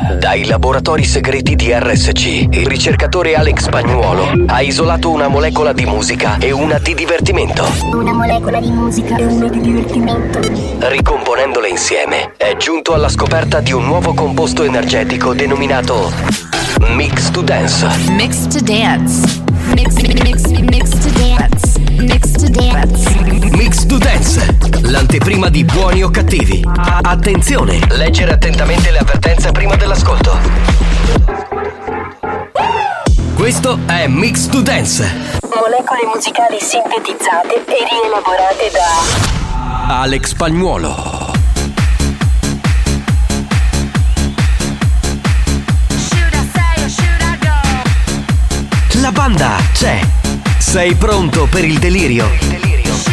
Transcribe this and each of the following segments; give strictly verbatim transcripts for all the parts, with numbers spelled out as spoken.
Dai laboratori segreti di R S C, il ricercatore Alex Spagnuolo ha isolato una molecola di musica e una di divertimento. Una molecola di musica e una di divertimento. Ricomponendole insieme, è giunto alla scoperta di un nuovo composto energetico denominato Mix to Dance. Mix to Dance. Mix, mix, mix to Dance. Mix to Dance. Mix to Dance, l'anteprima di Buoni o Cattivi. Attenzione, leggere attentamente le avvertenze prima dell'ascolto. Questo è Mix to Dance. Molecole musicali sintetizzate e rielaborate da Alex Spagnuolo. La banda c'è. Sei pronto per il delirio? Il delirio.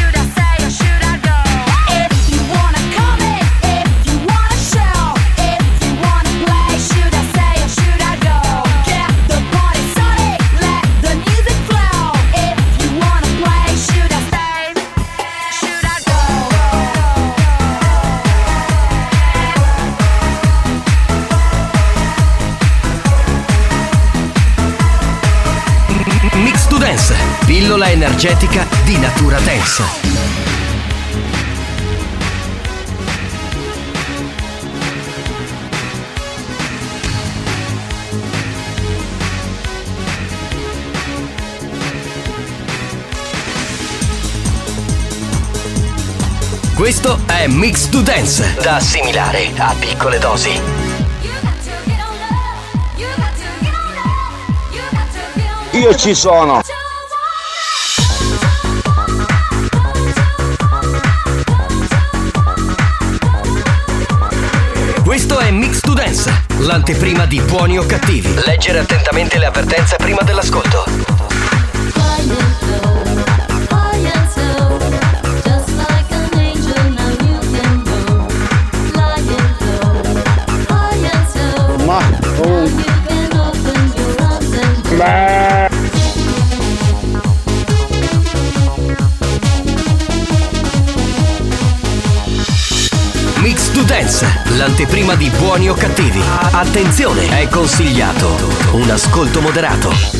Mix to Dance, pillola energetica di Natura Dance. Questo è Mix to Dance, da assimilare a piccole dosi. Io ci sono. Questo è Mix to Dance, l'anteprima di Buoni o Cattivi. Leggere attentamente le avvertenze prima dell'ascolto. Ma oh. Beh. Mix to Dance, l'anteprima di Buoni o Cattivi. Attenzione, è consigliato un ascolto moderato.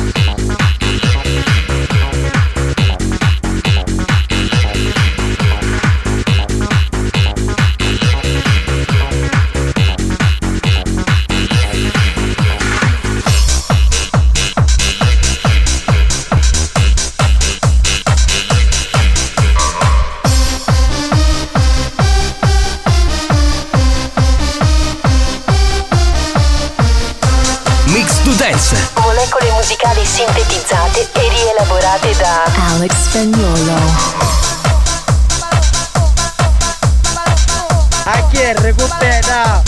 Molecole musicali sintetizzate e rielaborate da Alex Spagnuolo. A chi è recupera?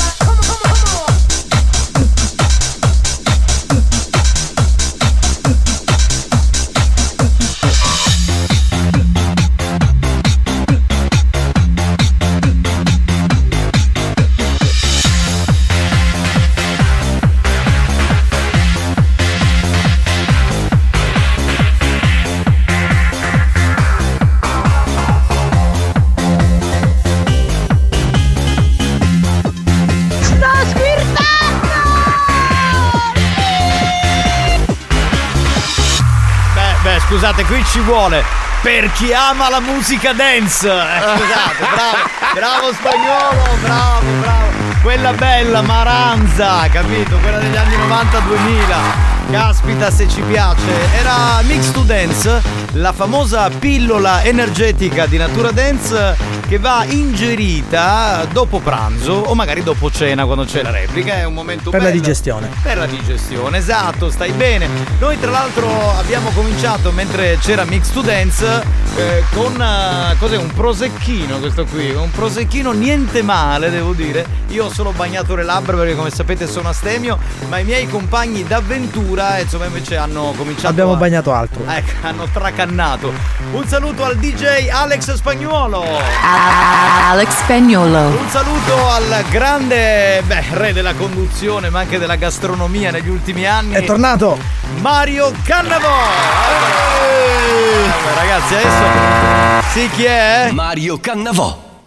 Scusate, qui ci vuole per chi ama la musica dance. Eh, scusate, bravo, bravo Spagnuolo, bravo, bravo. Quella bella Maranza, capito? Quella degli anni novanta duemila. Caspita se ci piace. Era Mix to Dance, la famosa pillola energetica di Natura Dance che va ingerita dopo pranzo o magari dopo cena quando c'è la replica. È un momento per bello. la digestione. Per la digestione, esatto, stai bene. Noi tra l'altro abbiamo cominciato mentre c'era Mix to Dance eh, con uh, cos'è? Un prosecchino questo qui, un prosecchino niente male devo dire. Io ho solo bagnato le labbra perché come sapete sono astemio, ma i miei compagni d'avventura insomma invece hanno cominciato abbiamo a... bagnato altro. Ecco, hanno tracannato. Un saluto al D J Alex Spagnuolo. Alex Spagnuolo. Un saluto al grande beh, re della conduzione ma anche della gastronomia negli ultimi anni. È tornato Mario Cannavò. Allora, ragazzi adesso sì chi è? Mario Cannavò.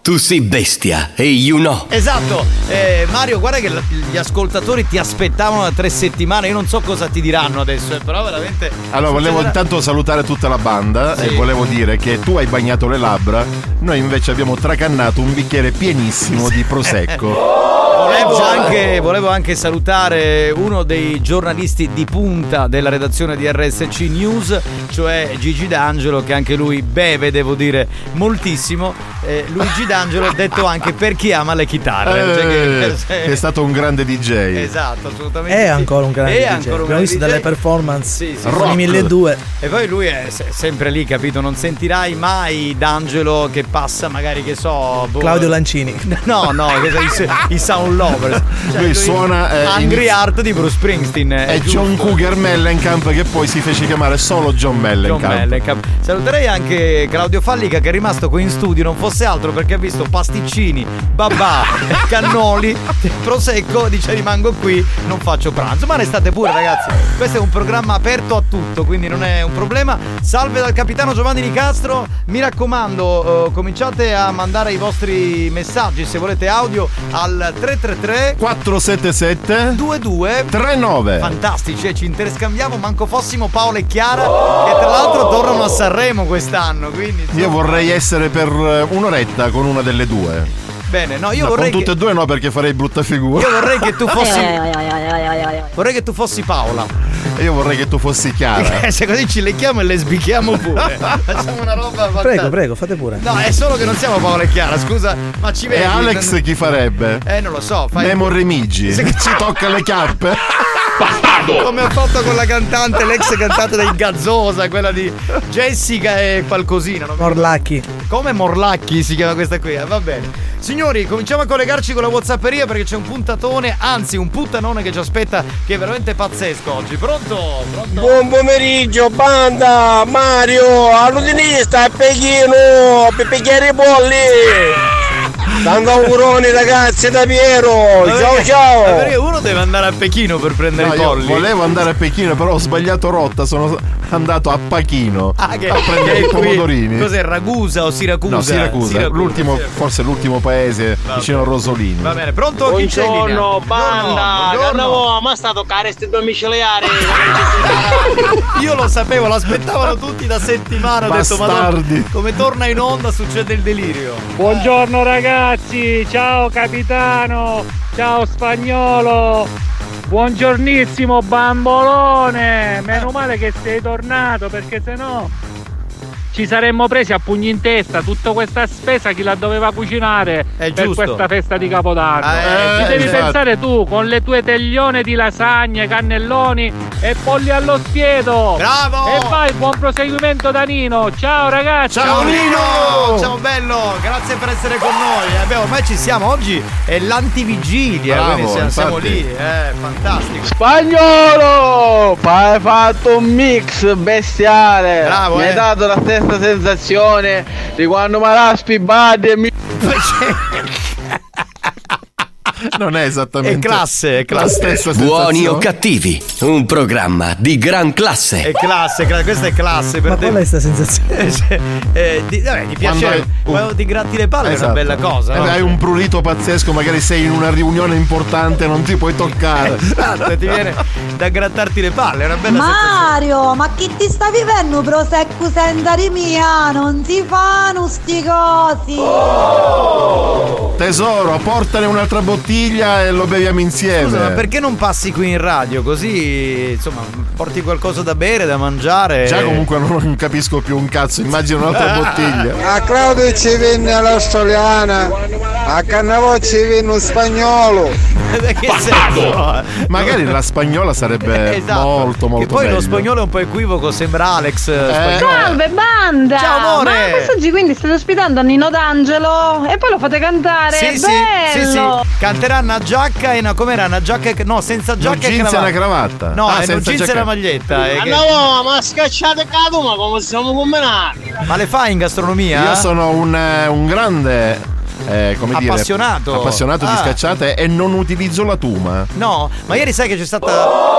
Tu sei bestia e you know. Esatto, eh, Mario, guarda che gli ascoltatori ti aspettavano da tre settimane. Io non so cosa ti diranno adesso, eh, però veramente. Allora, volevo intanto salutare tutta la banda, sì. E volevo dire che tu hai bagnato le labbra, noi invece abbiamo tracannato un bicchiere pienissimo di prosecco. Volevo anche, volevo anche salutare uno dei giornalisti di punta della redazione di R S C News, cioè Gigi D'Angelo, che anche lui beve, devo dire, moltissimo. Eh, Luigi D'Angelo, detto anche per chi ama le chitarre, eh, cioè che, che è stato un grande D J. Esatto, assolutamente. È sì. ancora un grande è D J. ancora un Abbiamo visto D J. delle performance sì, sì, con i milleduecento. E poi lui è se- sempre lì, capito? Non sentirai mai D'Angelo che passa, magari, che so, boh, Claudio Lancini. No, no, che i, i Sound Lovers. Cioè, lui, lui suona eh, Angry in... Heart di Bruce Springsteen. È, è John Cougar Mellencamp, che poi si fece chiamare solo John Mellencamp. John Mellencamp. Saluterei anche Claudio Fallica, che è rimasto qui in studio, non fosse altro perché ha visto pasticcini, babà, cannoli, prosecco, dice rimango qui, non faccio pranzo. Ma restate pure, ragazzi, questo è un programma aperto a tutto, quindi non è un problema. Salve dal capitano Giovanni Nicastro. Mi raccomando, uh, cominciate a mandare i vostri messaggi, se volete audio, al tre tre tre quattro sette sette due due tre nove. Fantastici, eh, ci interscambiamo manco fossimo Paola e Chiara, che tra l'altro tornano a Sanremo quest'anno, quindi insomma... Io vorrei essere per un'oretta con una delle due. Bene, no, io no, vorrei con tutte che... e due no, perché farei brutta figura. Io vorrei che tu fossi vorrei che tu fossi Paola. E io vorrei che tu fossi Chiara. Se così ci lecchiamo e le sbichiamo pure. Facciamo una roba fantastica. Prego, prego, fate pure. No, è solo che non siamo Paola e Chiara, scusa, ma ci vedi. E Alex non... chi farebbe? Eh, non lo so, fai... Memo Remigi. Se ci tocca le chiappe. Come ho fatto con la cantante, l'ex cantante dei Gazzosa, quella di Jessica e qualcosina, non Morlacchi. Come Morlacchi si chiama questa qui, eh? Va bene. Signori, cominciamo a collegarci con la WhatsApperia perché c'è un puntatone, anzi un puttanone che ci aspetta, che è veramente pazzesco oggi. Pronto? Pronto? Buon pomeriggio, banda! Mario, all'utinista, a Pechino, per picchiare i polli! Tanto auguroni ragazzi da Piero, ma ciao perché, ciao! Ma perché uno deve andare a Pechino per prendere no, i polli? Io volevo andare a Pechino, però ho sbagliato rotta, sono andato a Pachino ah, che, a prendere i pomodorini. Cos'è, Ragusa o Siracusa? No, Siracusa, Siracusa. L'ultimo, Siracusa. forse l'ultimo paese Va vicino a Rosolini. Va bene, pronto? Buongiorno banda, buongiorno. ma sta a toccare sti domiciliari. Io lo sapevo, l'aspettavano tutti da settimane. Ho detto, Madonna, come torna in onda succede il delirio. Buongiorno ragazzi, ciao capitano, ciao Spagnolo, buongiornissimo bambolone, meno male che sei tornato perché sennò ci saremmo presi a pugni in testa tutta questa spesa chi la doveva cucinare È per giusto. questa festa di Capodanno. Eh, Ci devi esatto. pensare tu con le tue taglione di lasagne, cannelloni e polli allo spiedo. Bravo! E vai, buon proseguimento da Nino. Ciao ragazzi. Ciao Nino! Ciao bello, grazie per essere con noi. Eh, beh, ormai ci siamo, oggi è l'antivigilia, Bravo, quindi siamo, siamo infatti. lì, eh, fantastico. Spagnolo! Hai fatto un mix bestiale! Bravo, Mi eh. hai dato la stessa sensazione di quando Maraspi Badi e mi... Non è esattamente È classe, è la classe. stessa Buoni sensazione. o cattivi, un programma di gran classe. È classe, cla- questa è classe per Ma te. qual è sta sensazione? Cioè, eh, di, vabbè, di Quando piacere, hai un- quando ti gratti le palle è Esatto. una bella cosa, Eh, no? hai un prurito pazzesco, magari sei in una riunione importante, non ti puoi toccare. Esatto, e ti viene da grattarti le palle, è una bella sensazione. Mario, ma chi ti sta vivendo prosecco senza rimia? Non si fanno sti cosi. Tesoro, portane un'altra bottiglia e lo beviamo insieme. Scusa, ma perché non passi qui in radio? Così, insomma, porti qualcosa da bere, da mangiare. Già comunque non capisco più un cazzo, immagino un'altra bottiglia. A Claudio ci venne l'australiana, a Cannavò ci venne un spagnolo. Che senso? Magari la spagnola sarebbe Esatto. molto molto Che poi meglio. lo spagnolo è un po' equivoco, sembra Alex eh. spagnolo. Salve banda! Ciao, amore! Ma quest'oggi quindi state ospitando Nino D'Angelo e poi lo fate cantare? Sì, sì, Bello! sì, sì. Canterà una giacca e una. Com'era? Una giacca e. No, senza giacca No, e jeans cravatta. e una cravatta. No, Ah, è un senza jeans e giacca. una maglietta. eh, che- No, ma scacciate cado, ma come siamo combinati? Ma le fai in gastronomia? Io sono un, eh, un grande eh, come dire, Appassionato. appassionato di Ah. scacciate e non utilizzo la tuma. No, ma ieri sai che c'è stata.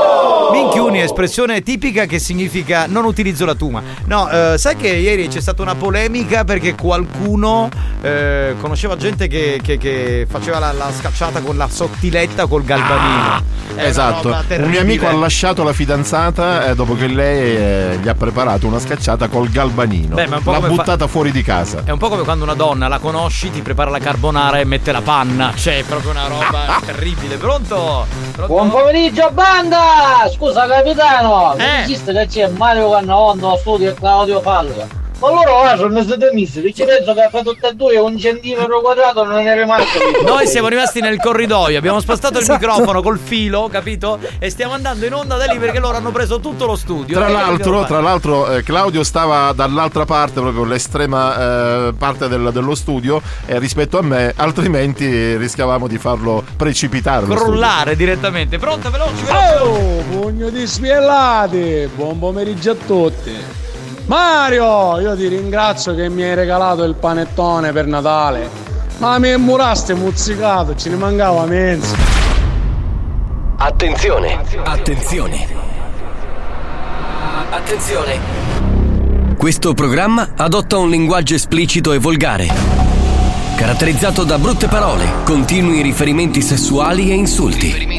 Minchioni è espressione tipica che significa non utilizzo la tuma. No, eh, sai che ieri c'è stata una polemica perché qualcuno eh, conosceva gente che, che, che faceva la, la scacciata con la sottiletta col galbanino. È esatto, un mio amico ha lasciato la fidanzata eh, dopo che lei eh, gli ha preparato una scacciata col galbanino. Beh, ma è un po' l'ha come buttata fa... fuori di casa. È un po' come quando una donna la conosci, ti prepara la carbonara e mette la panna. Cioè, è proprio una roba terribile. Pronto? Pronto? Buon pomeriggio banda! Scusa capitano, Eh. non esiste che c'è Mario Cannavondo studio e Claudio Falca. Ma loro là sono siete messi, perché penso che fra tutte e due un centimetro quadrato non è rimasto. Noi siamo rimasti nel corridoio, abbiamo spostato il Esatto. microfono col filo, capito? E stiamo andando in onda da lì perché loro hanno preso tutto lo studio. Tra E l'altro, dobbiamo tra fare. l'altro eh, Claudio stava dall'altra parte, proprio l'estrema eh, parte del- dello studio, eh, rispetto a me, altrimenti rischiavamo di farlo precipitare. lo Crollare direttamente. Pronto, veloci, veloci. Oh, pugno di spiellati! Buon pomeriggio a tutti! Mario, io ti ringrazio che mi hai regalato il panettone per Natale. Ma mi muraste muzzicato, ce ne mancava mezzo. Attenzione, attenzione. Attenzione. Questo programma adotta un linguaggio esplicito e volgare, caratterizzato da brutte parole, continui riferimenti sessuali e insulti.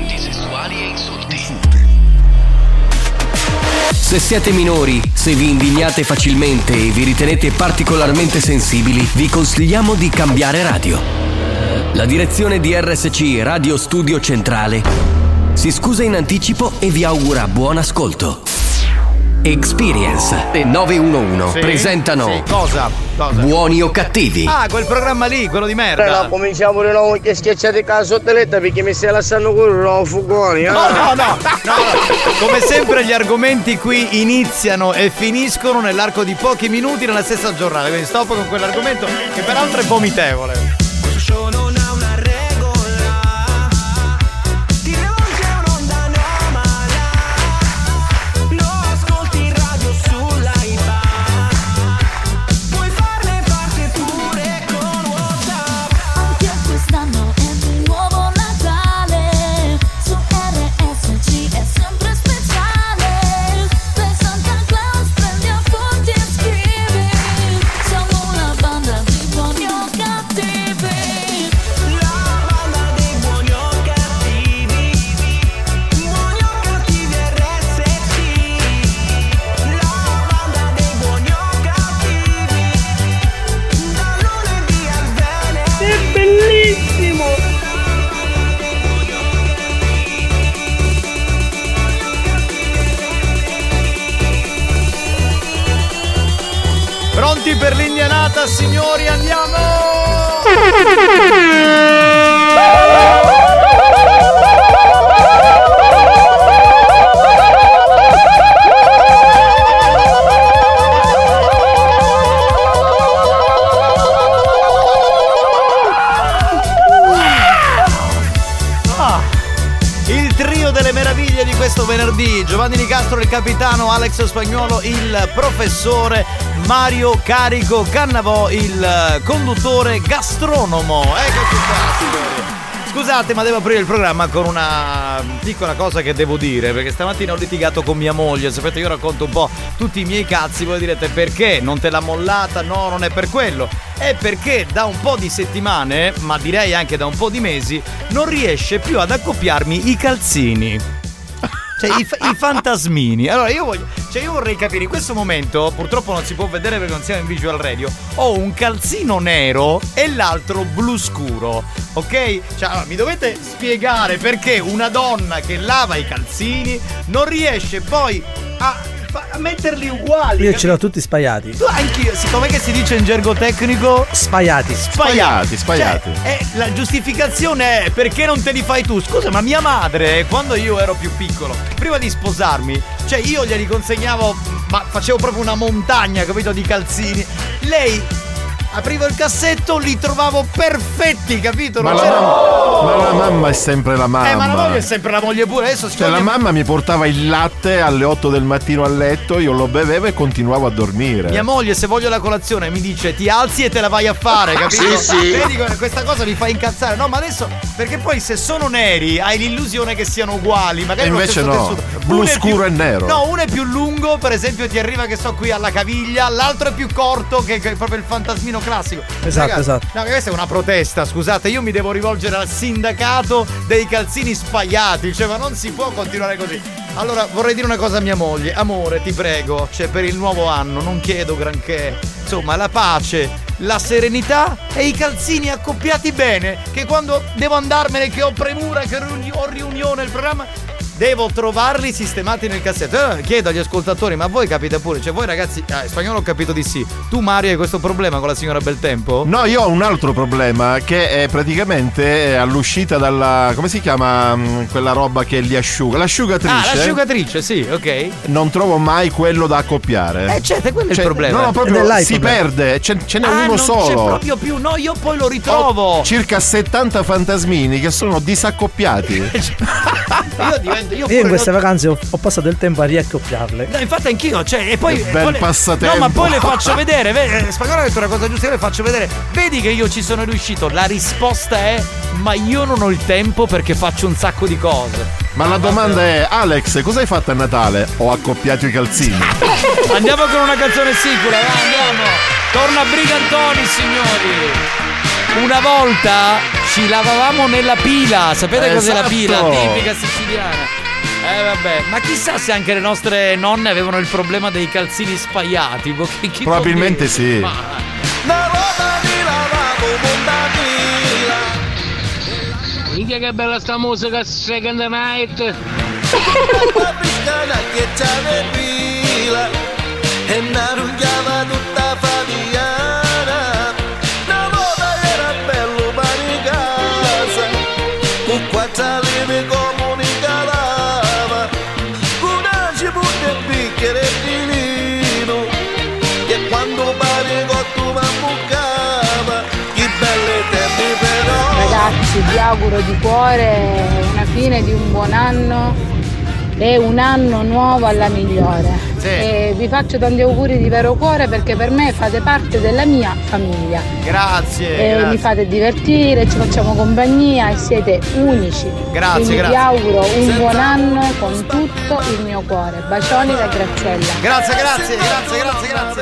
Se siete minori, se vi indignate facilmente e vi ritenete particolarmente sensibili, vi consigliamo di cambiare radio. La direzione di R S C Radio Studio Centrale si scusa in anticipo e vi augura buon ascolto. Experience e nove uno uno Sì, presentano sì, cosa? Cosa? Buoni o cattivi. Ah, quel programma lì, quello di merda. No, cominciamo di nuovo che schiacciate con la sottiletta perché mi stai lasciando quello fugoni. Eh? No, no, no, no, no. Come sempre gli argomenti qui iniziano e finiscono nell'arco di pochi minuti nella stessa giornata. Quindi stop con quell'argomento che peraltro è vomitevole. Anche quest'anno è di nuovo Natale. Su R S C è sempre speciale. Per Santa Claus prendi appunti e scrivi. Siamo una banda di buoni o cattivi. La banda dei buoni o cattivi. Buoni o cattivi R S C. La banda dei buoni o cattivi. Da lunedì al venerdì. È bellissimo! Pronti per l'indianata, signori? Andiamo! Ah, il trio delle meraviglie di questo venerdì: Giovanni Nicastro, il capitano, Alex Spagnuolo, il professore, Mario Carico Cannavò, il conduttore gastronomo. Eccoci qua, signori. Scusate, ma devo aprire il programma con una piccola cosa che devo dire, perché stamattina ho litigato con mia moglie. Sapete, io racconto un po' tutti i miei cazzi. Voi direte: perché? Non te l'ha mollata? No, non è per quello. È perché da un po' di settimane, ma direi anche da un po' di mesi, non riesce più ad accoppiarmi i calzini. Cioè i, fa- i fantasmini. Allora io voglio, cioè io vorrei capire, in questo momento purtroppo non si può vedere perché non siamo in visual radio, ho un calzino nero e l'altro blu scuro, ok? Cioè allora, mi dovete spiegare perché una donna che lava i calzini non riesce poi a, a metterli uguali. Io capi- ce l'ho tutti spaiati. Tu anch'io, siccome che si dice in gergo tecnico Spaiati. spaiati, spaiati. Cioè, eh, la giustificazione è: perché non te li fai tu? Scusa, ma mia madre, quando io ero più piccolo, prima di sposarmi, cioè io glieli consegnavo, ma facevo proprio una montagna, capito, di calzini. Lei aprivo il cassetto, li trovavo perfetti, capito? Ma Non la, c'era- mam- ma la mamma è sempre la mamma. Eh, ma la moglie è sempre la moglie pure. Adesso Cioè la mamma mi portava il latte alle otto del mattino a letto, io lo bevevo e continuavo a dormire. Mia moglie, se voglio la colazione, mi dice ti alzi e te la vai a fare, capito? Sì, sì. Vedi, questa cosa mi fa incazzare. No, ma adesso, perché poi se sono neri hai l'illusione che siano uguali. Magari E lo invece stesso no, tessuto. blu Uno è scuro più- e nero. No, uno è più lungo, per esempio ti arriva che sto qui alla caviglia, l'altro è più corto, che, che è proprio il fantasmino classico. Esatto, esatto. No, questa è una protesta, scusate, io mi devo rivolgere al sindacato dei calzini spaiati, cioè ma non si può continuare così. Allora vorrei dire una cosa a mia moglie, amore, ti prego, cioè per il nuovo anno non chiedo granché, insomma la pace, la serenità e i calzini accoppiati bene, che quando devo andarmene, che ho premura, che ho riunione, il programma, devo trovarli sistemati nel cassetto. Allora chiedo agli ascoltatori, ma voi capite pure, cioè voi ragazzi, ah, in spagnolo ho capito di sì. Tu Mario hai questo problema con la signora Beltempo? No, io ho un altro problema che è praticamente all'uscita dalla, come si chiama mh, quella roba che li asciuga? L'asciugatrice. Ah, l'asciugatrice, sì, ok. Non trovo mai quello da accoppiare. Eh certo, quello è Cioè, il problema. No, no, proprio Ed è là il si problema. perde, ce, ce n'è Ah, uno non solo. c'è proprio più, no, io poi lo ritrovo. Ho circa settanta fantasmini che sono disaccoppiati. Io divento, io Io pure in queste non- vacanze ho, ho passato il tempo a riaccoppiarle. No, infatti anch'io, cioè, e poi. Che bel poi le- passatempo. No, ma poi le faccio vedere. Vedi, Spagnolo ha detto una cosa giusta, io le faccio vedere. Vedi che io ci sono riuscito. La risposta è: ma io non ho il tempo perché faccio un sacco di cose. Ma la domanda è, Alex, cosa hai fatto a Natale? Ho accoppiato i calzini. Andiamo con una canzone sicura, va, andiamo. Torna Brigantoni, signori. Una volta ci lavavamo nella pila. Sapete cos'è la Esatto. pila? Tipica siciliana. Eh vabbè, ma chissà se anche le nostre nonne avevano il problema dei calzini spaiati. boh, chi- chi può Probabilmente dire? sì. Ma- Minchia che bella sta musica, Second Night. che c'è pila e una rugliava tutta familiare. Una volta era bello pane casa, con quattro lime comunicava, una cipolla e bicchiere di vino, e quando pane cotto m'ammuccava, che belle tempi però. Ragazzi, vi auguro di cuore una fine di un buon anno e un anno nuovo alla migliore. Sì. E vi faccio tanti auguri di vero cuore perché per me fate parte della mia famiglia. Grazie, E grazie. mi fate divertire, ci facciamo compagnia e siete unici. Grazie, Quindi grazie. vi auguro un buon anno con tutto il mio cuore. Bacioni da Graziella. Grazie, grazie, grazie, grazie, grazie.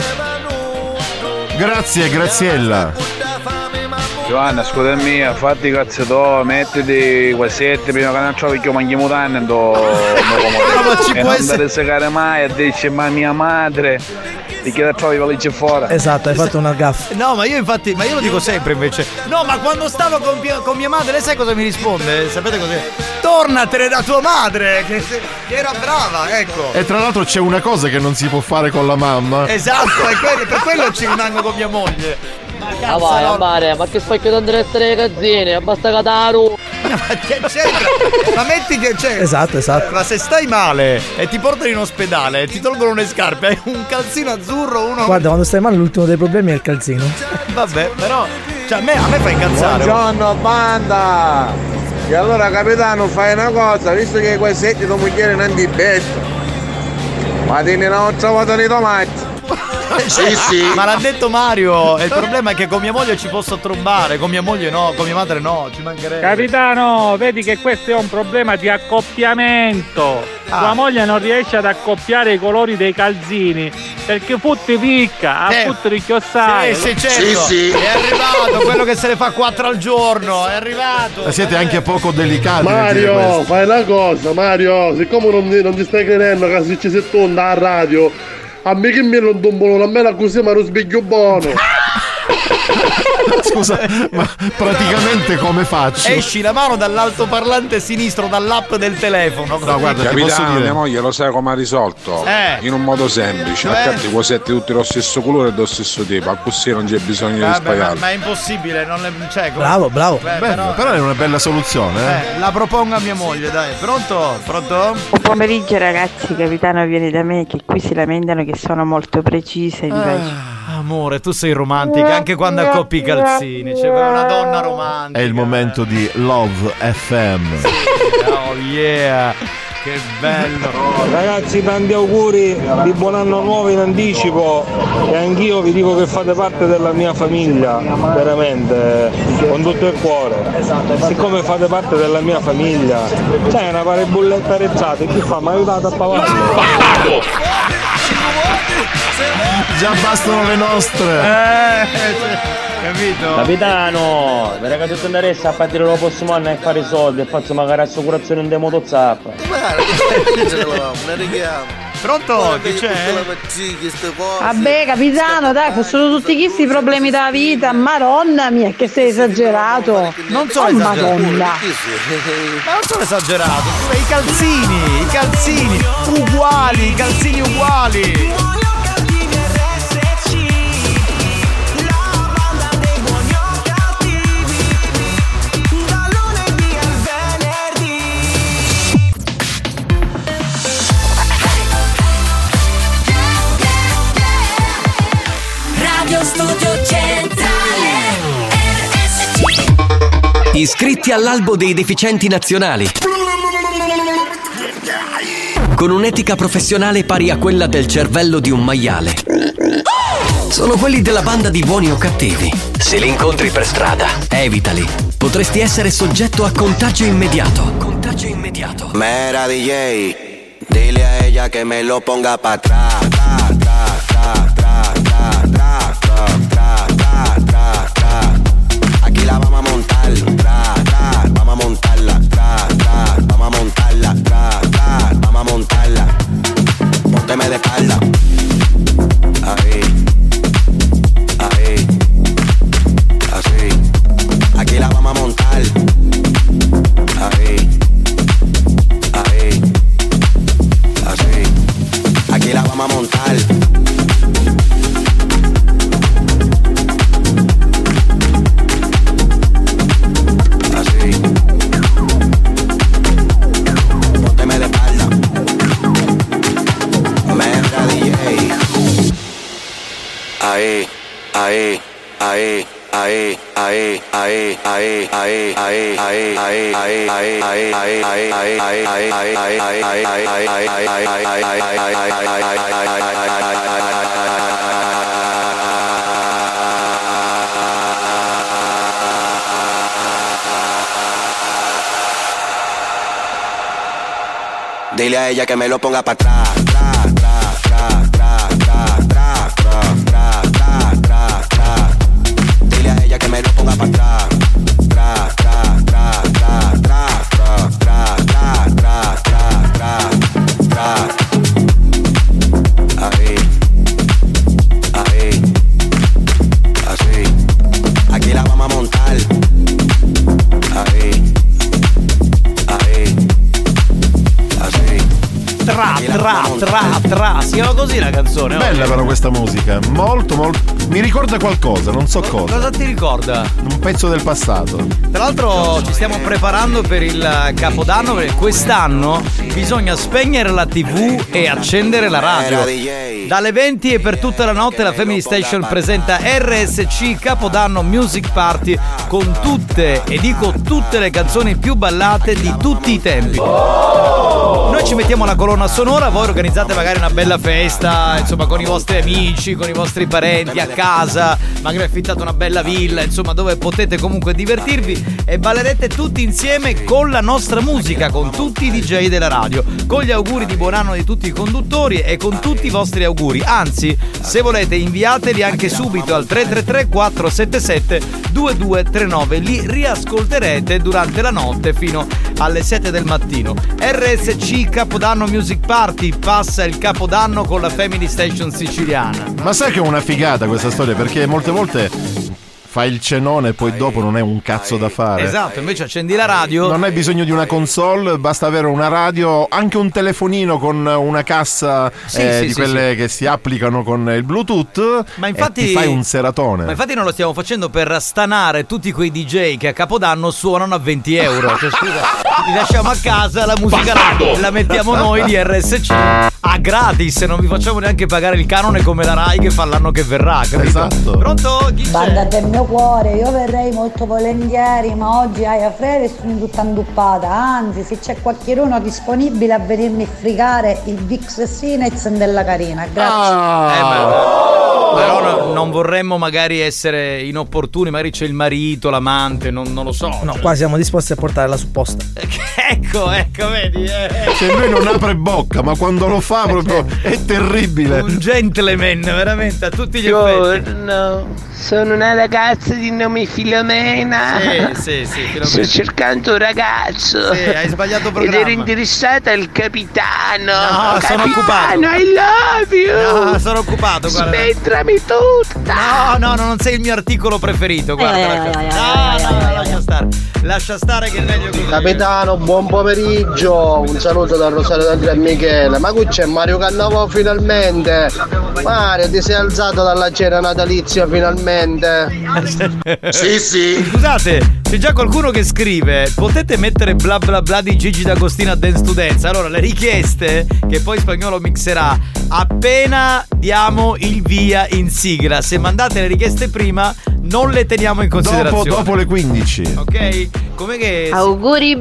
Grazie, Graziella. Giovanna, scusa mia, fatti cazzo tu, mettiti quei sette prima che non trovi che io mangi mutande e do ma ci e può non essere- dare segare mai e dice ma mia madre ti chiede trovi valigie fuori. Esatto, hai fatto una gaffa. No, ma io infatti, ma io lo dico sempre invece. No, ma quando stavo con, mia- con mia madre, lei sai cosa mi risponde? Sapete cos'è? Tornatene da tua madre, che, se- che era brava, ecco. E tra l'altro c'è una cosa che non si può fare con la mamma. Esatto, è quello- per quello ci rimango con mia moglie. Ma Ah cazzo, vai, no. a mare, ma che spacchio tanto essere le cazzine, basta cataru. Ma che c'entra? Ma metti che c'è. Esatto, esatto. Ma se stai male e ti portano in ospedale e ti tolgono le scarpe, hai un calzino azzurro, uno. Guarda, quando stai male l'ultimo dei problemi è il calzino. Vabbè, però. Cioè, a me, a me fa incazzare. Buongiorno banda! E allora capitano fai una cosa, visto che quei setti tua moglie non ti betto, ma te ne ho trovato nei tomati. Sì, sì. Ma l'ha detto Mario. E il problema è che con mia moglie ci posso trombare, con mia moglie no, con mia madre no, ci mancherebbe. Capitano, vedi che questo è un problema di accoppiamento. Ah. Tua moglie non riesce ad accoppiare i colori dei calzini perché futti picca, a Eh. futti ricchiossare. Sì, sì, certo. È arrivato quello che se ne fa quattro al giorno, è arrivato. Ma siete anche poco delicati nel dire Mario, questo. fai una cosa, Mario, siccome non, non ti stai credendo che se ci sei tu a radio, a me che mi non tombolo, a me la così ma non sveglio buono. Scusa, ma praticamente come faccio? Esci la mano dall'altoparlante sinistro, dall'app del telefono. No, guarda, ti posso Capitano, dire. mia moglie lo sai come ha risolto? Eh. In un modo semplice, Cioè? accatti quei setti tutti dello stesso colore e dello stesso tipo, così non c'è bisogno di Vabbè, ma, spaiarli. ma è impossibile, non le, cioè, come- Bravo, bravo. Beh, Beh, però, però è una bella soluzione, eh. eh, la propongo a mia moglie, dai. Pronto? Pronto? Buon pomeriggio ragazzi, capitano viene da me che qui si lamentano che sono molto precise invece. Amore, tu sei romantica anche quando accoppi i calzini. C'è una donna romantica. È il momento di Love F M. Oh yeah, che bello. Ragazzi, tanti auguri di buon anno nuovo in anticipo e anch'io vi dico che fate parte della mia famiglia, veramente, con tutto il cuore. Siccome fate parte della mia famiglia, c'è una pare bulletta rezzata, chi fa? Mi aiutate a pavare? Già bastano le nostre. Eh, capito? Capitano, vedrai che tutto interessa a partire il prossimo anno e fare i soldi e faccio magari assicurazione in demo motozappa. Pronto? Chi c'è? Vabbè capitano, dai, sono tutti questi problemi della vita, madonna mia, che sei esagerato. Non sono oh, esagerato. Madonna. Ma non sono esagerato, i calzini, i calzini uguali, i calzini uguali. Studio Centrale R S C. Iscritti all'albo dei deficienti nazionali. Con un'etica professionale pari a quella del cervello di un maiale. Sono quelli della banda di Buoni o Cattivi. Se li incontri per strada, evitali. Potresti essere soggetto a contagio immediato. Contagio immediato. Mera D J, dile a ella que me lo ponga pa' atrás. Tra, tra, tra, tra, tra, tra, tra, tra, tra, tra, tra. Aquí la vamos a montar, tra, tra, vamos a montarla, tra, tra, vamos a montarla, tra, tra, vamos a montarla. Pónteme de espalda. Ahí, ahí, así. Aquí la vamos a montar. Ahí, ahí, así. Aquí la vamos a montar. Así. Pónteme de espalda. Mera D J. Ahí, ahí, ahí. Ahí, ahí, ahí, ahí, ahí, ahí, ahí, ahí, ahí, ahí, ahí, ahí, ahí, ahí, ahí, ahí, dile a ella que me lo ponga para atrás. Tra, tra, tra, tra, tra, tra, tra, tra, tra, tra, tra. Dile a ella que me lo ponga para atrás. Tra, tra, tra, tra, tra, tra, tra, tra, tra, tra, tra, tra. Ahí, ahí, así. Aquí la vamos a montar. Ahí, ahí, así. Tra, tra, tra, tra. Si chiama così la canzone. Bella però questa musica. Molto, molto. Mi ricorda qualcosa, non so cosa. Cosa ti ricorda? Un pezzo del passato. Tra l'altro ci stiamo preparando per il Capodanno, perché quest'anno bisogna spegnere la tivù e accendere la radio. Dalle venti e per tutta la notte la Family Station presenta R S C Capodanno Music Party con tutte, e dico tutte, le canzoni più ballate di tutti i tempi. Noi ci mettiamo la colonna sonora, voi organizzate magari una bella festa, insomma, con i vostri amici, con i vostri parenti, a casa, magari affittate una bella villa, insomma, dove potete comunque divertirvi e ballerete tutti insieme con la nostra musica, con tutti i D J della radio, con gli auguri di buon anno di tutti i conduttori e con tutti i vostri auguri. Anzi, se volete inviateli anche subito al tre tre tre quattro sette sette due due tre nove, li riascolterete durante la notte fino alle sette del mattino. R S C Capodanno Music Party passa il Capodanno con la Family Station siciliana. Ma sai che è una figata questa storia, perché molte volte fai il cenone e poi Dai. dopo non è un cazzo Dai. da fare. Esatto, invece accendi la radio. Non hai bisogno di una console, basta avere una radio, anche un telefonino con una cassa sì, eh, sì, di sì, quelle sì. che si applicano con il Bluetooth. Ma infatti e ti fai un seratone. Ma infatti non lo stiamo facendo per stanare tutti quei D J che a Capodanno suonano a venti euro. Cioè, scusa, li lasciamo a casa, la musica la, la mettiamo noi di R S C a gratis, non vi facciamo neanche pagare il canone come la Rai che fa l'anno che verrà, capito? Esatto. Pronto? Chi c'è? Banda del mio cuore, io verrei molto volentieri, ma oggi hai a frere e sono tutta induppata. Anzi, se c'è qualcuno disponibile a venirmi a frigare il Vix Sinez della Carina, grazie. Ah. Eh, ma, però no, non vorremmo magari essere inopportuni, magari c'è il marito, l'amante, non, non lo so. No, cioè. qua siamo disposti a portare la supposta. Ecco, ecco, vedi. Eh. Cioè lui non apre bocca, ma quando lo fa proprio è terribile. Un gentleman, veramente, a tutti gli effetti. No, sono una ragazza di nome Filomena. Sì, sì, sì, Filomena. Sto cercando un ragazzo. Sì, hai sbagliato programma. Ed ero interessata al capitano. No, capitano, sono occupato. I love you. No, sono occupato, guarda. Spentrami tutta. No, no, no, non sei il mio articolo preferito, guarda. Eh, lascia, eh, no, eh, no, no, lascia stare. Lascia stare che è meglio così. Capitano, buon pomeriggio. Un saluto da Rosario D'Andrea e Michele. Ma qui c'è Mario Cannavò finalmente. Mario, ti sei alzato dalla cena natalizia finalmente? Sì, sì. Scusate, c'è già qualcuno che scrive: potete mettere bla bla bla di Gigi D'Agostino a Dance to Dance? Allora, le richieste che poi Spagnolo mixerà appena diamo il via in sigla. Se mandate le richieste prima non le teniamo in considerazione. Dopo, dopo le quindici. Ok? Come che... Auguri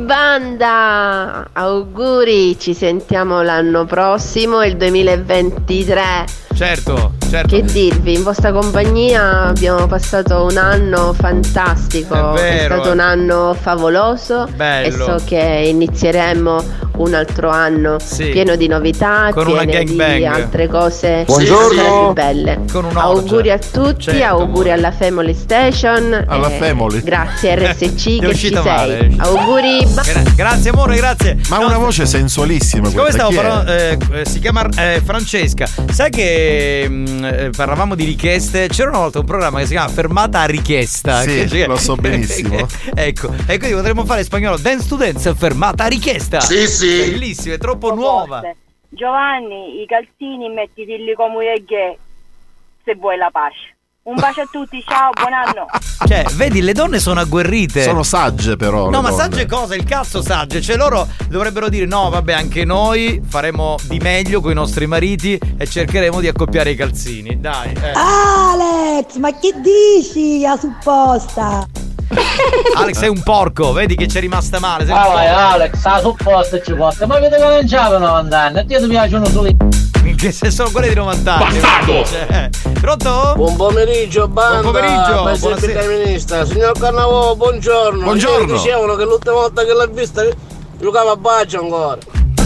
banda! Auguri, ci sentiamo l'anno prossimo, il duemilaventitré. Certo, certo. Che dirvi, in vostra compagnia abbiamo passato un anno fantastico. È vero, è stato un anno favoloso. Bello. E so che inizieremo un altro anno sì. pieno di novità, con una piene gangbang. di altre cose Buongiorno. belle. Con un auguri a tutti, certo, auguri alla Family Station. Alla Family. Grazie R S C che ci sei. Male. Auguri. Gra- grazie amore, grazie. Ma no, una voce sensualissima. Siccome questa, stavo chi parlando, eh, si chiama eh, Francesca. Sai che mh, parlavamo di richieste? C'era una volta un programma che si chiama Fermata a richiesta. Sì, che, lo so benissimo. Ecco, e quindi potremmo fare in spagnolo Dance to Dance Fermata a richiesta. Sì, sì. Bellissimo, è troppo nuova. Giovanni, i calzini mettitili come che se vuoi la pace. Un bacio a tutti, ciao, buon anno. Cioè, vedi, le donne sono agguerrite. Sono sagge però. No, ma donne. sagge cosa? Il cazzo sagge. Cioè loro dovrebbero dire no, vabbè, anche noi faremo di meglio con i nostri mariti e cercheremo di accoppiare i calzini. Dai. Eh. Alex, ma che dici? La supposta. Alex sei un porco, vedi che c'è rimasta male. Sei Ah vai Alex, la supposta ci porta. Ma vedo che non c'aveva novanta anni. A te ti piacciono solo i... Che se sono quelle di novanta anni. Bastardo! Cioè, pronto? Buon pomeriggio, banda. Buon pomeriggio, Beh, buonasera. ministra. Signor Cannavò, buongiorno. Buongiorno. Ieri dicevano che l'ultima volta che l'ha vista giocava a bacio ancora.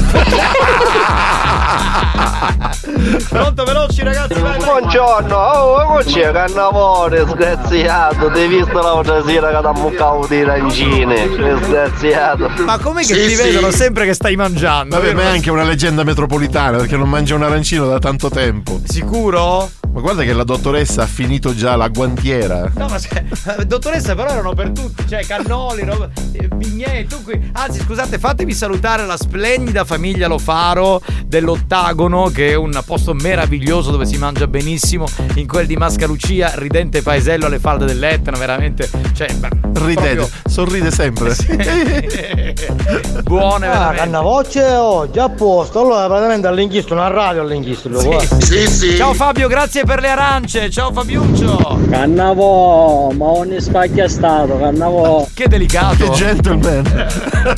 Pronto, veloci ragazzi, vai, vai. Buongiorno, oh, come c'è Cannavò, disgraziato. Ti hai visto l'altra sera che ti ha muccato di arancine, disgraziato. Ma come che Sì, ti sì. vedono sempre che stai mangiando? Vabbè, vero? ma è anche una leggenda metropolitana perché non mangia un arancino da tanto tempo. Sicuro? Ma guarda che la dottoressa ha finito già la guantiera. No, ma se, dottoressa, però erano per tutti, cioè cannoli, roba, eh, vignette, tu qui. Anzi, scusate, fatemi salutare la splendida famiglia Lo Faro dell'Ottagono, che è un posto meraviglioso dove si mangia benissimo, in quel di Mascalucia, ridente paesello alle falde dell'Etna, veramente, cioè, beh, Ridete, proprio- sorride sempre. buone, Ah, veramente. Cannavoce, oh, già a posto. Allora, praticamente all'inchisto, una radio all'inchisto. Sì, sì. Ciao Fabio, grazie per le arance. Ciao Fabiuccio. Cannavò, ma ogni spacchia stato, Cannavò. Che delicato. Che gentleman.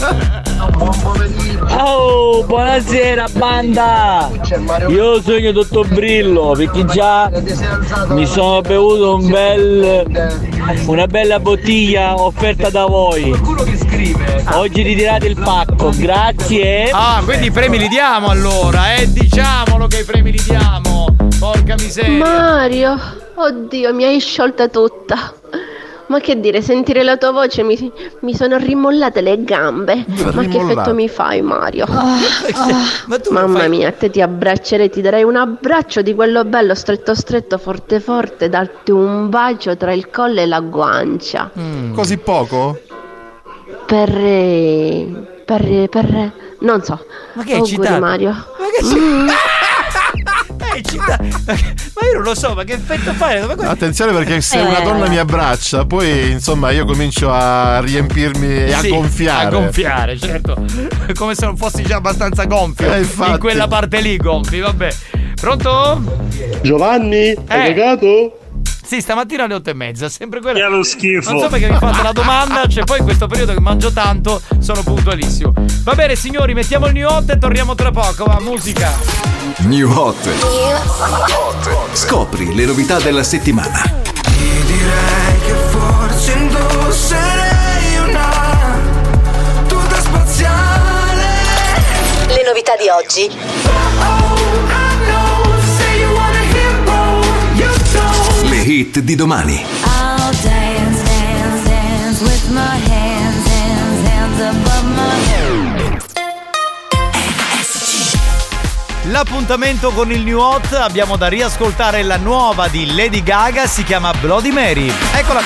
Oh, buonasera banda. Io sogno tutto brillo perché già mi sono bevuto un bel una bella bottiglia offerta da voi. Oggi ritirate il pacco, grazie. Ah, quindi i premi li diamo allora, eh? Diciamolo che i premi li diamo. Porca miseria. Mario, oddio, mi hai sciolta tutta. ma che dire, sentire la tua voce mi, mi sono rimollate le gambe. Ma che effetto mi fai, Mario? Mamma mia, te ti abbraccerei, ti darei un abbraccio di quello bello, stretto stretto, forte forte, darti un bacio tra il collo e la guancia. Mm. Così poco? Per... per... per... non so. Ma che è auguri, eccitata? Mario. Ma che c'è? Mm. È eccitata. Ma io non lo so, ma che effetto fai? Dove- Attenzione, perché se Eh. una donna mi abbraccia, poi insomma io comincio a riempirmi e a Sì, gonfiare. A gonfiare, certo. Come se non fossi già abbastanza gonfio. Eh, infatti. In quella parte lì gonfi, vabbè. Pronto? Giovanni, hai Eh. cagato? Sì, stamattina alle otto e mezza, sempre quella. Che è lo schifo. Non so perché mi fate la domanda, cioè poi in questo periodo che mangio tanto sono puntualissimo. Va bene signori, mettiamo il new hot e torniamo tra poco, va, musica. New Hot. Scopri le novità della settimana. Direi che forse indosserei una tuta spaziale. Le novità di oggi. Le hit di domani. I'll dance, dance, dance with my hands, hands, hands above my head. L'appuntamento con il new hot, abbiamo da riascoltare la nuova di Lady Gaga, si chiama Bloody Mary. Eccola.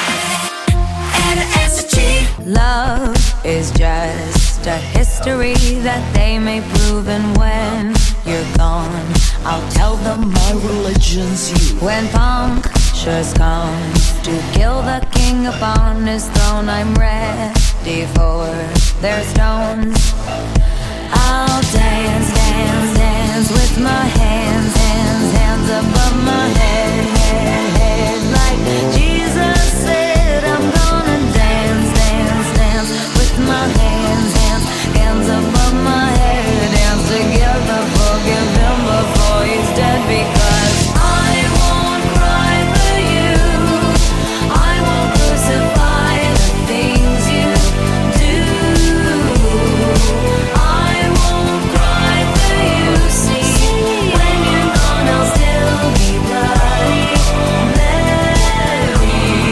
Love is just a history that they may prove, and when you're gone, I'll tell them my religion's you. When punctures come to kill the king upon his throne, I'm ready for their stones. I'll dance, dance, dance with my hands, hands, hands above my head, head, head. Like Jesus said, I'm gonna dance, dance, dance with my hands, hands, hands above my head. Dance together, forgive him before he's dead, because I won't cry for you. I won't crucify the things you do. I won't cry for you. See, when you're gone, I'll still be Bloody Mary.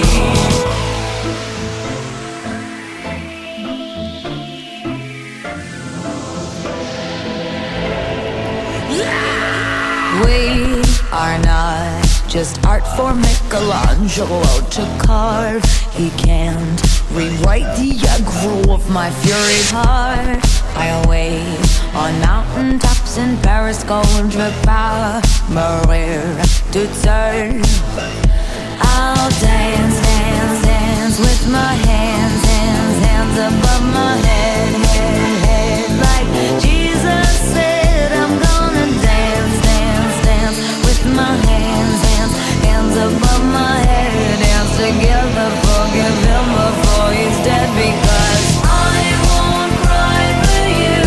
We are not just art for Michelangelo to carve. He can't rewrite the aggro of my fury heart. I wait on mountaintops in Paris, going drip out Maria to turn. I'll dance, dance, dance with my hands, hands, hands above my head, head, head. Like Jesus said, I'm gonna dance, dance, dance with my hands, hands, hands above my head. Dance together, forgive him before he's dead, because I won't cry for you.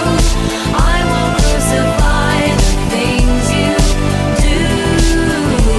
I won't crucify the things you do.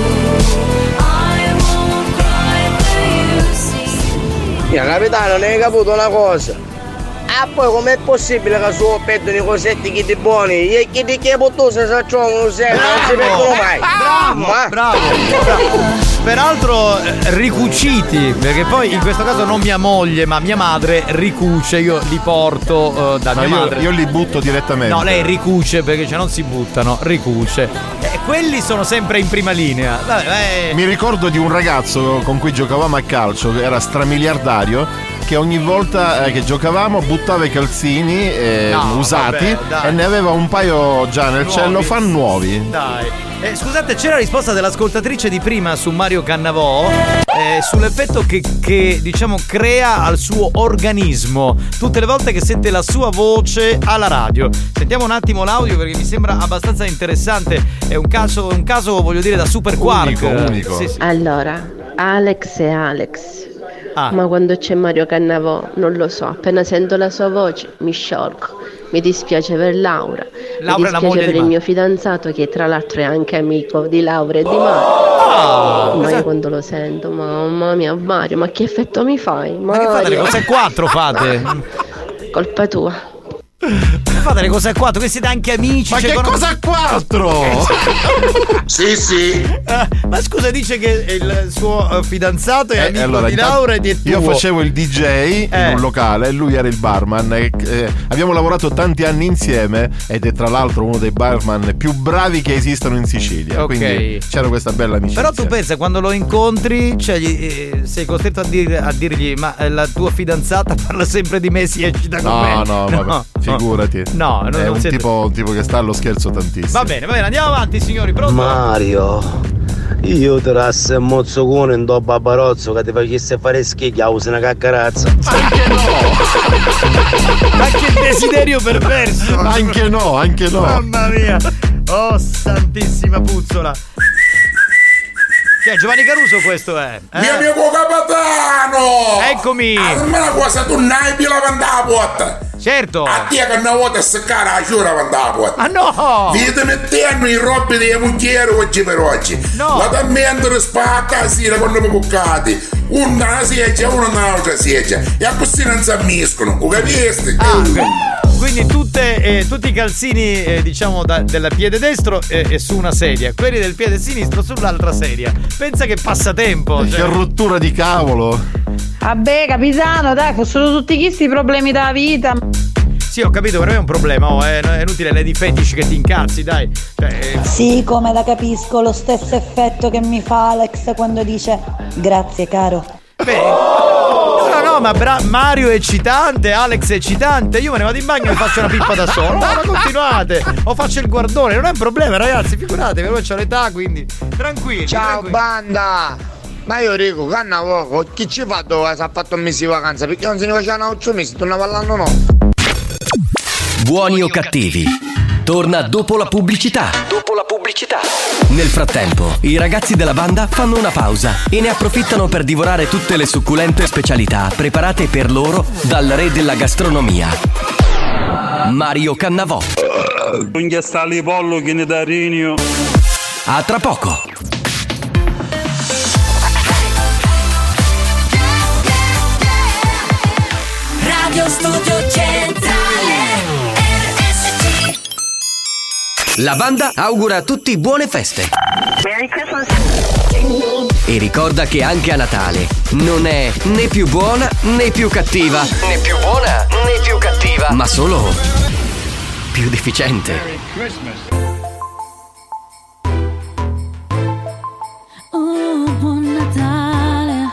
I won't cry for you. See. Mia capitano, ne hai capito una cosa? Ah, poi com'è possibile che su petto nei cosetti che ti buoni? E chi ti chiede tu se si trovano sempre, non si perdono mai. Bravo, bravo, bravo. Peraltro eh, ricuciti, perché poi in questo caso non mia moglie ma mia madre ricuce, io li porto eh, da No, mia io, madre. io li butto direttamente. No, lei ricuce perché cioè non si buttano, ricuce. E quelli sono sempre in prima linea. Vabbè, eh. Mi ricordo di un ragazzo con cui giocavamo a calcio, che era stramiliardario, che ogni volta eh, che giocavamo buttava i calzini eh, No, usati, vabbè, dai. e ne aveva un paio già nel Nuovi. cellofan nuovi. Dai. Eh, scusate, c'era la risposta dell'ascoltatrice di prima su Mario Cannavò eh, sull'effetto che, che diciamo crea al suo organismo tutte le volte che sente la sua voce alla radio. Sentiamo un attimo l'audio perché mi sembra abbastanza interessante. È un caso, un caso voglio dire da super quark. Unico, unico. Sì, sì. Allora, Alex e Alex. Ah. Ma quando c'è Mario Cannavò, non lo so, appena sento la sua voce mi sciolgo. Mi dispiace per Laura, Laura è la mi moglie dispiace per di il Mario. mio fidanzato, che tra l'altro è anche amico di Laura e di Mario. Ah, ma cosa- io quando lo sento, mamma mia, Mario, ma che effetto mi fai? Ma che fate? Le Mario, cose quattro fate? colpa tua. Fate le cose a quattro, che siete anche amici. Ma cioè, che con... cosa a quattro? Sì, sì. Uh, ma scusa, dice che il suo uh, fidanzato è eh, amico allora, di Laura ed è tuo. Io facevo il D J eh. in un locale e lui era il barman. E, eh, abbiamo lavorato tanti anni insieme ed è tra l'altro uno dei barman più bravi che esistono in Sicilia. Ok. Quindi c'era questa bella amicizia. Però tu pensa, quando lo incontri, cioè, gli, eh, sei costretto a, dir, a dirgli: ma eh, la tua fidanzata parla sempre di me, si eccita con no, me. No, no, vabbè. Figurati. No, non, è non un, siete... tipo, un tipo che sta allo scherzo tantissimo. Va bene, va bene, andiamo avanti, signori. Pronto? Mario, io ti rassi un mozzocone in do babarozzo che ti facesse fare schegli a usi una caccarazza. Anche no. Anche il desiderio perverso. Anche no, anche no. Mamma mia. Oh, santissima puzzola. Che è Giovanni Caruso questo è? Eh? Mio amico capitano! Eccomi! Ma una cosa, tu non hai più la la porta! Certo! A te che una volta a seccare la ciura la porta! Ah no! Vi te mettendo in robe dei mucchieri oggi per oggi! No! La tormenta spacca la sera quando mi buccati! Una seggia, una un'altra seggia! E a così non si ammiscono, lo capisci? Ah, quindi tutte, eh, tutti i calzini eh, diciamo da, del piede destro eh, è su una sedia, quelli del piede sinistro sull'altra sedia. Pensa che passatempo, cioè. Che rottura di cavolo. Vabbè capitano, dai, fossero tutti questi problemi della vita. Sì, ho capito, per me è un problema, oh, è, è inutile lady fetish che ti incazzi, dai. Cioè, sì, come la capisco, lo stesso effetto che mi fa Alex quando dice grazie caro. Beh, no, no, ma bra- Mario è eccitante, Alex è eccitante. Io me ne vado in bagno e mi faccio una pippa da solo. No, ma continuate. O faccio il guardone, non è un problema, ragazzi. Figuratevi, io ho l'età, quindi tranquilli. Ciao tranquilli. banda! Ma io dico, canna poco, chi ci fa dove si è fatto un mese di vacanza? Perché non se ne facevano otto mesi, tornava all'anno no. Buoni o cattivi? Torna dopo la pubblicità. Dopo la pubblicità. Nel frattempo, i ragazzi della banda fanno una pausa e ne approfittano per divorare tutte le succulente specialità preparate per loro dal re della gastronomia, Mario Cannavò. Non sta lì pollo che ne da rinio. A tra poco. Radio Studio Centrale. La banda augura a tutti buone feste. Merry Christmas. E ricorda che anche a Natale non è né più buona né più cattiva. Né più buona né più cattiva. Ma solo più deficiente. Merry Christmas. Oh, buon Natale.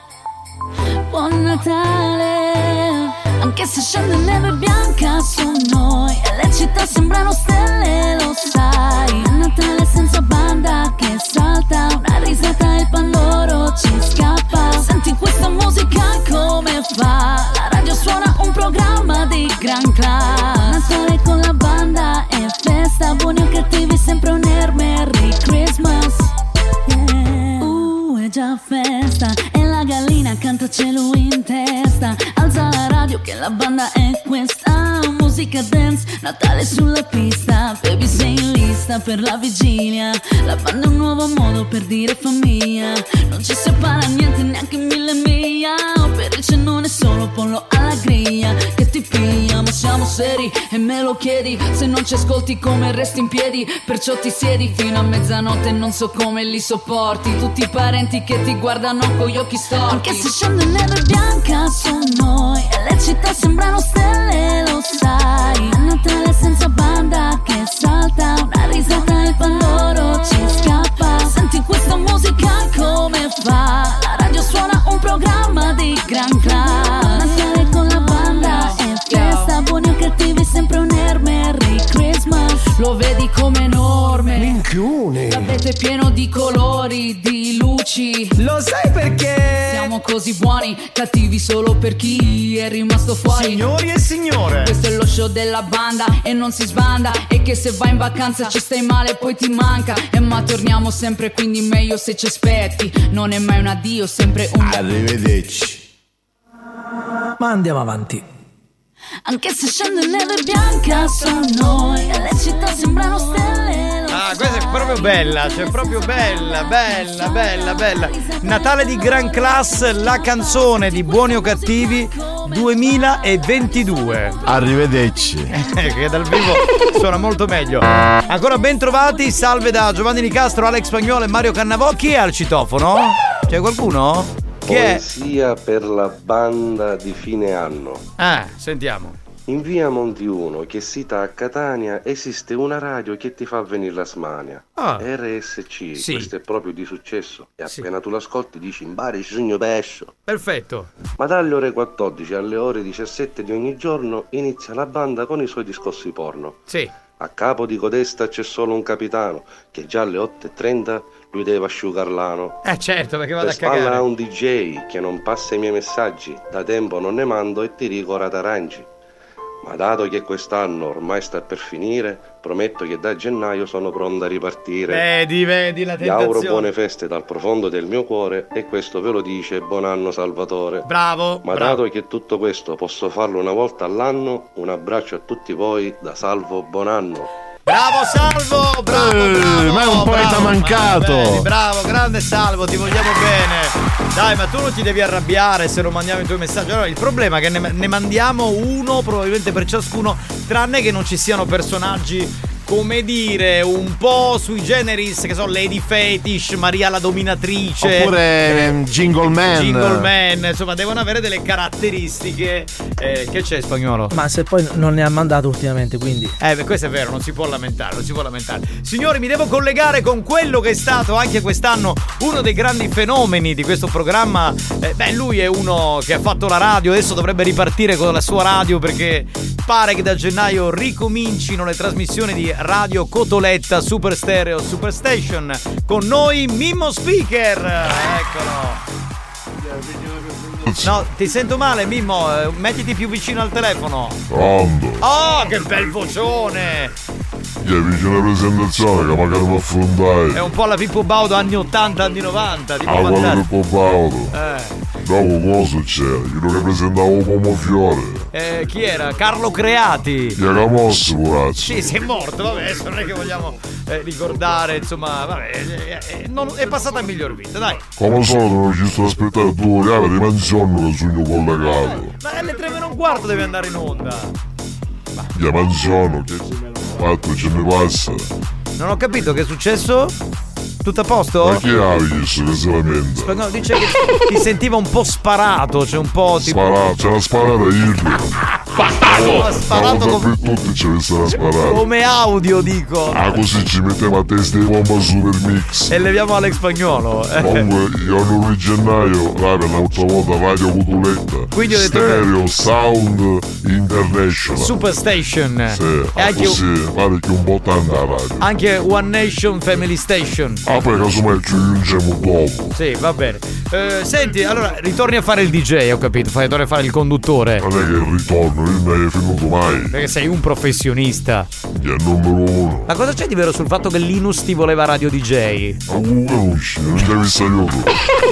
Buon Natale. Anche se scende neve bianca su noi e le città sembrano stelle, lo sai. È Natale senza banda che salta, una risata e il pandoro ci scappa. Senti questa musica come fa, la radio suona un programma di gran class. Natale con la banda e festa, buoni o cattivi sempre un air, Merry Christmas. Yeah. Uh, è già festa e la gallina canta cielo in testa. Alza la radio che la banda è questa, musica dance, Natale sulla pista. Baby sei in lista per la vigilia, la banda è un nuovo modo per dire famiglia. Non ci separa niente neanche mille miglia, per il cenone solo pollo alla griglia. Che ti piglia ma siamo seri e me lo chiedi, se non ci ascolti come resti in piedi. Perciò ti siedi fino a mezzanotte e non so come li sopporti. Tutti i parenti che ti guardano con gli occhi storti. Anche se scende neve bianca su noi e le città sembrano stelle, lo sai. È Natale senza banda che salta, una risata e il pandoro ci scappa. Senti questa musica come fa, la radio suona un programma di gran class. Natale con la banda e festa, buoni o cattivi sempre un air, Merry Christmas. Lo vedi come enorme, minchione. L'abete pieno di colori, di luci. Lo sai perché? Siamo così buoni, cattivi solo per chi è rimasto fuori. Signori e signore, questo è lo show della banda e non si sbanda. E che se vai in vacanza ci stai male poi ti manca. E ma torniamo sempre, quindi meglio se ci aspetti. Non è mai un addio, sempre un arrivederci. Ma andiamo avanti. Anche se scende neve bianca su noi e le città sembrano stelle. Ah, questa è proprio bella, cioè proprio bella, bella, bella, bella. Natale di gran class, la canzone di Buoni o Cattivi duemilaventidue. Arrivederci. Che dal vivo suona molto meglio. Ancora ben trovati, salve da Giovanni Nicastro, Alex Spagnuolo e Mario Cannavò. Chi è al citofono? C'è qualcuno? Chi è? Poesia per la banda di fine anno. Eh, sentiamo. In via Monti uno, che sita a Catania, esiste una radio che ti fa venire la smania. Ah. R S C, Sì. questo è proprio di successo. E Sì. appena tu l'ascolti dici in bare ci sogno pesce. Perfetto. Ma dalle ore quattordici alle ore diciassette di ogni giorno inizia la banda con i suoi discorsi porno. Sì. A capo di codesta c'è solo un capitano, che già alle otto e trenta lui deve asciugar l'ano. Eh certo, perché vado Per a cagare. spalla ha un D J che non passa i miei messaggi, da tempo non ne mando e ti dico ratarangi. Ma dato che quest'anno ormai sta per finire, prometto che da gennaio sono pronto a ripartire. Vedi, vedi la Vi auguro tentazione. buone feste dal profondo del mio cuore e questo ve lo dice buon anno Salvatore. Bravo, Ma bravo. dato che tutto questo posso farlo una volta all'anno, un abbraccio a tutti voi da Salvo Bonanno. Bravo Salvo, bravo, Eh, bravo, ma è un poeta bravo, mancato. ma vedi, bravo, grande Salvo, ti vogliamo bene. Dai, ma tu non ti devi arrabbiare se non mandiamo i tuoi messaggi. Allora, il problema è che ne, ne mandiamo uno probabilmente per ciascuno, tranne che non ci siano personaggi, come dire, un po' sui generis, che so, Lady Fetish, Maria la dominatrice, Oppure ehm, Jingle Man. Jingle Man, insomma, devono avere delle caratteristiche. Eh, che c'è, Spagnuolo? Ma se poi non ne ha mandato ultimamente, quindi. Eh, beh, questo è vero, non si può lamentare, non si può lamentare. Signori, mi devo collegare con quello che è stato anche quest'anno uno dei grandi fenomeni di questo programma. Eh, beh, lui è uno che ha fatto la radio, adesso dovrebbe ripartire con la sua radio perché pare che da gennaio ricomincino le trasmissioni di Radio Cotoletta Super Stereo Superstation. Con noi Mimmo Speaker. Eccolo. No, ti sento male, Mimmo, eh, mettiti più vicino al telefono. Pronto? Oh, che bel vocione! Gli è vicino alla presentazione che magari mi affrontai. È un po' la Pippo Baudo anni ottanta, anni novanta, tipo Ah, quello fantastico. che Baudo. Eh. Dopo cosa c'era? Io lo rappresentavo come Fiore. Eh, chi era? Carlo Creati. Gli era mosso, purazzo. Sì, sei morto, vabbè, adesso non è che vogliamo eh, ricordare, insomma, vabbè, eh, eh, non- è passata a miglior vita, dai. Come sono non ci sto aspettando due ore di mansione che sono collegato. Ma alle tre meno un quarto devi andare in onda. Gli mansione che fatto ce ne passa. Non ho capito che è successo? Tutto a posto? Ma chi ha visto che si lamenta? Spagnolo dice che ti sentiva un po' sparato, c'è un po' tipo. Sparato, c'era sparata Hitler. Bastardo! Sparato Stavo come, per tutti ce ne sarà sparato. come audio, dico. Ah, così ci mettiamo a testa di bomba super mix. E leviamo Alex Spagnuolo. eh. Comunque, io hanno di gennaio, dai, per l'altra volta Radio Cotoletta. Quindi ho detto- Stereo Sound International. Superstation. Sì, E ah, anche, così, pare che un po' tanta la radio. anche One Nation Family Station. Ah, poi casomai ci aggiungiamo dopo. Sì, va bene. Eh, senti, allora ritorni a fare il D J, ho capito. Fai torni a fare il conduttore. Non è che il ritorno, io non è venuto mai. Perché sei un professionista. Chi è il numero uno? Ma cosa c'è di vero sul fatto che Linus ti voleva radio D J? Ma comunque non uscì, non devi saluto.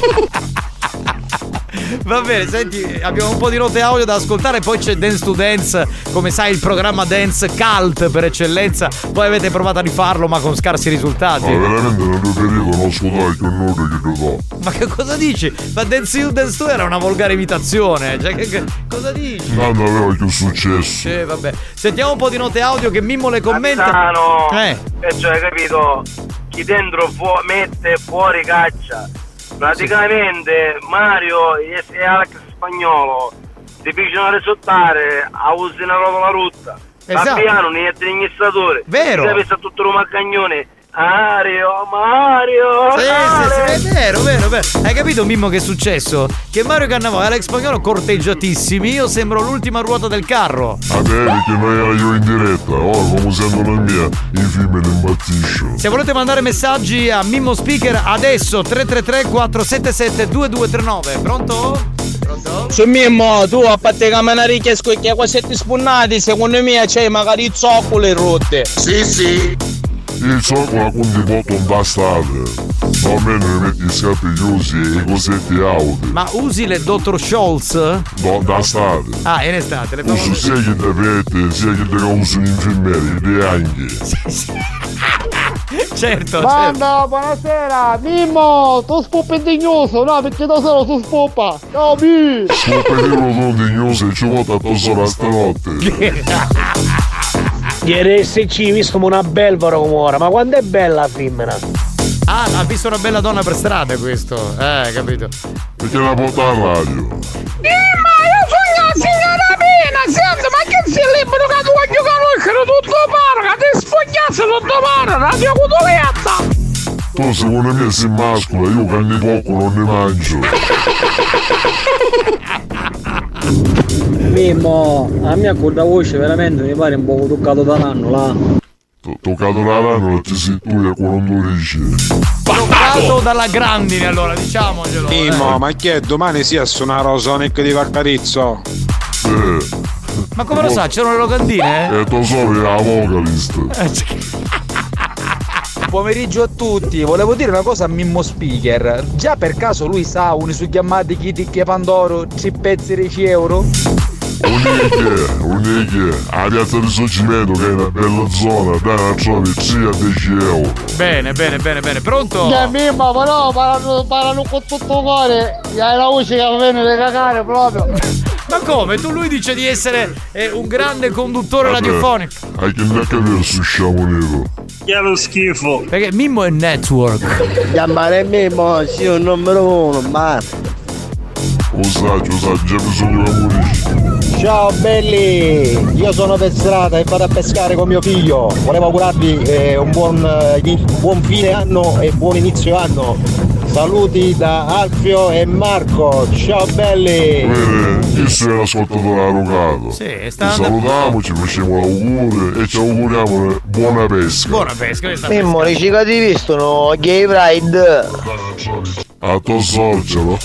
Va bene, senti, abbiamo un po' di note audio da ascoltare, poi c'è Dance to Dance, come sai il programma dance cult per eccellenza. Voi avete provato a rifarlo ma con scarsi risultati. Ma veramente nel mio periodo non ascoltai che nulla che ti do. Ma che cosa dici? Ma Dance You Dance To era una volgare imitazione. Cioè, che, che- cosa dici? Tanto aveva più successo. Eh, vabbè. Sentiamo un po' di note audio che Mimmo le commenta. Capitano, Eh. e cioè capito, chi dentro fu- mette e fuori caccia. Praticamente Mario e e Alex Spagnuolo ti piacciono risottare a usare una roba la rutta. Esatto. Fabiano niente iniziatore. Vero. Ti capisci tutto un maccagnone. Mario, Mario. Sì, Alex. sì, sì, è vero, vero, vero. Hai capito, Mimmo, che è successo? Che Mario Cannavò e Alex Spagnolo corteggiatissimi, io sembro l'ultima ruota del carro. Ah, vedi che noi ero io in diretta, ora come sento la mia, i film ne imbattisce. Se volete mandare messaggi a Mimmo Speaker adesso tre tre tre quattro sette sette due due tre nove. Pronto? Pronto? Su Mimmo, tu a parte che me ne richiesto che questi spunnati, secondo me c'hai magari i zoccoli rotte. Sì, sì. Il zoccolo con di botto da strada. Va bene, metti i scapi chiusi e i cosetti auto. Ma usi le Dottor Scholz? No, da strada. Ah, in estate, le Uso famose. sia che da pette, sia che da usano gli infermieri, le anche. certo. Banda, buonasera. Mimmo, tu spuppa indignoso, no, perché da solo tu spuppa. Ciao, Mi. Spuppa di uno indignoso e ci vota a solo stanotte. Ieri S C visto una belvora come ora, ma quando è bella la femmina? Ah, ha visto una bella donna per strada questo. Eh, capito. Perché la porta a radio. Mimmo, io sono la signora Pina, senti, ma che sei libero che tu voglio conoscere tutto paro, che ti sfogliassi tutto paro, radio cutoletta. Tu secondo me sei mascola, io canne poco non ne mangio. Mimmo, a me con la voce veramente mi pare un po' toccato da l'anno là. Toccato da l'anno non ti sei tu e quando lo dici. Toccato dalla grandine allora, diciamocelo. Mimmo, eh. ma che domani si a suonare a Sonic di Vaccarizzo? Eh. Ma come lo sa, c'erano le locandine? Eh, tu so che è la vocalist. Pomeriggio a tutti, volevo dire una cosa a Mimmo Speaker. Già per caso lui sa un su chiamati Kitty e Pandoro tre pezzi dieci euro? Uniche, uniche, a piazza di Sorgimento che è una bella zona, dai la trovi tre a dieci euro. Bene, bene, bene, bene, pronto? Che Mimmo, però parlano, parlano con tutto cuore, hai la voce che va bene da cagare proprio. Ma come? Tu lui dice di essere eh, un grande conduttore Vabbè, radiofonico. hai che ne capire su sciamo nero. Che lo schifo. Perché Mimmo è network. Chiamare Mimmo, sì, un numero uno, ma. Osaggio, osaggio, già bisogno che muorisci. Ciao belli, io sono per strada e vado a pescare con mio figlio. Volevo augurarvi eh, un buon, eh, buon fine anno e buon inizio anno. Saluti da Alfio e Marco, ciao belli! Bene, questo è l'ascoltatore arogato. Sì, sta Ci salutiamo, ci facciamo l'auguro e ci auguriamo buona pesca. Buona pesca, questa Mimmo, riciclati vistono Gay Pride. A to sorgelo,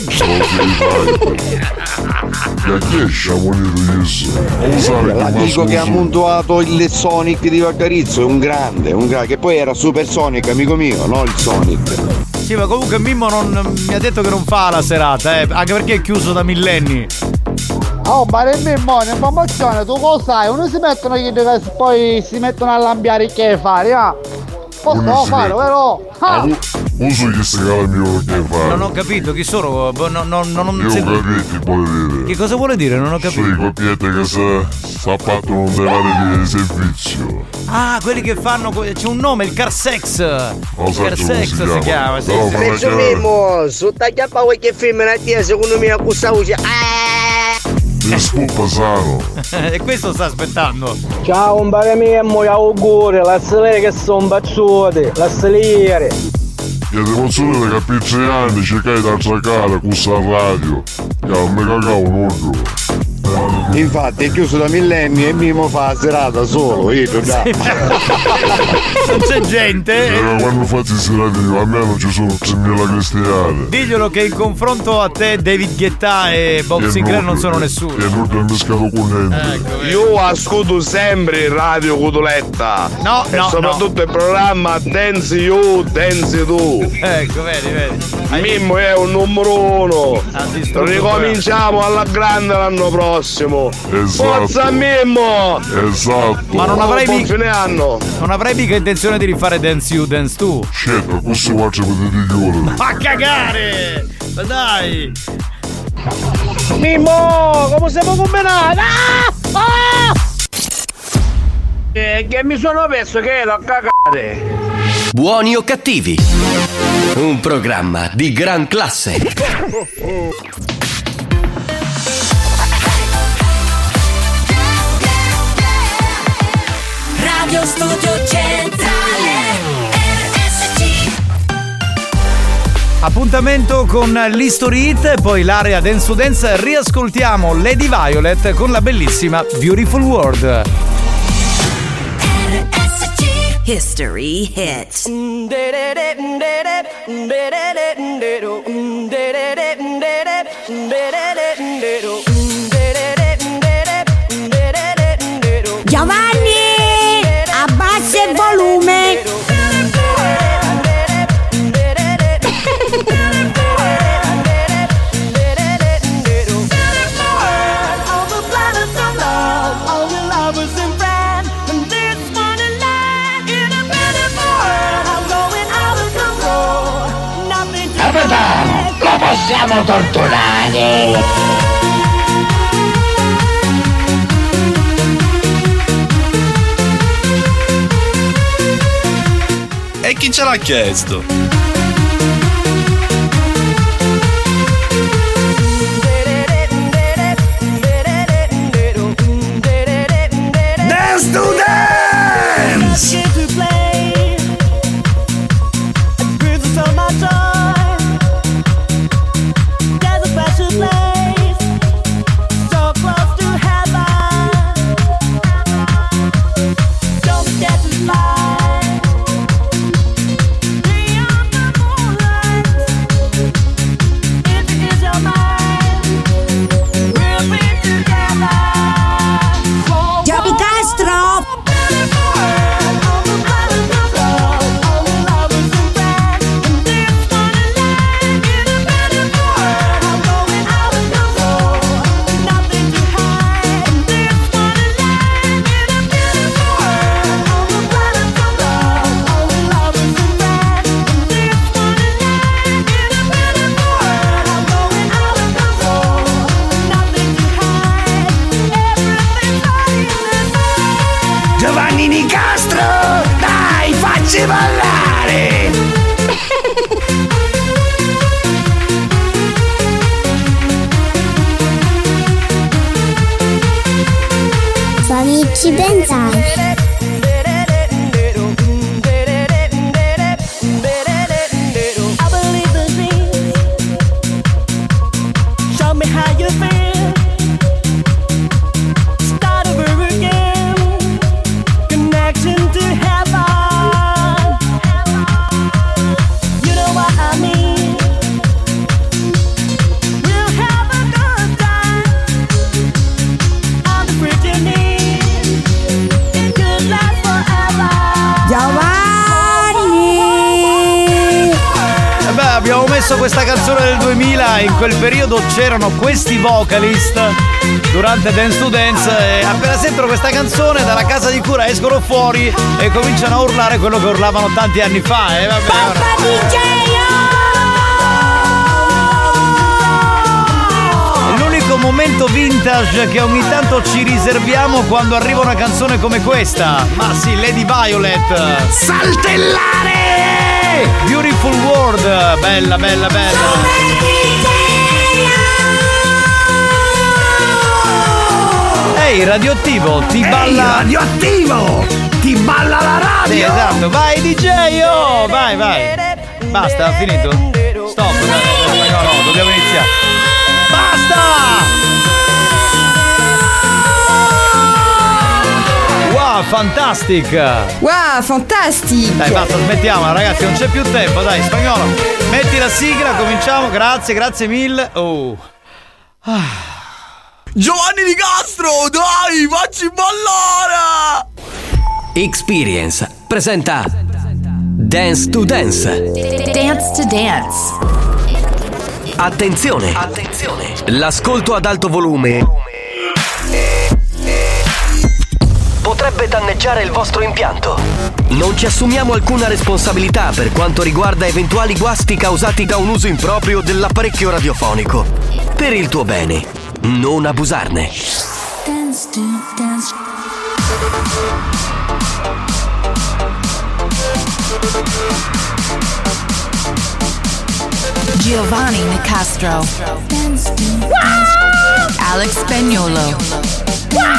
che chi è sciamonito questo? La dico che ha montuato il Sonic di Vaccarizzo, è un grande, un grande, che poi era Super Sonic, amico mio, no il Sonic. Sì, ma comunque Mimmo non, mi ha detto che non fa la serata, eh, anche perché è chiuso da millenni. Oh, ma nel Mimmo, in promozione, tu cosa sai? Uno si mettono che poi si mettono a lambiare che fare, ah? Posso fare, vero? Ah. Uso che si cala il mio che fare. Non ho capito chi sono. Non, non, non, Io se... capito, vuole dire. Che cosa vuole dire? Non ho capito. Sono i coppiette che si s'appartono un denaro di servizio. Ah, quelli che fanno. C'è un nome, il car sex. Il car sex si, si chiama. Sì. Mezzo Mimmo, su tagliappa qualche femmina tia, secondo me a questa voce. Mi spuppa sano. E questo sta aspettando. Ciao un bare Mimmo, auguri, la salire che sono baciute, la salire. Io ti posso dire che per tre anni cercai da attraccare questa radio. Io mi cagavo un olio. Infatti è chiuso da millenni e Mimmo fa la serata solo, io da. Non c'è gente. Però quando fate serate io, almeno ci sono tremila cristiane. Diglielo che in confronto a te David Guetta e Bob E Sinclair non- non sono nessuno. E non abbiamo pescato con niente. Ecco, Io ascolto sempre Radio Cotoletta. No, e no, soprattutto il programma Dance You, Dance Tu. Ecco, vedi, vedi. Mimmo è un numero uno. distrutto Ricominciamo alla grande l'anno prossimo. Esatto. Forza Mimmo! Esatto. Ma non avrai Buon mica fine anno. Non avrai mica intenzione di rifare Dance You, Dance Tu. Certo, questo faccio potete chiudere. Ma cagare! Ma dai! Mimmo, come siamo combinati? Ah! Ah! Eh, che mi sono perso che ero a cagare. Buoni o cattivi? Un programma di gran classe. Radio Studio Centrale R S C. Appuntamento con l'History Hit e poi l'area Dance to Dance. Riascoltiamo Lady Violet con la bellissima Beautiful World. History Hits. Giovanni, abbassa il volume. Lovers and friends, and this morning light in a better world. I'm going o siamo torturati? E chi ce l'ha chiesto? Dance to dance! Giovi Castro! Giovanni Nicastro, dai, facci ballare! Fammici pensare. I believe the dreams. Show me how you feel. Start over again. Connection to heaven. You know what I mean. We'll have a good time. On the bridge you need. It could last forever. Giovanni! Eh beh, abbiamo messo questa canzone del duemila, in quel periodo c'erano questi vocalist durante Dance to Dance e appena sentono questa canzone dalla casa di cura escono fuori e cominciano a urlare quello che urlavano tanti anni fa. E vabbè, ora- L'unico momento vintage che ogni tanto ci riserviamo quando arriva una canzone come questa. Ma sì, Lady Violet. Saltellare! Beautiful World, bella, bella, bella. Ehi, radioattivo, ti balla. Radioattivo! Ti balla la radio! Sì, esatto, vai D J, oh, vai, vai. Basta, ha finito? Stop, no, no, no, dobbiamo iniziare. Basta! Wow, fantastic! Wow, fantastic! Dai, basta, smettiamola, ragazzi, non c'è più tempo, dai, Spagnolo. Metti la sigla, cominciamo, grazie, grazie mille. Oh. Ah. Giovanni Nicastro, dai, facci ballare! Experience presenta Dance to Dance. Dance to Dance. Attenzione! Attenzione! L'ascolto ad alto volume potrebbe danneggiare il vostro impianto. Non ci assumiamo alcuna responsabilità per quanto riguarda eventuali guasti causati da un uso improprio dell'apparecchio radiofonico. Per il tuo bene, non abusarne. Dance to dance. Giovanni Nicastro. Dance to dance. Alex Spagnolo.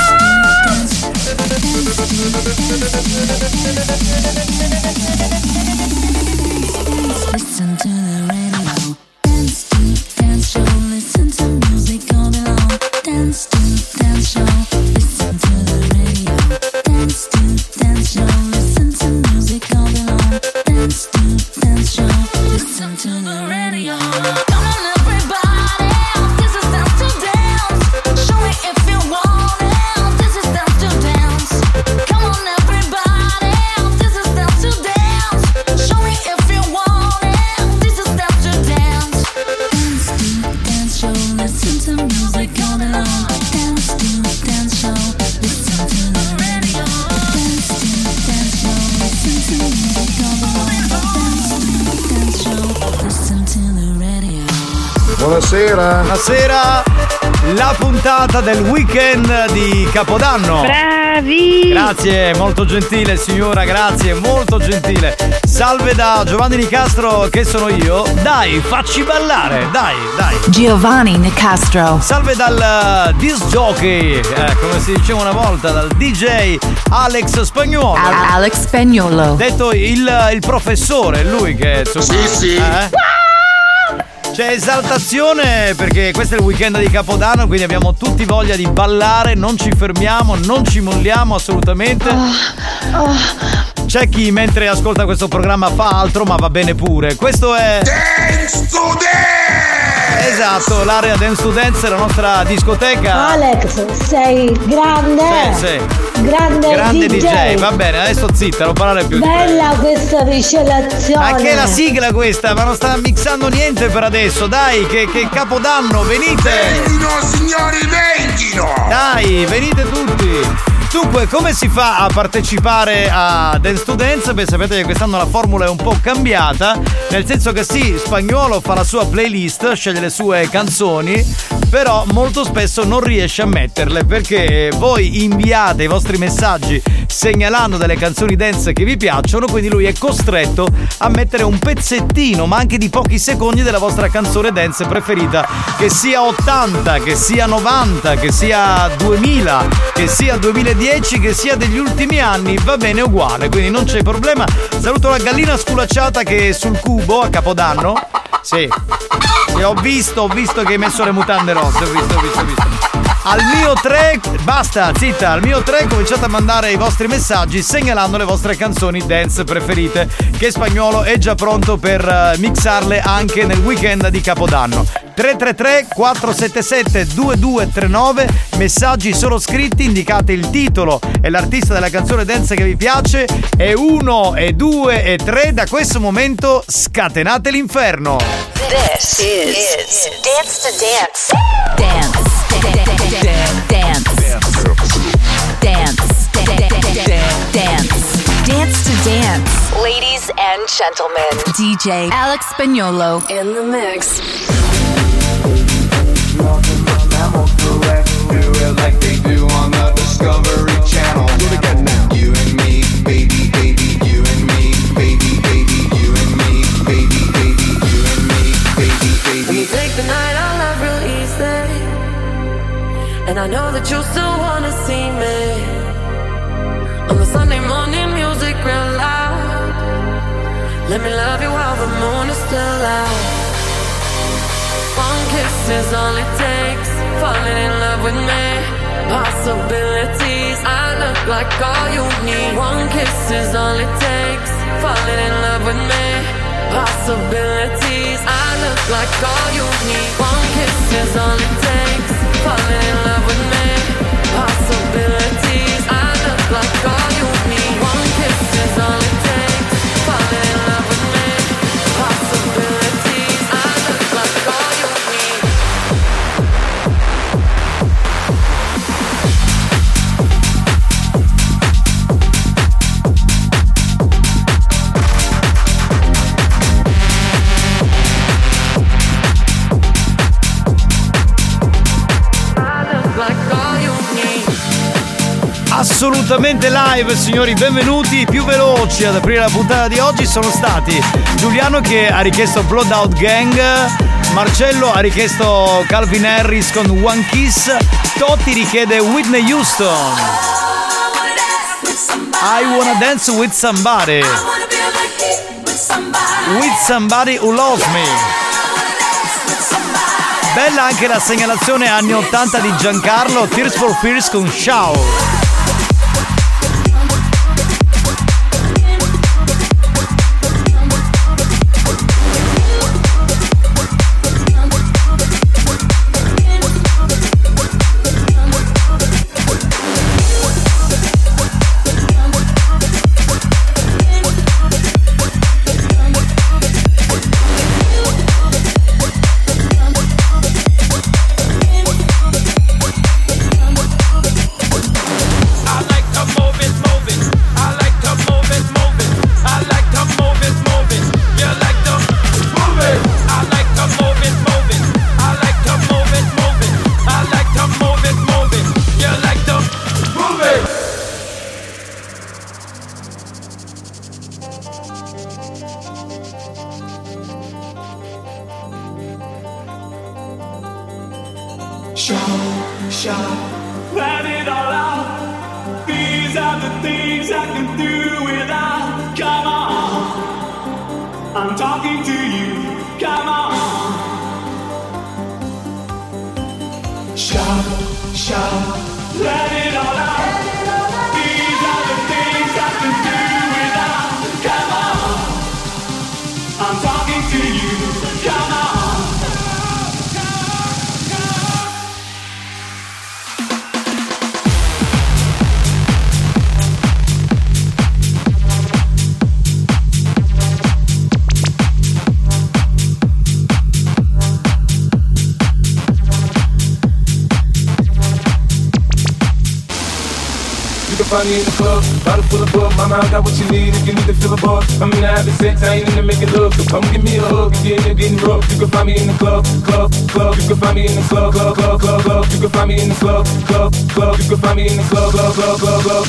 Listen to the radio. Dance to dance show. Listen to music all day long. Dance to dance show. Listen to the radio. Dance to dance show. Listen to music all day long. Dance to dance show. Listen to the radio. Come on everybody, this is dance to dance. Show me if you want it. This is dance to dance. Come on everybody, this is dance Buonasera. Buonasera. La puntata del weekend di Capodanno. Bravi. Grazie, molto gentile signora, grazie, molto gentile. Salve da Giovanni Nicastro, che sono io. Dai, facci ballare, dai, dai. Giovanni Nicastro. Salve dal uh, disc jockey, eh, come si diceva una volta, dal D J Alex Spagnuolo. Al- Alex Spagnuolo. Detto il, il professore, lui che insomma. Sì, sì. Eh? C'è esaltazione perché questo è il weekend di Capodanno, quindi abbiamo tutti voglia di ballare, non ci fermiamo, non ci molliamo assolutamente. Oh, oh. C'è chi mentre ascolta questo programma fa altro, ma va bene pure. Questo è Dance to Dance! Esatto, l'area Dance to Dance è la nostra discoteca. Alex, sei grande. Sì, sì. Grande, Grande D J. D J. Va bene, adesso zitta, non parlare più. Bella questa ricezione. Ma che è la sigla questa? Ma non sta mixando niente per adesso. Dai, che, che Capodanno, venite! Vendino, signori, vendino! Dai, venite tutti! Dunque, come si fa a partecipare a Dance to Dance? Beh, sapete che quest'anno la formula è un po' cambiata, nel senso che sì, Spagnuolo fa la sua playlist, sceglie le sue canzoni, però molto spesso non riesce a metterle perché voi inviate i vostri messaggi segnalando delle canzoni dance che vi piacciono, quindi lui è costretto a mettere un pezzettino, ma anche di pochi secondi, della vostra canzone dance preferita, che sia ottanta, che sia novanta, che sia duemila, che sia duemiladieci, che sia degli ultimi anni, va bene uguale, quindi non c'è problema. Saluto la gallina sculacciata che è sul cubo a Capodanno. Sì, sì, ho visto, ho visto che hai messo le mutande rosse, ho visto, ho visto, ho visto. Al mio tre, basta, zitta, al mio tre cominciate a mandare i vostri messaggi segnalando le vostre canzoni dance preferite, che Spagnuolo è già pronto per uh, mixarle anche nel weekend di Capodanno. tre tre tre quattro sette sette due due tre nove, messaggi solo scritti, indicate il titolo e l'artista della canzone dance che vi piace, e uno, e due, e tre, da questo momento scatenate l'inferno. This is Dance to Dance. Dance. Dance. Dance. Dance. Dance to Dance. Ladies and gentlemen, D J Alex Spagnuolo in the mix. Do it like they do on the Discovery Channel. Do it again now. You and me, baby, baby, you and me, baby, baby, you and me, baby, baby, you and me, baby, baby. When you take the night out, love real easy, and I know that you still wanna see me on the Sunday morning, music real loud. Let me love you while the moon is still out. One kiss is all it takes, falling in love with me. Possibilities, I look like all you need. One kiss is all it takes, falling in love with me. Possibilities, I look like all you need. One kiss is all it takes, falling in love with me. Possibilities, I look like all you need. One kiss is all it takes, falling in love with me. Possibilities, I look like all you need. Assolutamente live, signori, benvenuti. Più veloci ad aprire la puntata di oggi sono stati Giuliano, che ha richiesto Blood Out Gang, Marcello ha richiesto Calvin Harris con One Kiss, Totti richiede Whitney Houston, I Wanna Dance With Somebody, With Somebody Who Loves Me. Bella anche la segnalazione anni ottanta di Giancarlo, Tears for Fears con Shout. Shout, shout, let it all out. These are the things I can do without. Come on, I'm talking to you. Come on. Shout, shout, let it all out. These are the things I can do without. Come on, I'm talking to you. Come on. Find me in the club, bottle full of bug. Mama, I got what you need if you need to fill a bug. I'm in the having sex, I ain't in the making love. So come give me a hug if you're in there getting rough. You can find me in the club, club, club. You can find me in the club, club, club, club, club. You can find me in the club, club, club. You can find me in the club, club, club, club, club.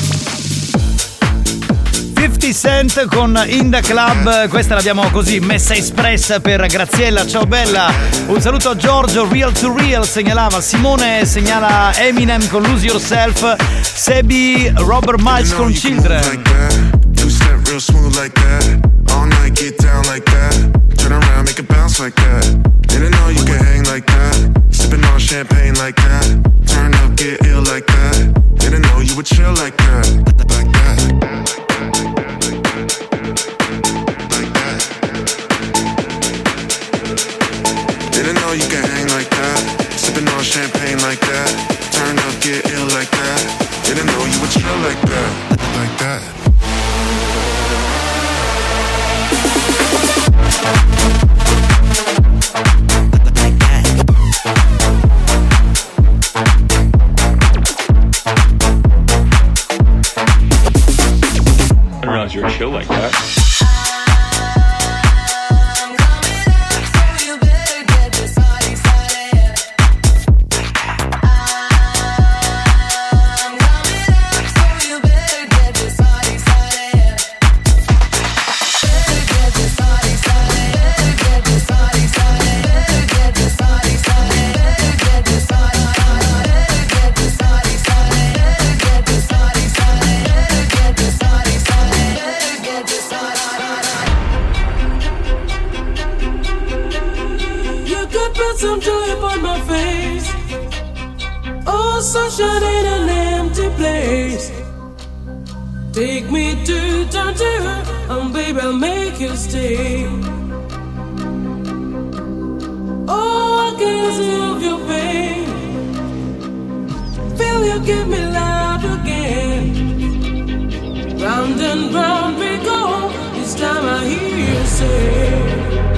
fifty Cent con In The Club, questa l'abbiamo così messa espressa per Graziella, ciao bella. Un saluto a Giorgio, Real to Real segnalava, Simone segnala Eminem con Lose Yourself, Sebi Robert Miles con Children. Two step real smooth like that. All night get down like that. Turn around, make it bounce like that. Didn't know you could hang like that. Sipping on champagne like that. Turn up, get ill like that. Didn't know you would chill like that. Like that. Didn't know you could hang like that. Sipping on champagne like that. Turn up, get ill like that. Didn't know you would chill like that. Like that. I didn't realize you were chill like that. Some joy upon my face. Oh, sunshine in an empty place. Take me to Tangier, and baby, I'll make you stay. Oh, I can see of your pain. Feel you give me life again. Round and round we go. This time I hear you say,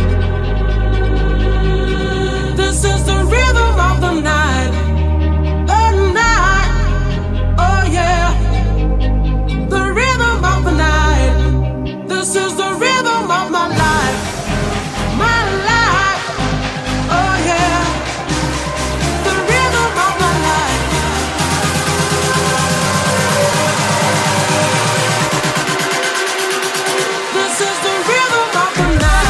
this is the rhythm of the night, the night, oh yeah, the rhythm of the night. This is the rhythm of my life, my life, oh yeah, the rhythm of my life. This is the rhythm of the night.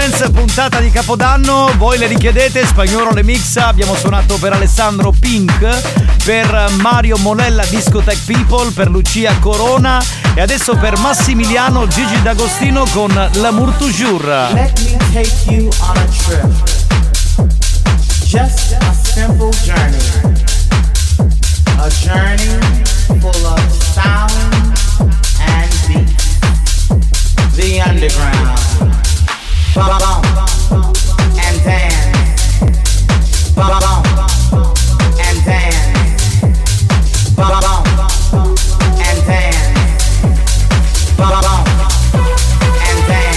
Dance, puntata di Capodanno. Voi le richiedete, Spagnolo le mixa. Abbiamo suonato per Alessandro Pink, per Mario Molella Discotech People, per Lucia Corona e adesso per Massimiliano Gigi D'Agostino con L'amour toujours. Let me take you on a trip. Just a simple journey. A journey full of sound and beat. The underground. Bump and dance. Bump and dance. Bump and dance. Bump and dance.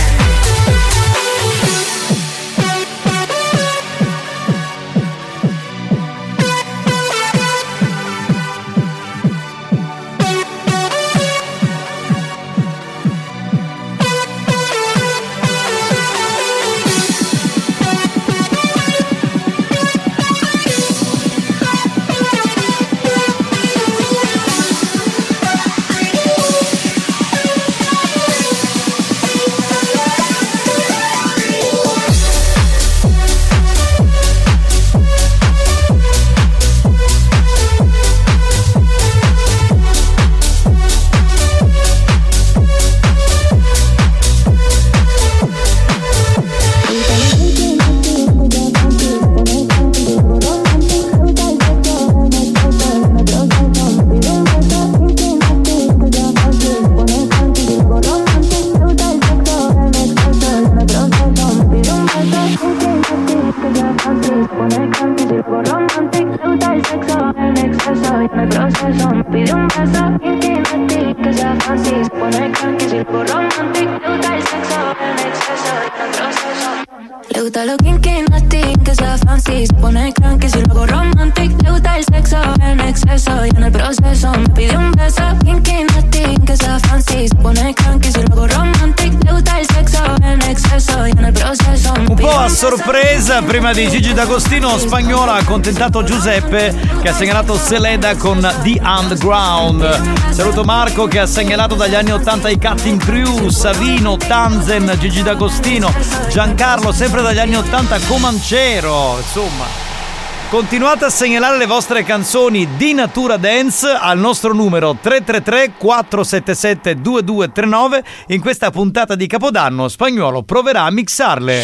Le gusta lo kinky, nasty, que sea fancy. Se pone cranky si lo hago romantic. Le gusta el sexo en exceso y en el proceso me pide un beso. Kinky, nasty, que sea fancy. Se pone cranky si lo hago romantic. Le gusta el sexo en exceso y en el proceso me Un pide po' a un beso. sorpresa, prima di Gigi D'Agostino, Spagnola ha accontentato Giuseppe che ha segnalato Seleda con The Underground. Saluto Marco che ha segnalato dagli anni ottanta i Cutting Crew, Savino, Tanzen, Gigi D'Agostino, Giancarlo sempre dagli anni ottanta, Comancero, insomma. Continuate a segnalare le vostre canzoni di natura dance al nostro numero tre tre tre quattro sette sette due due tre nove. In questa puntata di Capodanno Spagnuolo proverà a mixarle.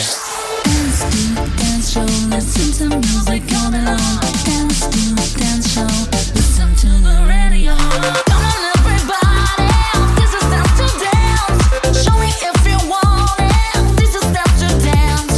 Dance show, listen to music all along. Dance to dance show, listen to the radio. Come on everybody, this is dance to dance. Show me if you want it, this is dance to dance.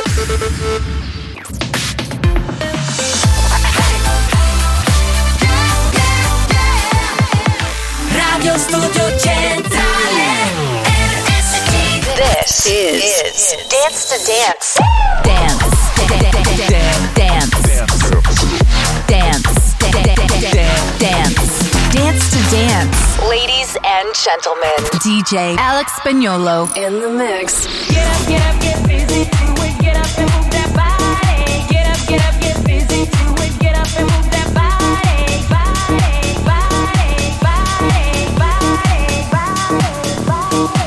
Radio Studio Centrale R S C. This is Dance to Dance. Dance. Dance. Dance. Dance. Dance to Dance. Ladies and gentlemen, D J Alex Spagnolo in the mix. Get up, get up, get busy, do it, get up and move that body. Get up, get up, get busy, do it, get up and move that body. Body, body, body, body, body, body.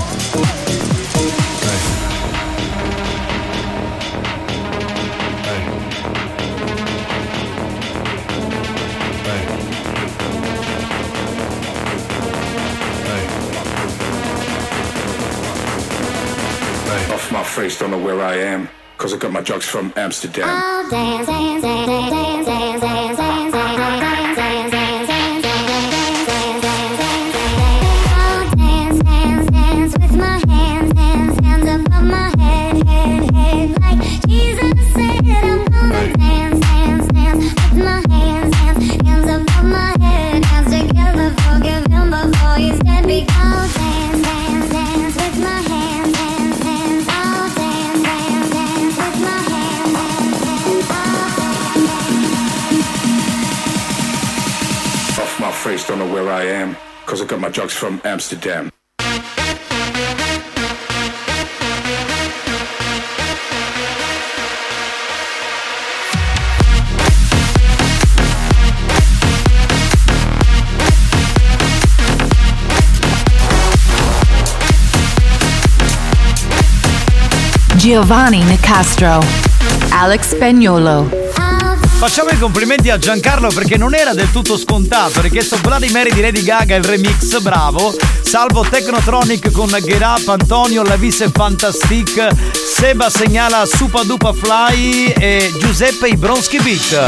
Off my face, don't know where I am, cause I got my drugs from Amsterdam. I'll dance, dance, dance, dance, dance, dance, dance, dance, dance, dance, dance, dance, I'll dance, dance, dance with my hands, hands, hands above my head, head, head. Like Jesus said, I'm gonna dance, dance, dance with my hands, hands, hands above my head. Hands together, forgive him before he's dead. Be I'll dance, dance, dance with my hands, hands, hands. I'll dance, dance, dance with my hands, hands, hands. Off my face, don't know where I am, cause I got my drugs from Amsterdam. Giovanni Nicastro, Alex Spagnuolo. Facciamo i complimenti a Giancarlo perché non era del tutto scontato. Ha richiesto Bloody Mary di Lady Gaga, il remix, bravo. Salvo Technotronic con Get Up, Antonio Lavis e Fantastic, Seba segnala Supa Dupa Fly e Giuseppe i Bronski Beat.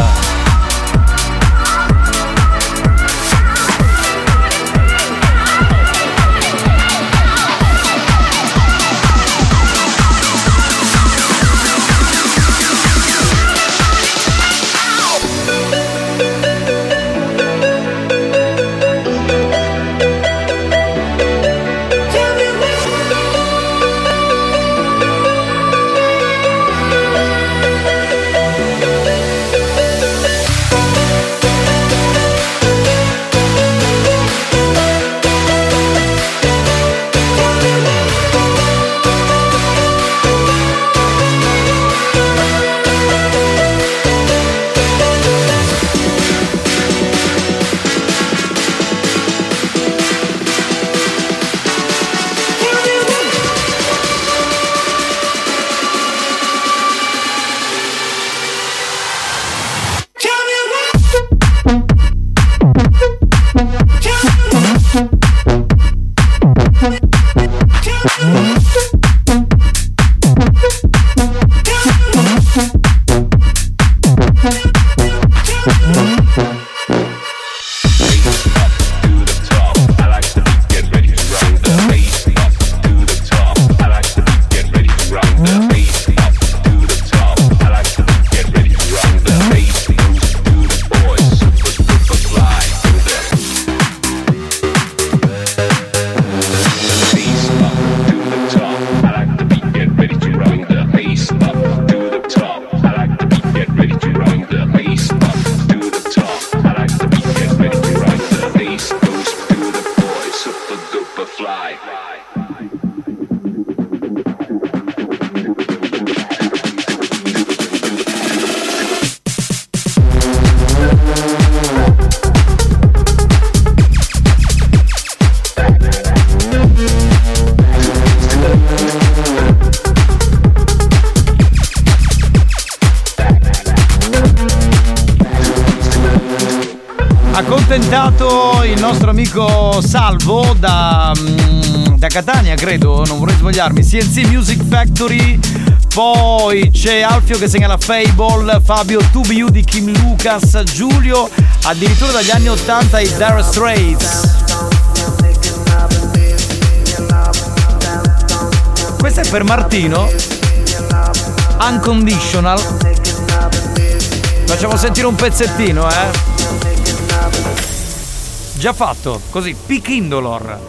Accontentato il nostro amico Salvo da, da Catania, credo, non vorrei sbagliarmi. C N C Music Factory. Poi c'è Alfio che segnala Fable, Fabio two B U di Kim Lucas, Giulio addirittura dagli anni ottanta i Dire Straits. Questo è per Martino, Unconditional. Facciamo sentire un pezzettino, eh. Già fatto, così, Pick Indolor.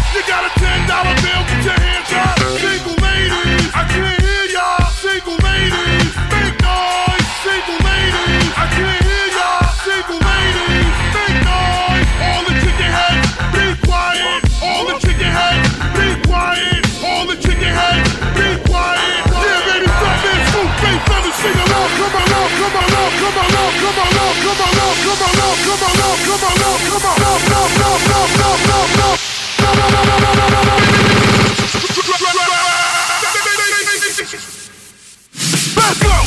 You got a ten dollar bill, get your hands up. Single ladies, I can't hear y'all. Single ladies, make noise. Single ladies, I can't hear y'all. Single ladies, make noise. All the chicken heads, be quiet. All the chicken heads, be quiet. All the chicken heads, be quiet. Yeah, baby, stop this. Scoop, bass, fellas, sing along. Come along, come along, come along, come along, come along, come along, come along, come along, come along, no, no, no, no, no, no. No, no, no, no, no, no, no, no. Let's go.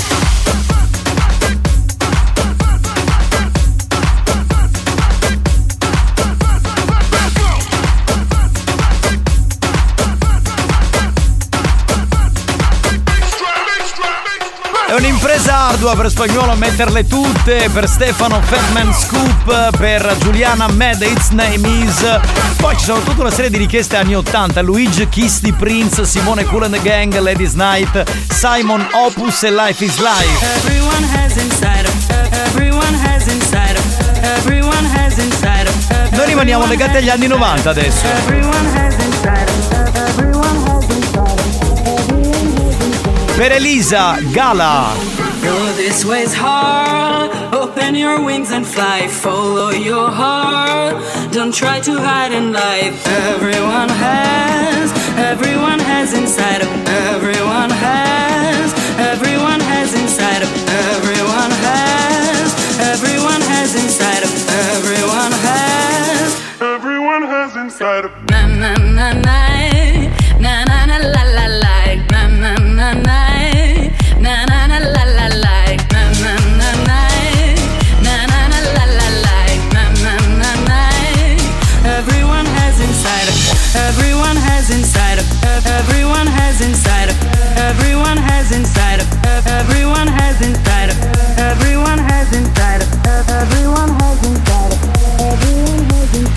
È un'impresa ardua per Spagnuolo metterle tutte, per Stefano Fatman Scoop, per Giuliana Mad Its Name Is. Poi ci sono tutta una serie di richieste anni ottanta: Luigi Kiss di Prince, Simone Cool and the Gang, Ladies Night, Simon Opus e Life is Life. Everyone has inside of, everyone has inside of, everyone has inside of. Noi rimaniamo legati agli anni novanta adesso. Everyone has inside of, everyone has inside of. Per Elisa Gala. Go this way's hard. Open your wings and fly. Follow your heart. Don't try to hide in life. Everyone has, everyone has inside of. Everyone has, everyone has inside of. Everyone has, everyone has inside of. Everyone has, everyone has inside of. Na na na na, na na na la la la, na na na na. Na na na la la la, na na na na, na na na la la la, na na na na. Everyone has inside of, everyone has inside of, everyone has inside of, everyone has inside of, everyone has inside of, everyone has inside of, everyone has inside of, everyone has inside of.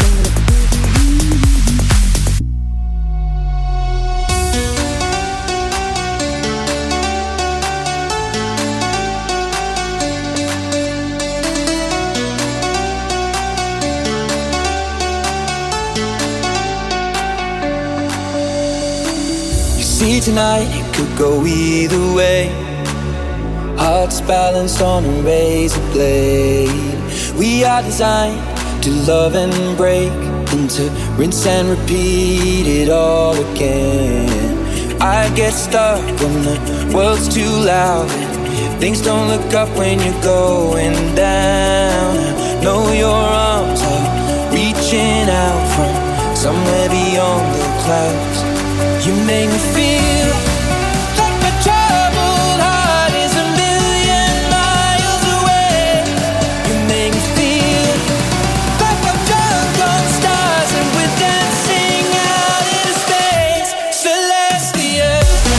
See, tonight it could go either way. Hearts balanced on a razor blade. We are designed to love and break, and to rinse and repeat it all again. I get stuck when the world's too loud and things don't look up when you're going down. I know your arms are reaching out from somewhere beyond the clouds. You make me feel like my troubled heart is a million miles away. You make me feel like I'm drunk on stars and we're dancing out in space, celestial.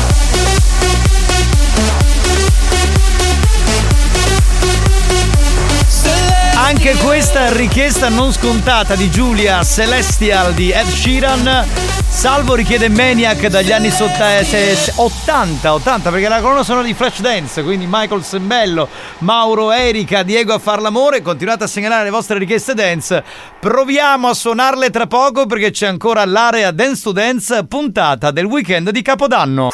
Anche questa richiesta non scontata di Giulia, Celestial di Ed Sheeran. Salvo richiede Maniac dagli anni ottanta, ottanta, perché la colonna sonora di Flashdance, quindi Michael Sembello, Mauro, Erika, Diego a far l'amore. Continuate a segnalare le vostre richieste dance, proviamo a suonarle tra poco perché c'è ancora l'area Dance to Dance, puntata del weekend di Capodanno.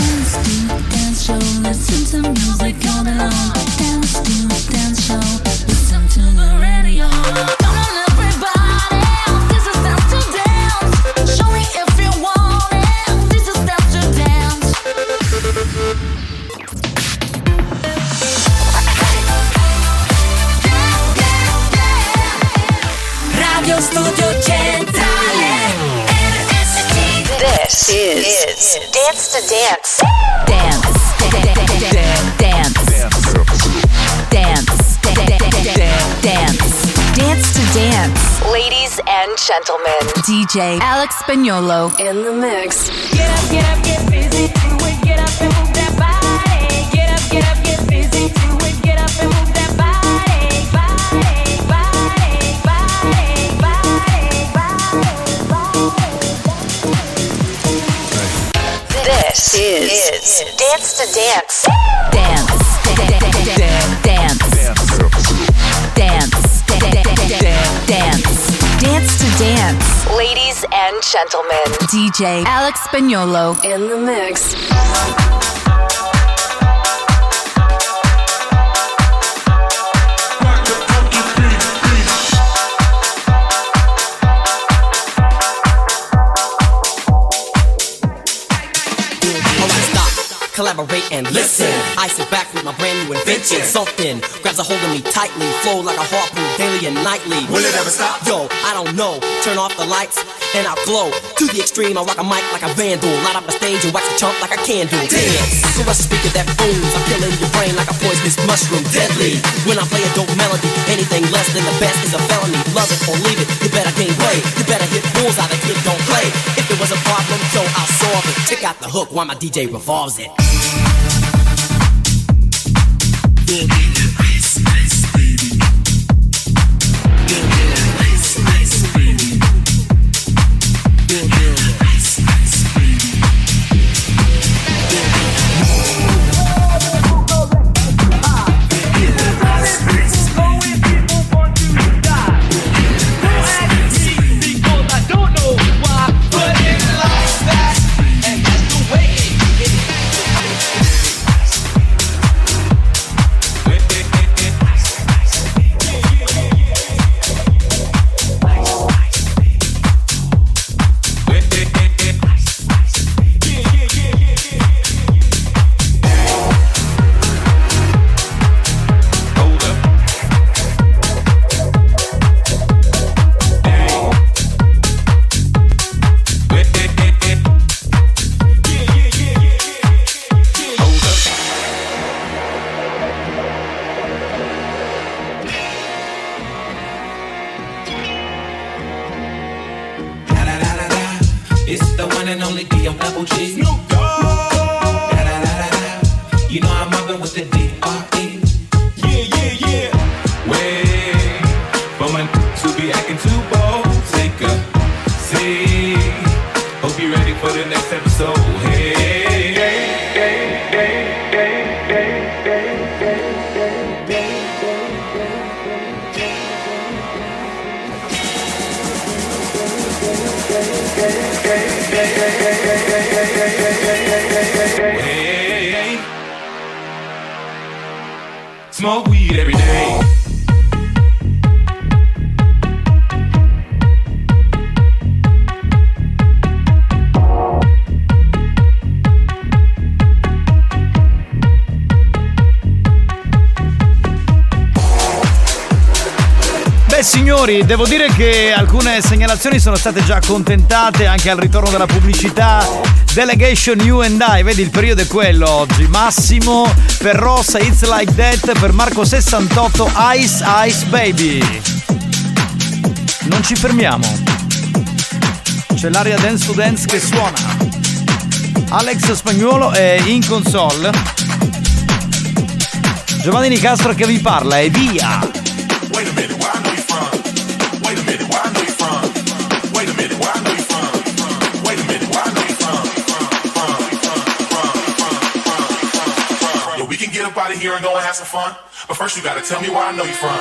Radio Studio Centrale R S C. This is Dance to Dance. Dance. Dance. Dance. Dance. Dance to Dance. Ladies and gentlemen, D J Alex Spagnolo in the mix. Get up, get up, get busy, do it, get up and move that body. Get up, get up, get busy, do it, get up and move that body. Body, body, body, body, body. This is Dance to Dance. Dance. Dance. Dance. Dance. Dance to Dance. Ladies and gentlemen, D J Alex Spagnolo in the mix. Collaborate and listen. I sit back with my brand new invention. Something grabs a hold of me tightly, flow like a harpoon daily and nightly. Will it ever stop? Yo, I don't know. Turn off the lights and I'll glow. To the extreme, I rock a mic like a vandal. Light up the stage and wax a chump like a candle. Dance. So rush a speaker that booms. I'm killing your brain like a poisonous mushroom. Deadly. When I play a dope melody, anything less than the best is a felony. Love it or leave it. You better game play. You better hit bullseye. The kid don't play. If there was a problem, yo, I'll solve it. Check out the hook while my D J revolves it. Smoke weed every day. Beh signori, devo dire che alcune segnalazioni sono state già accontentate anche al ritorno della pubblicità. Delegation You and I, vedi il periodo è quello oggi. Massimo per Rossa, It's Like That, per Marco sessantotto, Ice Ice Baby. Non ci fermiamo. C'è l'area Dance to Dance che suona. Alex Spagnolo è in console. Giovanni Nicastro che vi parla e via. Get up out of here and go and have some fun. But first you gotta tell me where I know you from.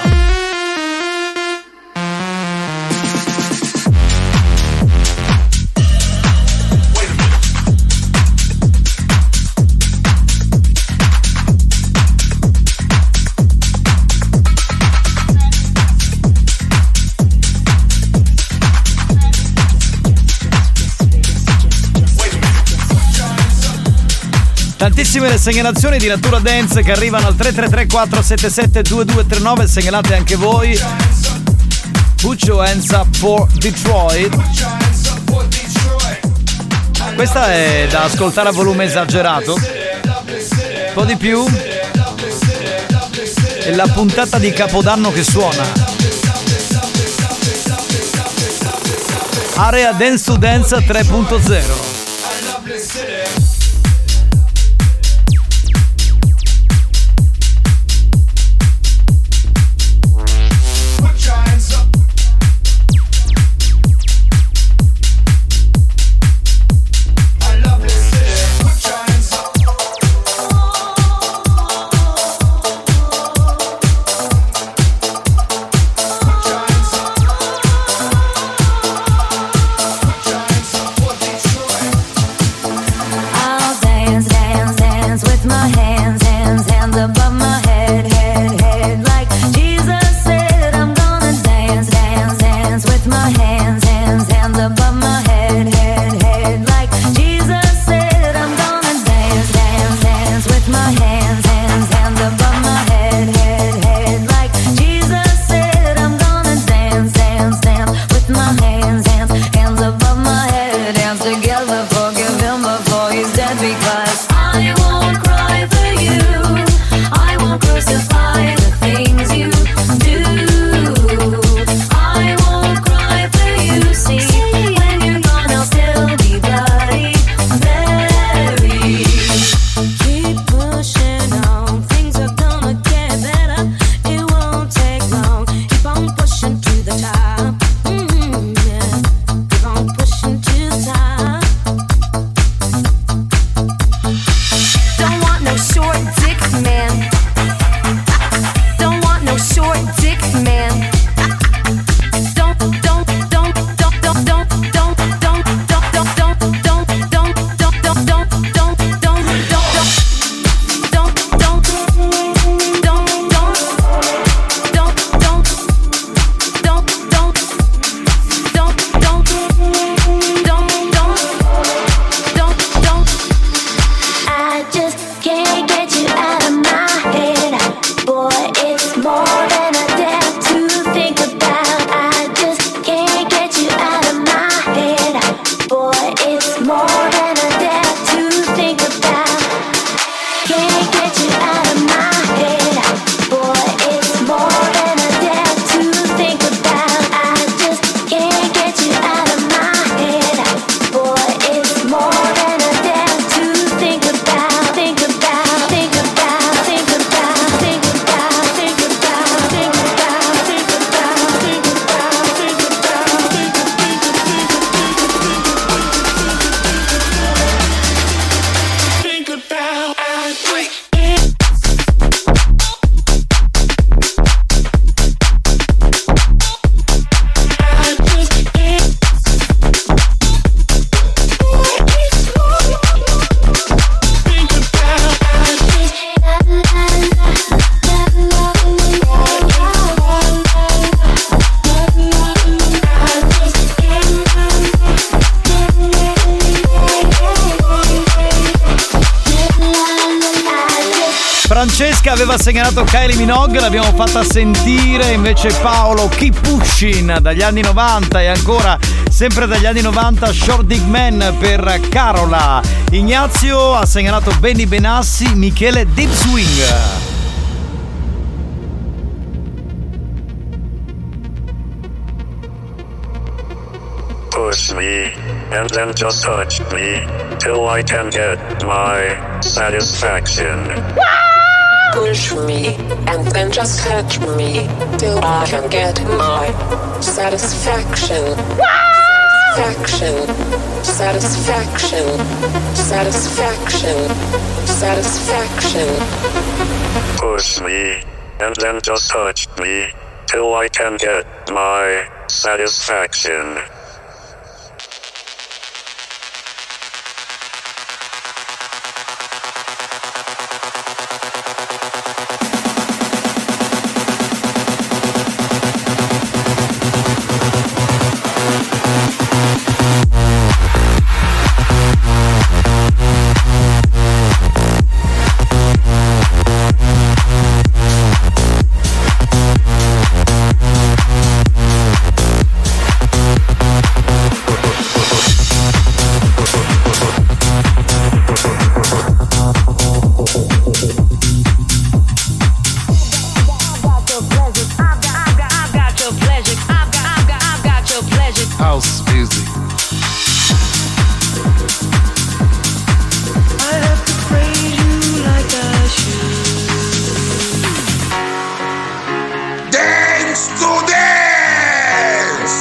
Tantissime le segnalazioni di natura dance che arrivano al tre tre tre quattro sette sette due due tre nove, segnalate anche voi. Put your hands up for Detroit. Questa è da ascoltare a volume esagerato. Un po' di più. È la puntata di Capodanno che suona. Area Dance to Dance tre punto zero. Erika aveva segnalato Kylie Minogue, l'abbiamo fatta sentire. Invece Paolo Keep Pushing dagli anni novanta. E ancora sempre dagli anni novanta Short Dick Man per Carola. Ignazio ha segnalato Benny Benassi, Michele Deep Swing. Push me, and then just touch me, till I can get my satisfaction. Push me, and then just touch me, till I can get my satisfaction. Satisfaction, satisfaction, satisfaction, satisfaction. Push me, and then just touch me, till I can get my satisfaction. House music. I have to praise you like I should. Dance to dance!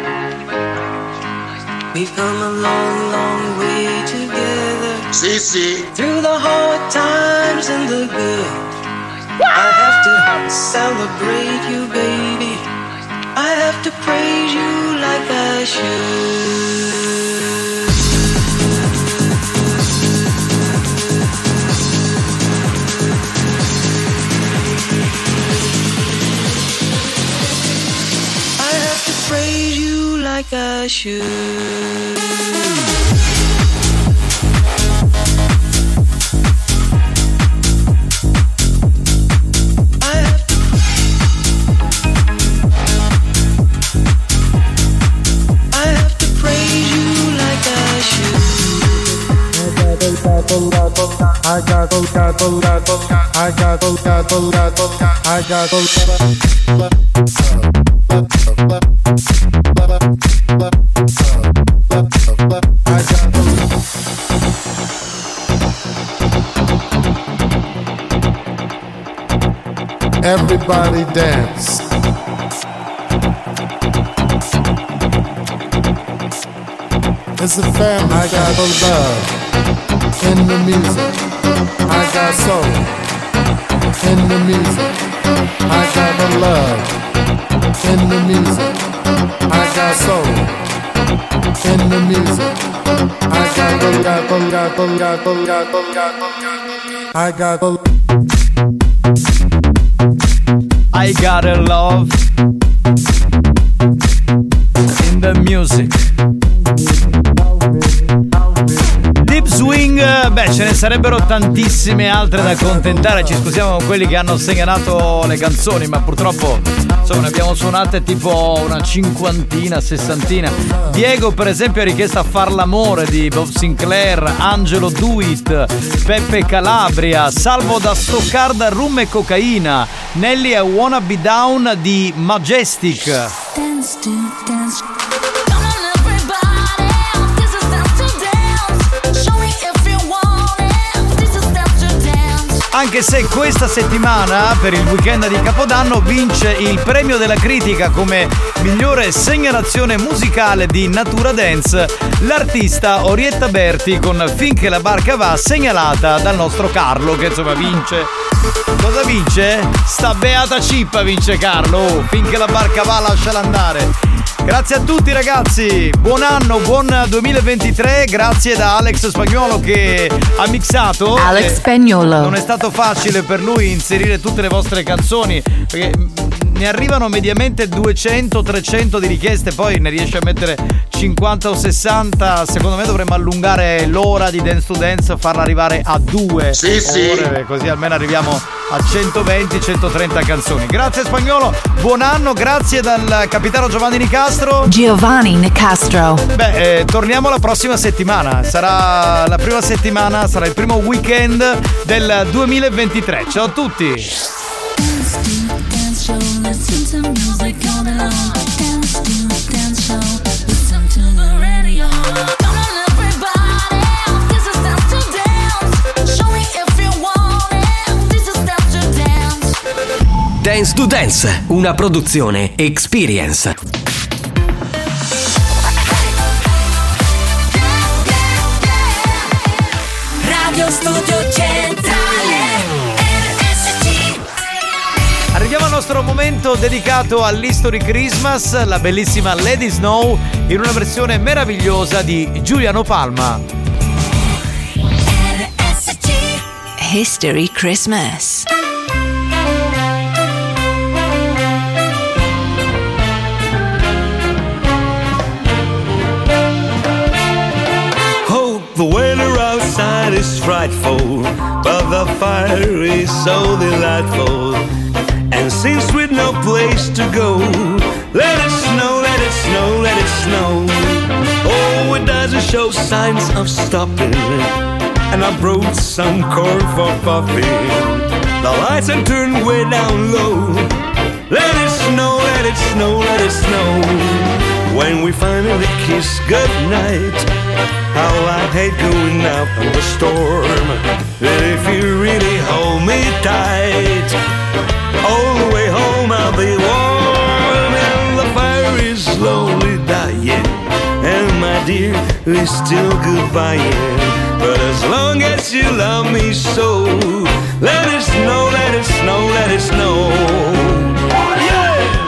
We've come a long, long way together. Sì, sì. Through the hard times and the good. I have to celebrate you, baby. I have to praise you like I should. I have to praise you like I should. I got go got go got go I got go got go got go I got go Everybody dance. It's a family. I got the love in the music. I got soul in the music. I got the love in the music. I got soul in the music. I got the got the got the got the got the got the I got the I got a love in the music. Deep Swing, beh, ce ne sarebbero tantissime altre da accontentare. Ci scusiamo con quelli che hanno segnalato le canzoni, ma purtroppo insomma ne abbiamo suonate tipo una cinquantina, sessantina. Diego per esempio ha richiesto a Far l'amore di Bob Sinclair, Angelo Do It, Peppe Calabria, Salvo da Stoccarda, Rum e Cocaina, Nelly e Wanna Be Down di Majestic. Dance to dance. Anche se questa settimana, per il weekend di Capodanno, vince il premio della critica come migliore segnalazione musicale di Natura Dance l'artista Orietta Berti con Finché la barca va, segnalata dal nostro Carlo, che insomma vince. Cosa vince? Sta beata cippa vince Carlo. Finché la barca va, lasciala andare. Grazie a tutti ragazzi, buon anno, buon duemilaventitré, grazie da Alex Spagnuolo che ha mixato. Alex Spagnuolo. Non è stato facile per lui inserire tutte le vostre canzoni perché ne arrivano mediamente duecento trecento di richieste, poi ne riesce a mettere cinquanta o sessanta. Secondo me dovremmo allungare l'ora di Dance to Dance, farla arrivare a due Sì, sì. ore, così almeno arriviamo a centoventi centotrenta canzoni. Grazie Spagnolo, buon anno, grazie dal capitano Giovanni Nicastro. Giovanni Nicastro. Beh, eh, torniamo la prossima settimana. Sarà la prima settimana, sarà il primo weekend del duemilaventitré. Ciao a tutti. Dance show, listen to music all day long. Dance to dance show, listen to the radio. Come on everybody, this is dance to dance. Show me if you want it, this is dance to dance. Dance to Dance, una produzione Experience. Radio Studio Centrale R S C. Arriviamo al nostro momento dedicato all'History Christmas, la bellissima Lady Snow in una versione meravigliosa di Giuliano Palma. R S C. History Christmas. Oh, the weather outside is frightful, but the fire is so delightful. And since we've no place to go, let it snow, let it snow, let it snow. Oh, it doesn't show signs of stopping, and I brought some corn for popping. The lights are turned way down low. Let it snow, let it snow, let it snow. When we finally kiss goodnight, how I hate going out in the storm. But if you really hold me tight, all the way home I'll be warm. And the fire is slowly dying, and my dear, we're still goodbying. But as long as you love me so, let it snow, let it snow, let it snow. Yeah!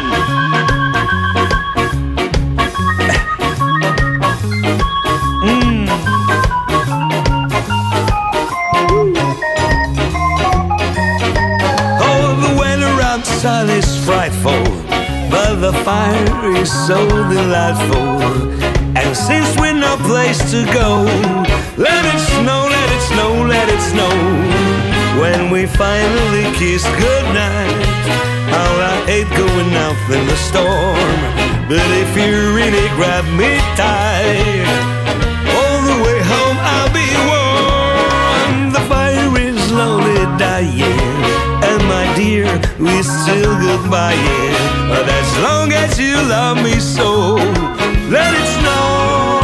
Outside is frightful, but the fire is so delightful. And since we're no place to go, let it snow, let it snow, let it snow. When we finally kiss goodnight, how I hate going out in the storm. But if you really grab me tight, all the way home I'll be warm. The fire is slowly dying, and my dear, we're still goodbying. But as long as you love me so, let it snow,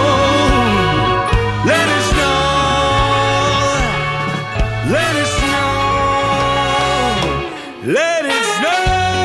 let it snow, let it snow, let it snow.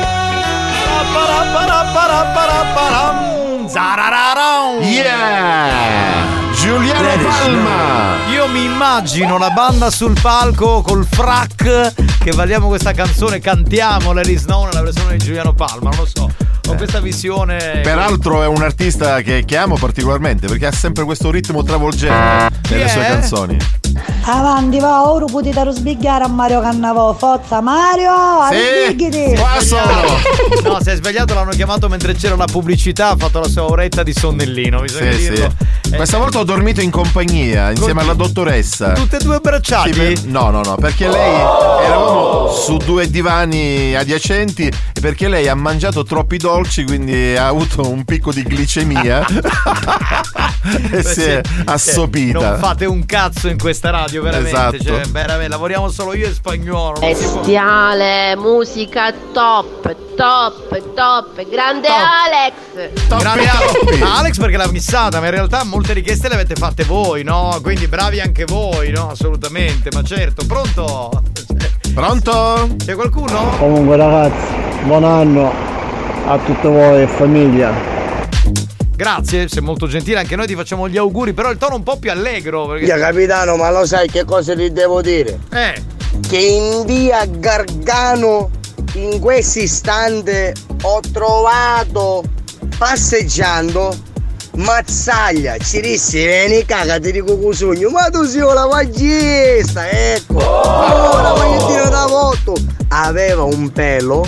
Yeah! Giuliano Palma! Io mi immagino la banda sul palco col frac che balliamo questa canzone, cantiamo Lady Snow nella versione di Giuliano Palma, non lo so. Ho questa visione. Peraltro è un artista che, che amo particolarmente perché ha sempre questo ritmo travolgente nelle sue canzoni. Avanti va, ora potete sbigliare a Mario Cannavò. Forza Mario, sbigliati. Qua sono. No, si è svegliato, l'hanno chiamato mentre c'era la pubblicità, ha fatto la sua oretta di sonnellino, bisogna Sì, dirlo. sì. Questa volta ho dormito in compagnia insieme alla dottoressa. Tutte e due abbracciati? Sì, per- no, no, no, perché lei eravamo su due divani adiacenti e perché lei ha mangiato troppi dolci, quindi ha avuto un picco di glicemia e si è assopita. Non fate un cazzo in questa radio, veramente. Esatto. Cioè, veramente, lavoriamo solo io e Spagnolo. non si può- Bestiale, musica top, top, top, grande Alex. Grande Alex. Alex perché l'ha missata, ma in realtà molte richieste le avete fatte voi, no? Quindi bravi anche voi, no? Assolutamente, ma certo. Pronto? Pronto? C'è qualcuno? Comunque ragazzi, buon anno a tutti voi e famiglia. Grazie, sei molto gentile, anche noi ti facciamo gli auguri, però il tono un po' più allegro. Perché... Via capitano, ma lo sai che cosa ti devo dire? Eh. Che in via Gargano in questo istante ho trovato passeggiando Mazzaglia, ci disse vieni cagati di cucusugno, ma tu sei una magista, ecco, oh, la magliettina da voto, aveva un pelo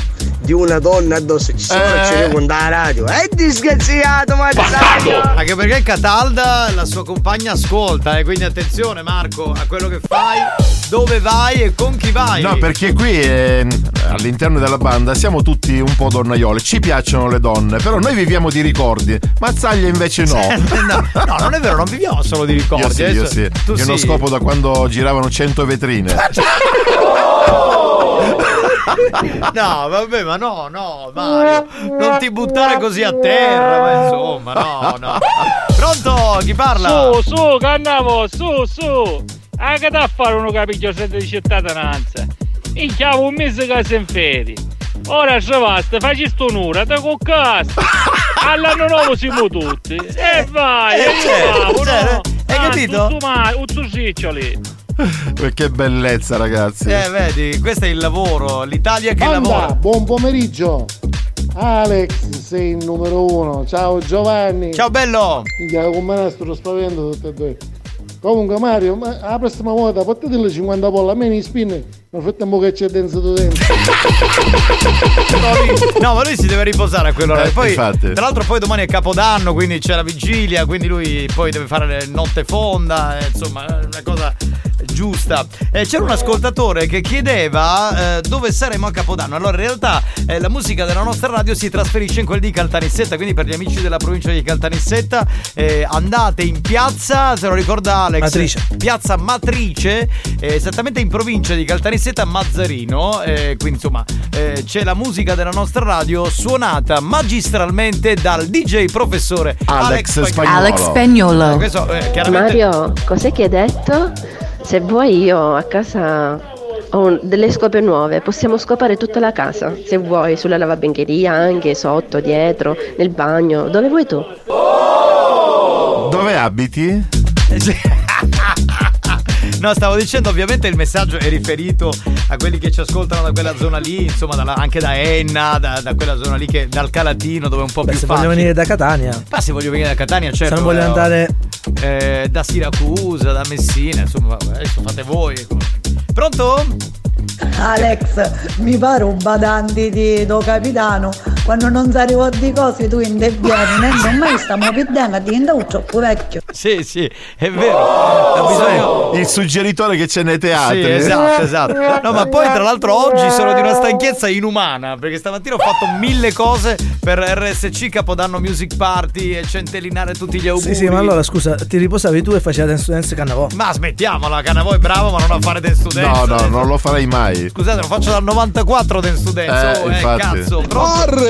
di una donna addosso ci sono Eh. ci devo andare alla radio. È disgraziato, Mazzaglia! Anche perché Catalda la sua compagna ascolta, e quindi attenzione Marco a quello che fai, dove vai e con chi vai. No, perché qui eh, all'interno della banda siamo tutti un po' donnaioli, ci piacciono le donne, però noi viviamo di ricordi. Mazzaglia invece no. no, no, non è vero, non viviamo solo di ricordi. Io sì, io Adesso- sì. tu Io non sì. scopo da quando giravano cento vetrine. No, vabbè, ma no, no, Mario, non ti buttare così a terra, ma insomma, no, no. Pronto? Chi parla? Su, su, che andiamo, su, su. Ah, che da a fare uno capiglio sette di cittadinanza? Minchia, un mese che sei in ferie. Ora ci basta, facci sto un'ora, te con casa. All'anno nuovo siamo tutti. E vai, Eh, e certo, io vado, certo. no? Hai Ah, capito? Tutto male, un susiccioli. Che bellezza, ragazzi. Eh, vedi, questo è il lavoro, l'Italia che Banda, lavora. buon pomeriggio. Alex, sei il numero uno. Ciao Giovanni. Ciao bello. Minchia, con me sto spavento tutte e due. Comunque Mario, ma la prossima volta portati le cinquanta polla, a me mi spinne. Ma frattempo che c'è dentro dentro. No, ma lui si deve riposare a quell'ora. Eh, Poi, infatti. tra l'altro, poi domani è Capodanno, quindi c'è la vigilia. Quindi lui poi deve fare le notte fonda. eh, Insomma, è una cosa giusta. Eh, c'era un ascoltatore che chiedeva eh, dove saremo a Capodanno. Allora, in realtà, eh, la musica della nostra radio si trasferisce in quella di Caltanissetta. Quindi, per gli amici della provincia di Caltanissetta, eh, andate in piazza, se lo ricorda Alex. Matrice. Piazza Matrice, eh, esattamente in provincia di Caltanissetta, Mazzarino. Eh, quindi, insomma, eh, c'è la musica della nostra radio suonata magistralmente dal D J professore Alex, Alex Spagnuolo. Alex Spagnuolo. Eh, questo, eh, chiaramente. Mario, cos'è che hai detto? Se vuoi io a casa ho un- delle scope nuove, possiamo scopare tutta la casa, se vuoi, sulla lavabengheria, anche sotto, dietro, nel bagno, dove vuoi tu. Dove abiti? No, stavo dicendo, ovviamente il messaggio è riferito a quelli che ci ascoltano da quella zona lì, insomma, dalla- anche da Enna, da, da quella zona lì, che dal Calatino, dove è un po' Beh, più se facile. vogliono venire da Catania. Ma se voglio venire da Catania, certo. Se non vogliono eh, andare. eh, da Siracusa, da Messina, insomma, vabbè, adesso fate voi. Pronto? Alex, mi pare un badante di do capitano. Quando non si arriva di cose tu intervieni, non mai stiamo piedendo, diventa troppo vecchio. Sì, sì, è vero. Ha bisogno. Il suggeritore che c'è nei teatri. Sì, esatto, esatto. No, ma poi tra l'altro oggi sono di una stanchezza inumana, perché stamattina ho fatto mille cose per R S C Capodanno Music Party e centellinare tutti gli auguri. Sì, sì, ma allora scusa, ti riposavi tu e facevi Dance Dance Cannavò. Ma smettiamola, Cannavò è bravo, ma non a fare Dance Students. No, no, non lo farei mai. Scusate, lo faccio dal novantaquattro Dance Students. Eh, oh, eh, infatti. cazzo. Pronto? Arre!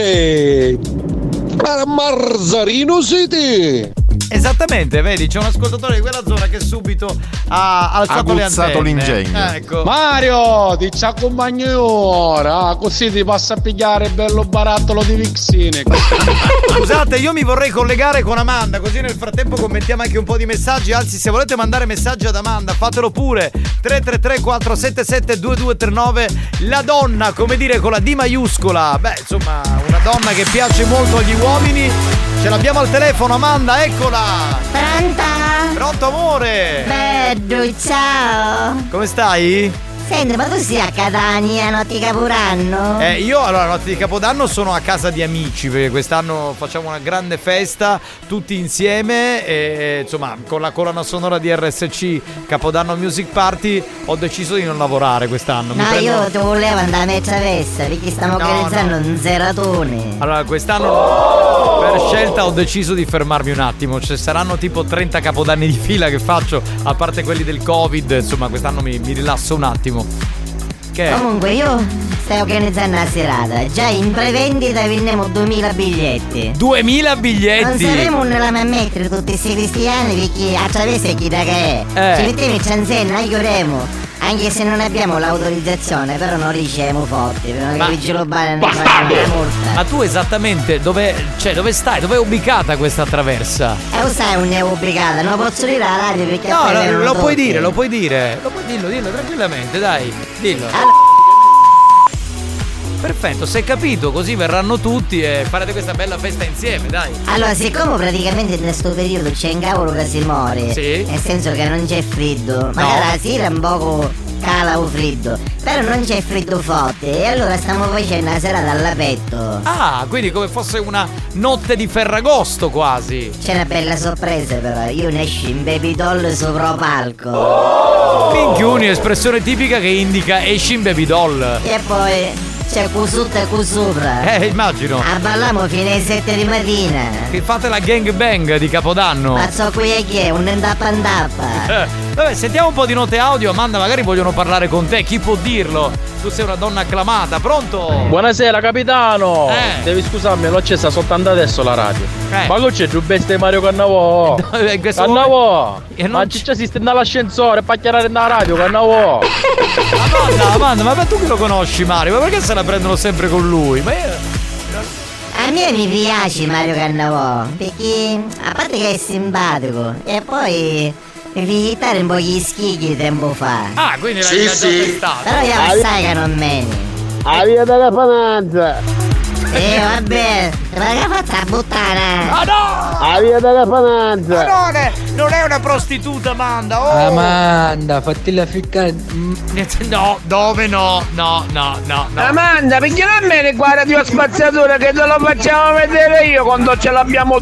A Marzarino City! Esattamente, vedi, c'è un ascoltatore di quella zona che subito ha alzato le Aguzzato antenne. l'ingegno. Ecco. Mario, ti ci accompagno ora, così ti passa a pigliare bello barattolo di Vixine. Scusate, io mi vorrei collegare con Amanda, così nel frattempo commentiamo anche un po' di messaggi. Anzi, se volete mandare messaggi ad Amanda, fatelo pure. tre tre tre quattro sette sette due due tre nove. La donna, come dire, con la D maiuscola. Beh, insomma, una donna che piace molto agli uomini. Ce l'abbiamo al telefono, Amanda, eccola. Pronta? Pronto, amore? Bello, ciao. Come stai? Senti, ma tu sei a Catania, notte di Capodanno? Eh, io allora notte di Capodanno sono a casa di amici, perché quest'anno facciamo una grande festa tutti insieme e insomma con la colonna sonora di R S C Capodanno Music Party ho deciso di non lavorare quest'anno. Mi No, prendo- io ti volevo andare a mezza festa perché stiamo No, organizzando un seratone. Allora quest'anno per scelta ho deciso di fermarmi un attimo. Ci saranno tipo trenta capodanni di fila che faccio, a parte quelli del Covid, insomma quest'anno mi, mi rilasso un attimo. Che è? Comunque io stai organizzando una serata. Già in prevendita vendiamo duemila biglietti. duemila biglietti? Non saremo nella a mettere tutti questi cristiani perché attraverso chi da che è. Eh. Ci mettiamo in cianzenna, aiuteremo. Anche se non abbiamo l'autorizzazione, però non riceviamo forti. Per Ma- non che lo bane ne facciamo una multa. Ma tu esattamente dove, cioè, dove stai? Dove è ubicata questa traversa? E lo sai, non è obbligata, non lo posso dire alla radio perché No, a no, non lo puoi tutti. dire, lo puoi dire. Lo puoi dillo, dillo tranquillamente, dai. Dillo. Perfetto, se hai capito, così verranno tutti e farete questa bella festa insieme, dai. Allora, siccome praticamente in questo periodo c'è un cavolo che si muore, Sì. nel senso che non c'è freddo, magari la sera un poco cala o freddo, Però non c'è freddo forte e allora stiamo facendo una serata all'aperto. Ah, quindi come fosse una notte di Ferragosto quasi. C'è una bella sorpresa però, io ne esci in baby doll sopra palco. Minchioni, espressione tipica che indica esci in baby doll. E poi c'è qui sotto e qui sopra. Eh, immagino. A balliamo fino alle sette di mattina. Che fate la gang bang di Capodanno. Ma so qui è che è un ndappa ndappa. Eh, vabbè, sentiamo un po' di note audio. Amanda, magari vogliono parlare con te. Chi può dirlo? Tu sei una donna acclamata. Pronto? Buonasera capitano. Eh. Devi scusarmi, l'ho accesa soltanto adesso la radio. Eh. Ma che c'è giù bestia Mario Cannavò? Cannavò. E Ma ci c'è si sta all'ascensore per chiarare nella radio Cannavò. Amanda, Amanda, ma tu che lo conosci Mario? Ma perché se la prendono sempre con lui? Ma io... A me mi piace Mario Cannavò, perché a parte che è simpatico e poi mi fi hittare un po' gli schigli tempo fa. Ah, quindi l'hai Sì, già sì. testato. Però io Ah, lo sai che non meni. A via della panazza. Eh vabbè, ma che fa sta puttana? Ah no! A via della panazza. Ma non è, non è una prostituta Amanda, oh! Amanda, fatti la ficcare. No, dove no? No, no, no, no. Amanda, perché non me ne guarda di spazzatura che te lo facciamo vedere io quando ce l'abbiamo.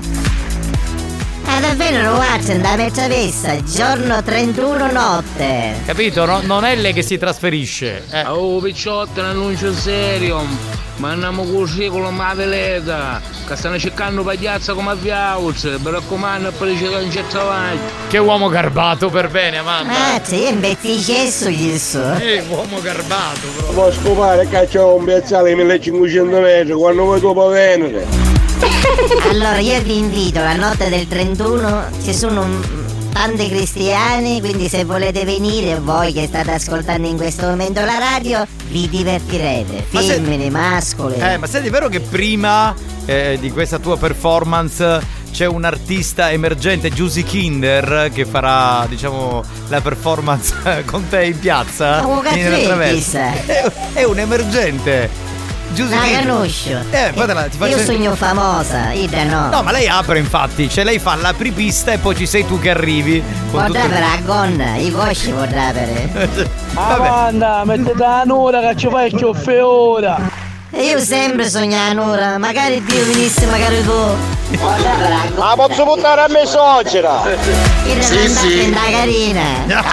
Ma davvero lo faccio da mezza vessa, giorno trentuno notte. Capito? No, non è lei che si trasferisce. Eh. Oh, picciotta, un annuncio serio. Ma andiamo così con la maveleta. Che stanno cercando pagliazza come avviauce. Mi raccomando, poi c'è non c'è travaglio. Che uomo garbato per bene, Amanda. Mazza, io imbetticesso gli so. Eh, uomo garbato, proprio. Può scopare che c'è un piazzale di millecinquecento metri quando vuoi dopo Venere. Allora io vi invito la notte del trentuno, ci sono un- tanti cristiani, quindi se volete venire voi che state ascoltando in questo momento la radio, vi divertirete. Ma se- Femmine, mascoli. Eh, ma senti, è vero che prima eh, di questa tua performance c'è un artista emergente, Giusy Kinder, che farà, diciamo, la performance con te in piazza? Ma che Nella cazzo è, traversa. chissà? È, è un emergente. Giusy La Kinder. conosco. Eh, poi te la- ti faccio- Io sogno famosa, Ida no. No, ma lei apre infatti, cioè lei fa l'apripista e poi ci sei tu che arrivi. con Vorrà tutto- per la gonna, i cosci vorrà per. Amanda, mettete la nura che ci fai cioffe ora. E io sempre sogno la nura, magari Dio venisse, magari tu. Vorrà per la gonna. Ma posso buttare a me socera? Io Sì, devo sì. andare da carina.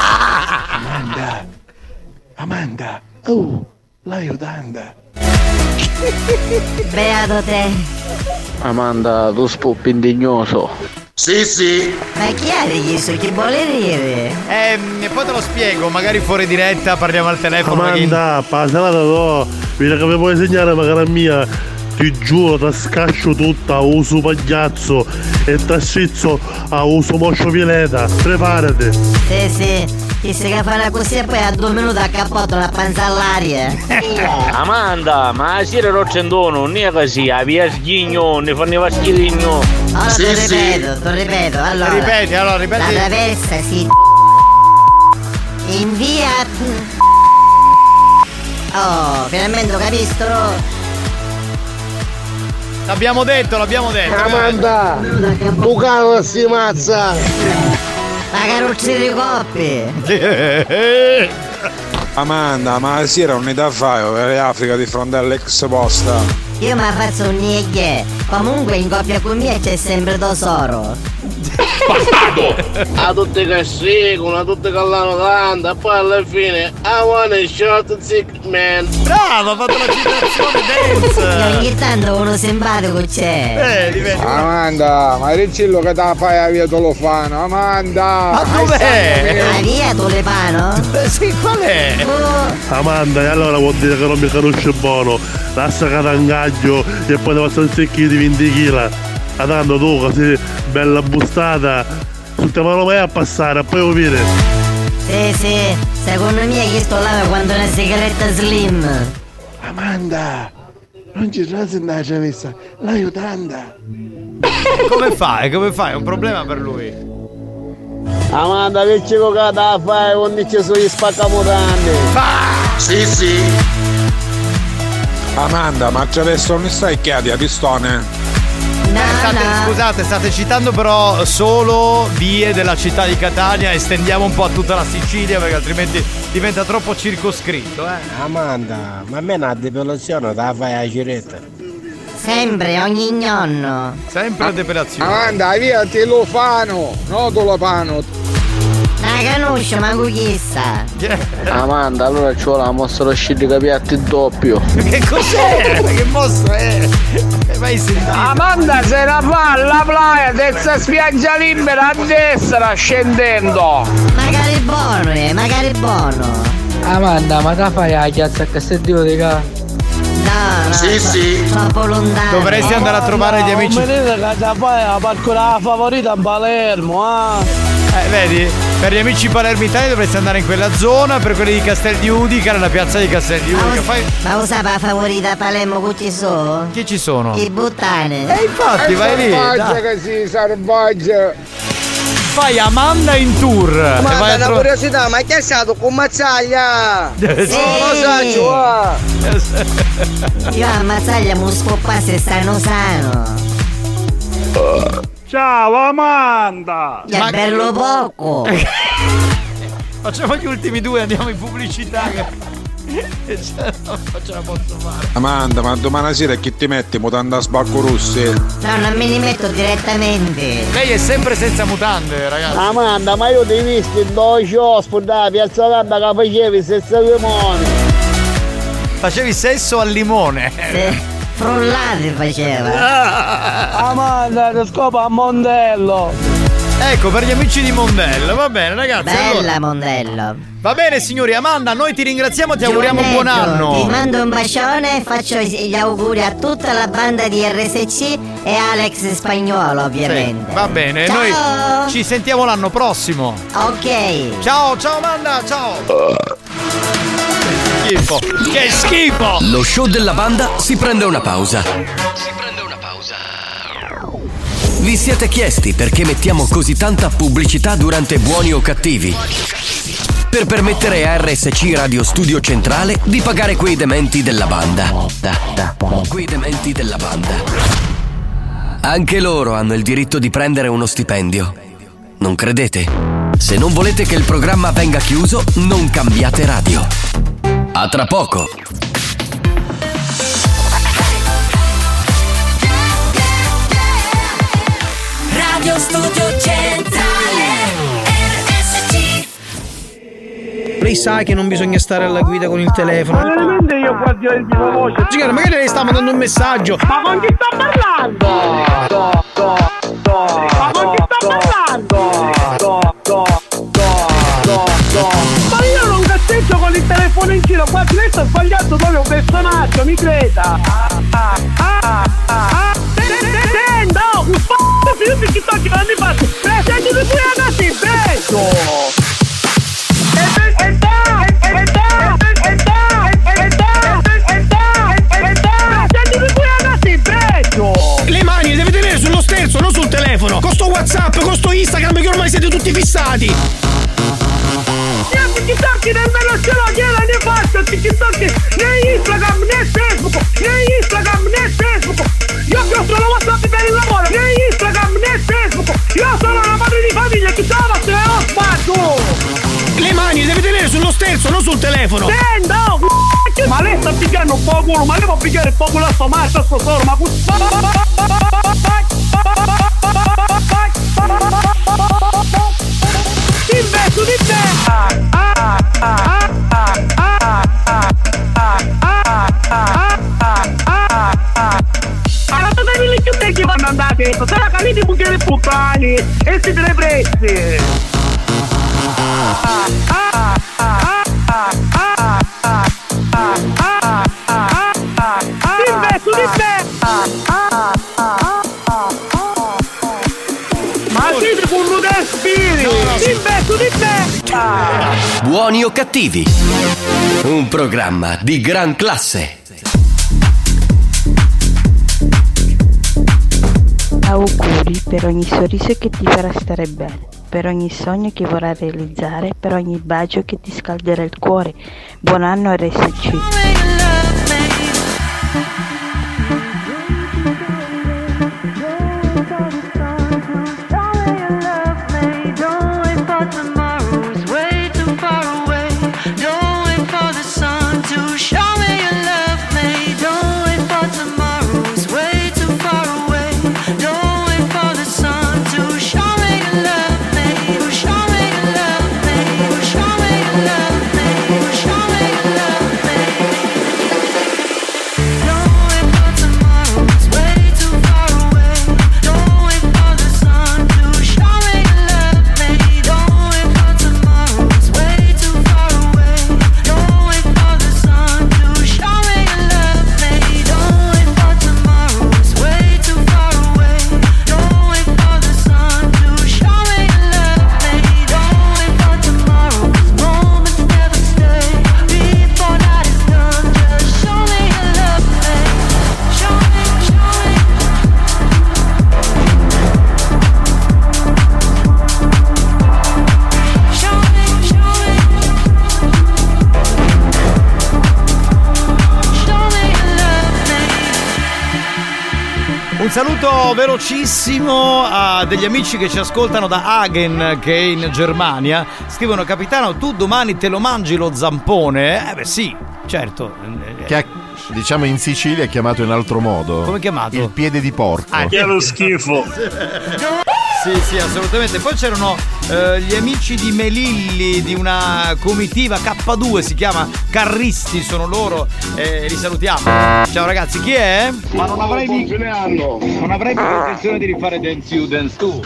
Amanda. Amanda. Oh, l'aiutante. Beato te. Amanda, tu spoppi indignoso. Sì, sì. Ma chi è gli so che vuole dire? Ehm, e poi te lo spiego, magari fuori diretta parliamo al telefono. Amanda, passata no. Vedi che mi puoi segnare magari mia. Ti giuro, ti scascio tutta a uso pagliazzo e ti schizzo a uso moscio violeta. Preparati. Sì, sì. Chi si che fa così e poi a due minuti a cappotto la panza all'aria. Amanda, ma si era roccendono, non è così, a via sghigno, ne fanno i schirigno. Allora te lo ripeto, te lo ripeto. Allora, Ripeti, allora, ripeti. La traversa si in via. Oh, finalmente ho capito. L'abbiamo detto, l'abbiamo detto. Amanda, tu caro si mazza. La carrozzeria di coppie. Amanda, ma si era un'età fa per l'Africa di fronte all'ex posta. Io mi faccio un niente. Comunque in coppia con me c'è sempre tesoro. A tutte che seguono, a tutte che l'hanno tanto, e poi alla fine I want a short sick man. Bravo, ha fatto la citazione E dance. ogni tanto uno simpatico c'è. Eh, diventa. Amanda, ma Riccillo che te la fai a via Tolofano? Amanda! Ma dov'è? La via Tolepano? Sì, qual è? Oh, Amanda, e allora vuol dire che non mi conosce buono. Lascia catangaggio e poi devo stare secchi di venti chili. Tanto tu così bella bustata, non ti vanno mai a passare, poi lo vedi. sì, sì. Secondo me chi sto là quando una sigaretta slim. Amanda, non ci rasi andare a chavessa, l'aiutanda. Come fai? Come fai? È un problema per lui. Amanda, che ci cocata a fare quando ci sono gli spaccamotanni? Sì, sì. Amanda, ma attraverso non stai chiedi a pistone? Eh, state, scusate, state citando però solo vie della città di Catania, estendiamo un po' a tutta la Sicilia perché altrimenti diventa troppo circoscritto, eh. Amanda, ma a me una depilazione te la fai a giretta. Sempre, ogni nonno. Sempre a depilazione. Amanda, via, te lo fanno, no te lo fanno. La conosco, ma chissà. Amanda, allora c'ho la mossa lo scidi capiatti doppio. Che cos'è? Che mossa è? Vai sentito. Amanda se la fa alla playa, terza spiaggia libera a destra scendendo. Magari buono, eh, magari buono. Amanda, ma te fai la chiazza a Castellino di ca? No, no, Sì, tro- sì. troppo lontano. Dovresti andare a trovare gli amici. Non mi dite che già fai la parcola favorita a Palermo, ah? Eh, vedi? Per gli amici palermitani dovresti andare in quella zona, per quelli di Castel di Udica, nella piazza di Castel di Udica. Fai... Ma lo sa la favorita a Palermo che ci sono? Chi ci sono? I buttane. E infatti, vai lì. Salvaggia dai. che si salvaggia. Fai Amanda in tour. Ma e vai a una tro- curiosità, ma chi è stato con Mazzaglia? Sì. Non lo so, qua. Io a Mazzaglia mi scoppasse strano sano. Ciao Amanda! È ma... bello poco! Facciamo gli ultimi due, andiamo in pubblicità. Non ce la posso fare. Amanda, ma domani sera chi ti metti? Mutanda a sbacco russi? No, non me li metto direttamente. Lei è sempre senza mutande, ragazzi. Amanda, ma io ti ho visto in due ospiti da Piazza Gamba che facevi senza limone. Facevi sesso al limone. Sì. Frullate faceva. Amanda, ti scopa a Mondello. Ecco, per gli amici di Mondello, va bene ragazzi. Bella allora. Mondello. Va bene signori, Amanda, noi ti ringraziamo e ti auguriamo un buon anno. Ti mando un bacione e faccio gli auguri a tutta la banda di R S C e Alex Spagnuolo ovviamente. Sì, va bene, ciao. Noi ci sentiamo l'anno prossimo. Ok. Ciao, ciao Amanda, ciao. Che schifo, che schifo. Lo show della banda si prende una pausa. Si prende una pausa. Vi siete chiesti perché mettiamo così tanta pubblicità durante Buoni o Cattivi? Per permettere a R S C Radio Studio Centrale di pagare quei dementi della banda. Da, da, quei dementi della banda. Anche loro hanno il diritto di prendere uno stipendio. Non credete? Se non volete che il programma venga chiuso, non cambiate radio. A tra poco. Radio Studio Centrale R S C. Lei sa che non bisogna stare alla guida con il telefono. Ma veramente io guardo il mio voce. Signora, magari lei sta mandando un messaggio. Ma con chi sta parlando? Do, do, do, ma con chi sta parlando? Do, do, do, do, do. Ma io non cazzeggio con il telefono in giro. Guardi, lei sta sbagliando proprio un personaggio, mi creda. Ah, ah, ah, ah. Senta, oh, un f***o figlio di chi tocchi, non mi faccio. Senti tu pure ragazzi, prego. E da, e da, e da, e da, e da, e da. Senti tu pure ragazzi, prego. Le mani le deve tenere sullo sterzo, non sul telefono. Con sto WhatsApp, con sto Instagram che ormai siete tutti fissati. Niente TikTok nel meno ce l'ho, gliela ne faccio TikTok né Instagram né Facebook, né Instagram né Facebook. Io che ho solo WhatsApp per il lavoro, né Instagram né Facebook. Io sono una madre di famiglia, chi stava se ho fatto. Le mani le deve tenere sullo sterzo, non sul telefono. Senta, oh, ma lei sta pigliando un po' culo, ma lei può pigliare un po' culo a sto maestro, a sto solo, ma investo di te. Allora dove li chiude che vanno andate? Se la capite bucchiere puttani e siete le prezzi. Investo di te. Ma siete con un respiri. Investo di te. Buoni o Cattivi? Un programma di gran classe. Auguri per ogni sorriso che ti farà stare bene, per ogni sogno che vorrai realizzare, per ogni bacio che ti scalderà il cuore. Buon anno R S C. Un saluto velocissimo a degli amici che ci ascoltano da Hagen, che è in Germania. Scrivono: capitano, tu domani te lo mangi lo zampone? Eh beh sì, certo. Che ha, diciamo in Sicilia è chiamato in altro modo. Come è chiamato? Il piede di porco. Ah, che è lo schifo. Sì, sì, assolutamente. Poi c'erano eh, gli amici di Melilli, di una comitiva K due, si chiama Carristi, sono loro, e eh, li salutiamo. Ciao ragazzi, chi è? Ma non avrai mica non avrai mica intenzione di rifare Dance You Dance Tu?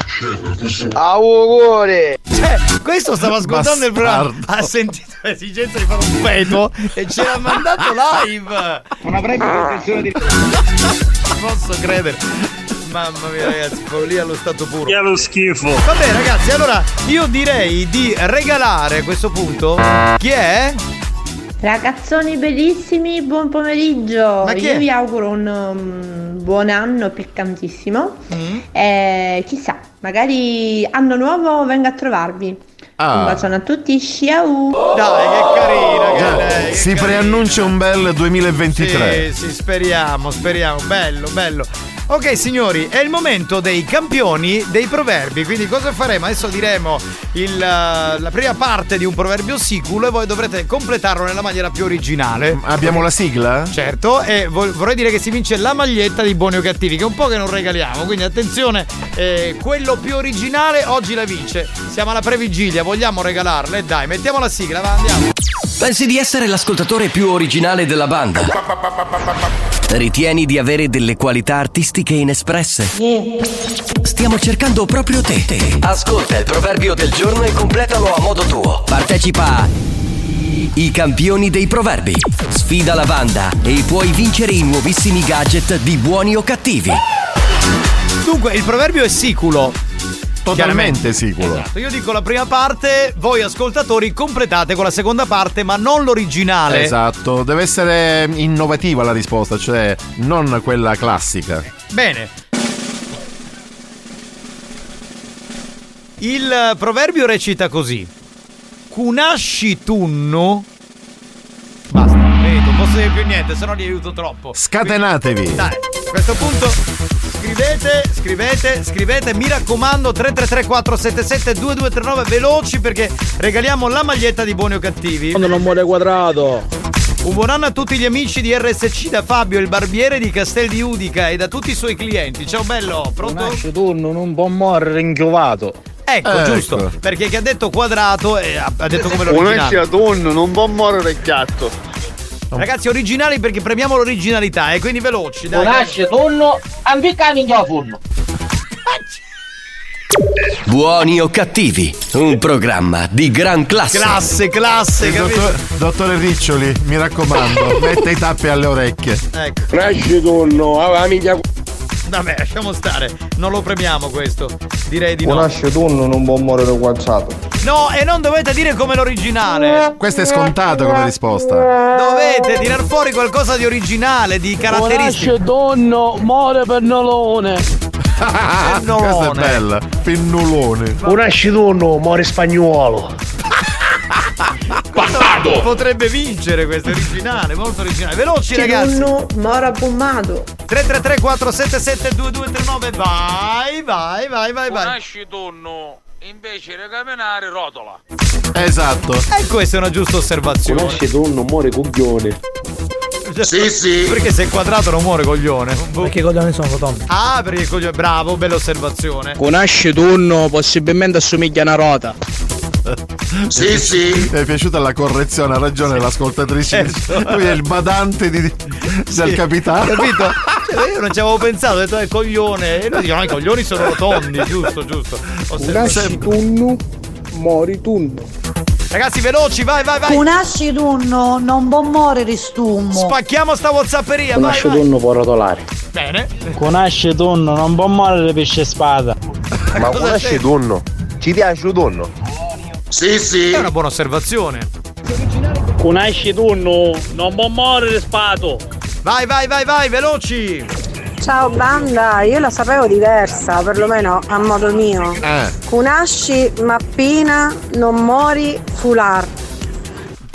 Auguri! Cioè, questo stava ascoltando il programma, ha sentito l'esigenza di fare un feto e ce l'ha mandato live. Non avrai mica intenzione di Non posso credere. Mamma mia ragazzi, follia allo stato puro. Che è lo schifo. Vabbè ragazzi, allora io direi di regalare a questo punto. Chi è? Ragazzoni bellissimi, buon pomeriggio. Ma chi Io è? vi auguro un um, buon anno piccantissimo. Mm. E chissà, magari anno nuovo vengo a trovarvi. Ah. Un bacione a tutti, ciao. Dai, che carina che Già, lei, che si carina. preannuncia un bel duemilaventitré. Sì, sì, speriamo, speriamo. Bello, bello. Ok signori, è il momento dei campioni dei proverbi. Quindi cosa faremo? Adesso diremo il, la prima parte di un proverbio siculo e voi dovrete completarlo nella maniera più originale. Abbiamo la sigla? Certo, e vo- vorrei dire che si vince la maglietta di Buoni o Cattivi, che è un po' che non regaliamo. Quindi attenzione, eh, quello più originale oggi la vince. Siamo alla previgilia, vogliamo regalarle? Dai, mettiamo la sigla, va, andiamo. Pensi di essere l'ascoltatore più originale della banda? Ritieni di avere delle qualità artistiche inespresse? Stiamo cercando proprio te. Ascolta il proverbio del giorno e completalo a modo tuo. Partecipa a I Campioni dei Proverbi. Sfida la banda e puoi vincere i nuovissimi gadget di Buoni o Cattivi. Dunque, il proverbio è siculo. Totalmente siculo. Esatto. Io dico la prima parte, voi ascoltatori completate con la seconda parte, ma non l'originale. Esatto, deve essere innovativa la risposta, cioè non quella classica. Bene. Il proverbio recita così: Cunasci tunnu. Basta, vedo, non posso dire più niente, se no li aiuto troppo. Scatenatevi. Quindi, dai, a questo punto scrivete, scrivete, scrivete, mi raccomando, tre tre tre quattro sette sette due due tre nove, veloci perché regaliamo la maglietta di Buoni o Cattivi. Quando non muore quadrato. Un buon anno a tutti gli amici di R S C, da Fabio, il barbiere di Castel di Udica, e da tutti i suoi clienti. Ciao bello, pronto? Nasce turno, non può morire inchiovato. Ecco, Eh, giusto, ecco. perché chi ha detto quadrato eh, ha ha detto come Un l'originale. nasce turno, non può morire il gatto. Ragazzi, originali perché premiamo l'originalità e quindi veloci, dai. Nasce tonno, ambicca minchia forno. Buoni o Cattivi, un programma di gran classe. Classe, classe, Il capito? dottor- dottore Riccioli, mi raccomando, metta i tappi alle orecchie. Ecco. Nasce turno, aveva minchia. Vabbè, lasciamo stare, non lo premiamo questo. Direi di no. nasce turno, non può morire quadrato. No, e non dovete dire come l'originale. Questo è scontato come risposta. Dovete tirar fuori qualcosa di originale, di caratteristico. Nasce tonno, muore pennolone. Questa è bella. Pennolone. Un nasce turno, muore spagnuolo. Bastardo! Potrebbe vincere questo, è originale, molto originale. Veloci ragazzi. Tonno, mora bommato. tre tre tre quattro sette sette due due tre nove. Vai, vai, vai, vai, vai. Nasci tonno, invece di camminare rotola. Esatto. E questa è una giusta osservazione. Nasce turno, muore coglione. Sì, sì. Perché se è quadrato non muore coglione. Perché i coglioni sono rotondi. Ah, perché il coglione. Bravo, bella osservazione. Con nasce turno, possibilmente assomiglia a una rota. Sì, sì. Mi è piaciuta la correzione, ha ragione l'ascoltatrice. Lui è il badante di, del capitano. Capito? Cioè, io non ci avevo pensato, ho detto è coglione. E lui dice, no, i coglioni sono rotondi, giusto, giusto. Nasce turno, mori turno. Ragazzi, veloci, vai, vai, vai. Un nasci tunno, non può morire stummo. Spacchiamo sta whatsapperia, vai, vai. turno può rotolare. Bene. Conosce tonno, non può morire pesce spada. Ma conosce tonno? Ci piace il tonno? Sì, sì. È una buona osservazione. Conosce tonno, non può morire spato. Vai, vai, vai, vai, veloci. Ciao banda, io la sapevo diversa, perlomeno a modo mio. Eh. Cunasci mappina, non mori fular.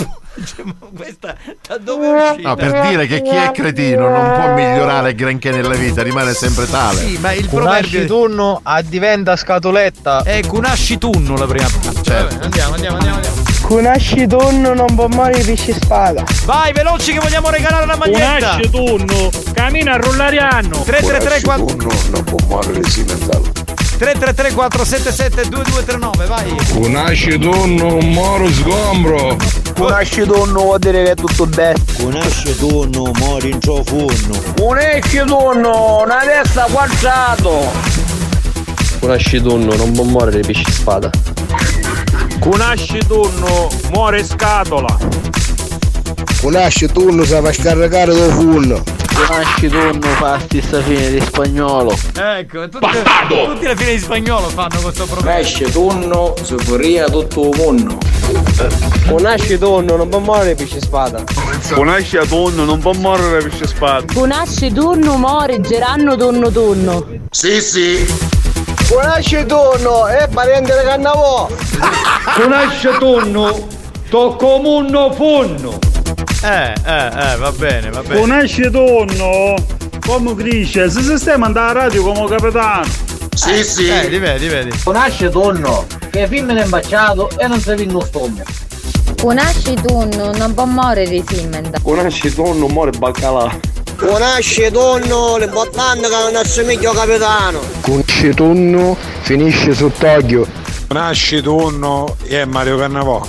Questa da dove è uscita? No, per dire che chi è cretino non può migliorare granché nella vita, rimane sempre tale. Sì, ma il Cunasci tunno a diventa scatoletta. È Cunasci tunno la prima. Certo. Vabbè, andiamo, andiamo, andiamo, andiamo. Cunasci tunno non può morire pesce spada. Vai, veloci che vogliamo regalare la maglietta. Cunasci tunno, cammina a rullare anno. tre tre tre quattro non può morire Simental. tre tre tre quattro sette sette due due tre nove, vai. Cunasci tunno, moro sgombro. Cunasci tunno vuol dire che è tutto bene. Cunasci tunno, mori in ciò funno. Cunasci tunno, una testa quadrato. Cunasci tunno non può morire pesce spada. Cunasci tunno, muore scatola. Cunasci tunno sa fa scaricare do funno. Cunasci tunno fa stessa fine di spagnolo. Ecco, tutti, tutti la fine di spagnolo fanno questo problema. Cunasci tunno si furia tutto il mondo. Cunasci tunno non può morire pesce spada. Cunasci tunno non può morire pesce spada. Cunasci tunno muore geranno tunno tunno. Sì, sì. Cunasci tunno è parente di Cannavò. Cunasci tunno, tocco munno funno. Eh, eh, eh, va bene, va bene. Cunasci tunno, come dice, se sistema andava alla radio come capitano. Sì, sì. Eh, li vedi, vedi. Cunasci tunno che femmine è imbacciato e non si vede uno stomaco. Cunasci tunno non può morire simenda. Cunasci tunno muore baccalà. Cunasci tunno, l'importante è che non assomiglia capitano. Cunasci tunno finisce su Tokyo. Cunasci tunno e Mario Cannavò.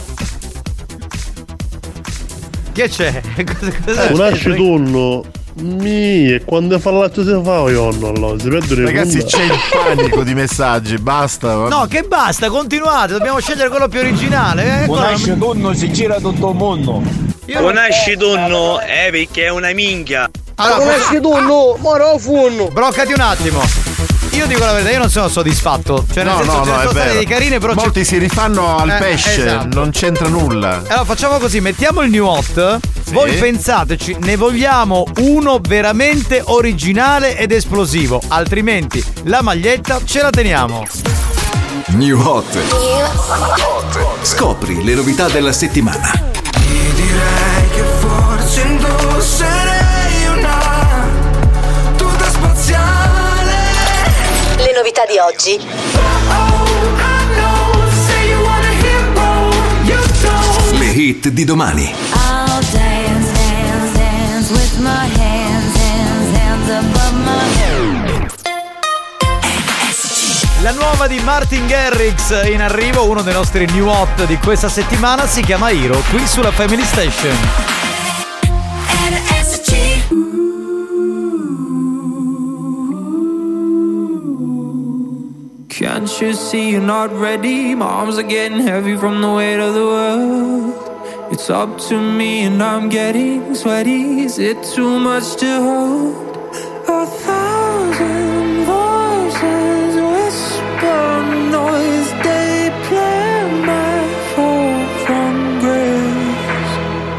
Che c'è? Cosa, cosa Cunasci tunno mi e quando fa l'altro si fa io no, allora si perdono. Ragazzi, c'è il panico di messaggi, basta. No, che basta, continuate, dobbiamo scegliere quello più originale. Eh, Cunasci tunno si gira tutto il mondo. Cunasci tunno è perché è una minchia. Allora, Cunasci tunno, moro funno. Broccati un attimo. Io dico la verità, io non sono soddisfatto. Cioè, nel No, senso, no, ce no, ne è sono state vero. dei carine, però molti c'è- si rifanno al Eh, pesce, esatto. non c'entra nulla. Allora facciamo così, mettiamo il new hot. Voi pensateci, ne vogliamo uno veramente originale ed esplosivo. Altrimenti la maglietta ce la teniamo. New Hot. Scopri le novità della settimana. Direi che forse indosserei una tuta spaziale. Le novità di oggi. Le hit di domani. I'll dance, dance, dance with my hands, hands, hands above my head. La nuova di Martin Garrix in arrivo, uno dei nostri new hot di questa settimana, si chiama Hero, qui sulla Family Station. Can't you see you're not ready? My arms are getting heavy from the weight of the world. It's up to me and I'm getting sweaty. Is it too much to hold? A thousand voices whisper noise. They play my fall from grace.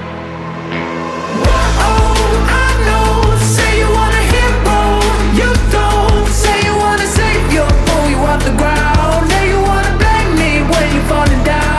Oh, I know. Say you want a hero. You don't. Say you want a savior. Pull you off the ground. Now you wanna blame me when you're falling down.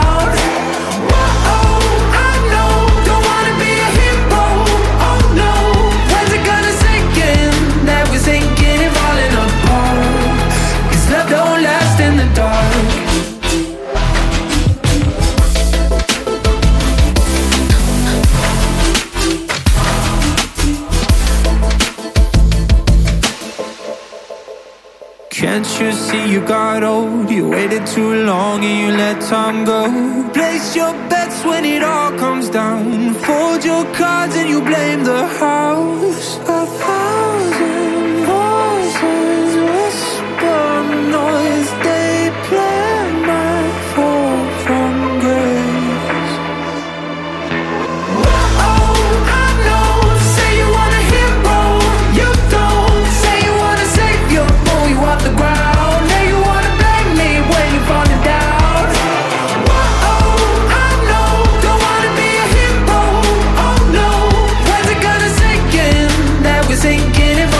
Can't you see you got old? You waited too long and you let time go. Place your bets when it all comes down. Fold your cards and you blame the house. A thousand voices whisper noise. They play my fall from grace. Oh, I know. Say you want a hero. You don't. Say you want a savior. Pull you off the ground. Now you wanna blame me when you're falling down. Oh, I know. Don't wanna be a hero. Oh no. When's it gonna sink in that we're sinking and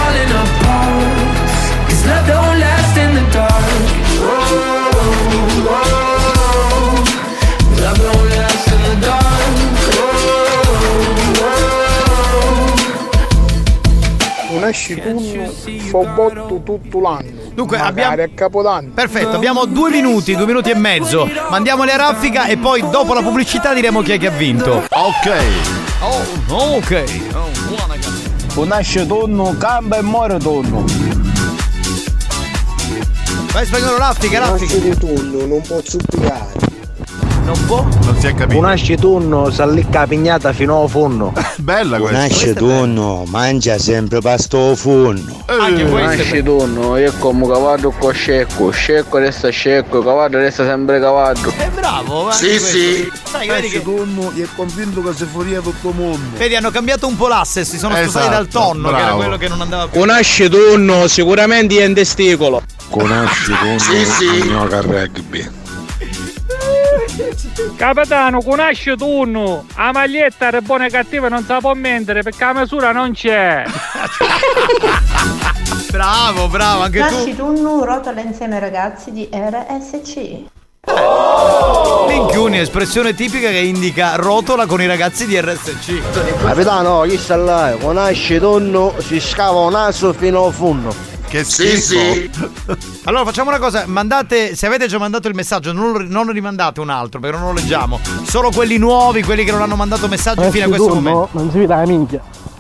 Un asciutto fa botto tutto l'anno. Dunque magari abbiamo a Capodanno. Perfetto, abbiamo due minuti, due minuti e mezzo. Mandiamoli a raffica e poi dopo la pubblicità diremo chi è che ha vinto. Ok. Oh, ok. Oh, buona gara. Un asciutto cambia e muore tonno. Vai Spagnolo, raffica, raffica. Un asciutto non posso pigliare. Non può? Non si è capito. Un asciutto s'allicca pignata fino al forno. Bella Un questa. asciutto mangia sempre pasto al forno. Anche Un questo è asciutto è come cavallo con scecco, scecco resta scecco, cavallo resta sempre cavallo. È bravo, va. Sì, sì. Sai, vedi che Asciutto è convinto che si furia tutto il mondo. vedi, hanno cambiato un po' l'asse, si sono Esatto, scusati dal tonno, che era bravo. quello che non andava più. Un asciutto sicuramente è in testicolo. Con asciutto Sì, sì. non gioca a rugby. Capitano, conosci tu no? La maglietta è buona e cattiva non si può mentere perché la misura non c'è. Bravo, bravo, anche tu. Nasci tu rotola insieme ai ragazzi di R S C. Minchioni, espressione tipica che indica rotola con i ragazzi di R S C. Capitano, chi sta là? Con asciutto si scava un naso fino al forno. Che Sì, sì. Allora facciamo una cosa, mandate, se avete già mandato il messaggio non, non rimandate un altro perché non lo leggiamo. Solo quelli nuovi, quelli che non hanno mandato messaggio fino a questo momento. Non si vede la minchia.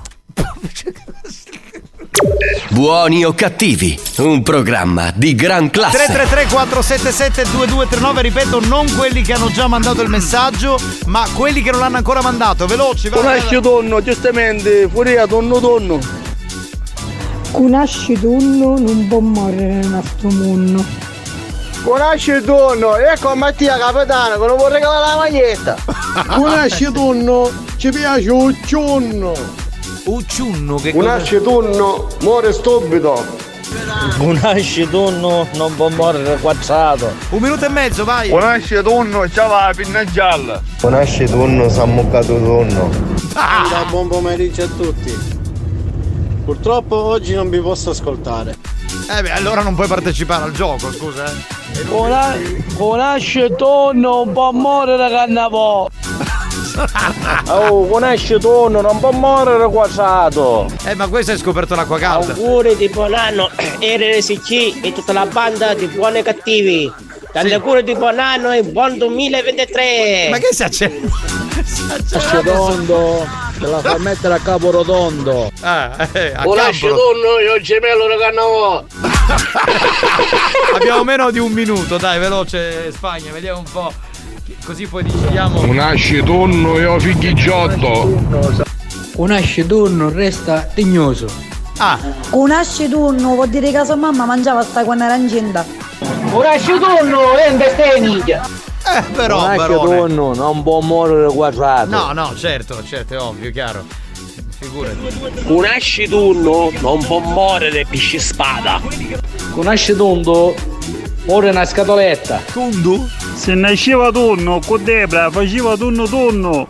Buoni o cattivi, un programma di gran classe. tre tre tre quattro sette sette due due tre nove, ripeto, non quelli che hanno già mandato il messaggio, ma quelli che non l'hanno ancora mandato. Veloci, vai. Un asciutto, giustamente, furia tonno tonno. Un asciutto non può morire nel nostro mondo. Con asciutto, ecco Mattia Capitano che non vuole regalare la maglietta. Un asciutto ci piace un ciunno. Ucciunno, che Un cosa? asciutto muore stupido. Un asciutto non può morire quattro. Un minuto e mezzo, vai. Un asciutto c'ha la pinna gialla. Un asciutto si è muccato tonno. Ah! Buon pomeriggio a tutti. Purtroppo oggi non vi posso ascoltare. Eh beh, allora non puoi partecipare al gioco, scusa, eh. Un asciutto non può morire cannavò. Oh, con asciutto non può morire quattro. Eh, ma questo hai scoperto l'acqua calda. Auguri di buon anno R S C e tutta la banda di buoni e cattivi. Tanti auguri di buon anno e buon duemilaventitré. Ma che si accende? Asciutto te la fa mettere a capo rotondo. Ah, eh, a Un campo. asciutto io gemello da cannavò. Abbiamo meno di un minuto, dai, veloce Spagna, vediamo un po'. Così poi decidiamo. Un asciutto io figligiotto. Un asciutto resta tignoso. Ah, Un asciutto vuol dire che sua mamma mangiava sta quando era incinta. Un asciutto è in bestemiglia. eh, però, Un Barone. asciutto non può morire quattro. No, no, certo, certo, è ovvio, chiaro. Figurati. Un asciutto non può morire pisci spada. Un asciutto muore una scatoletta. Tundu? Se nasceva tonno, con Debra faceva tonno tonno.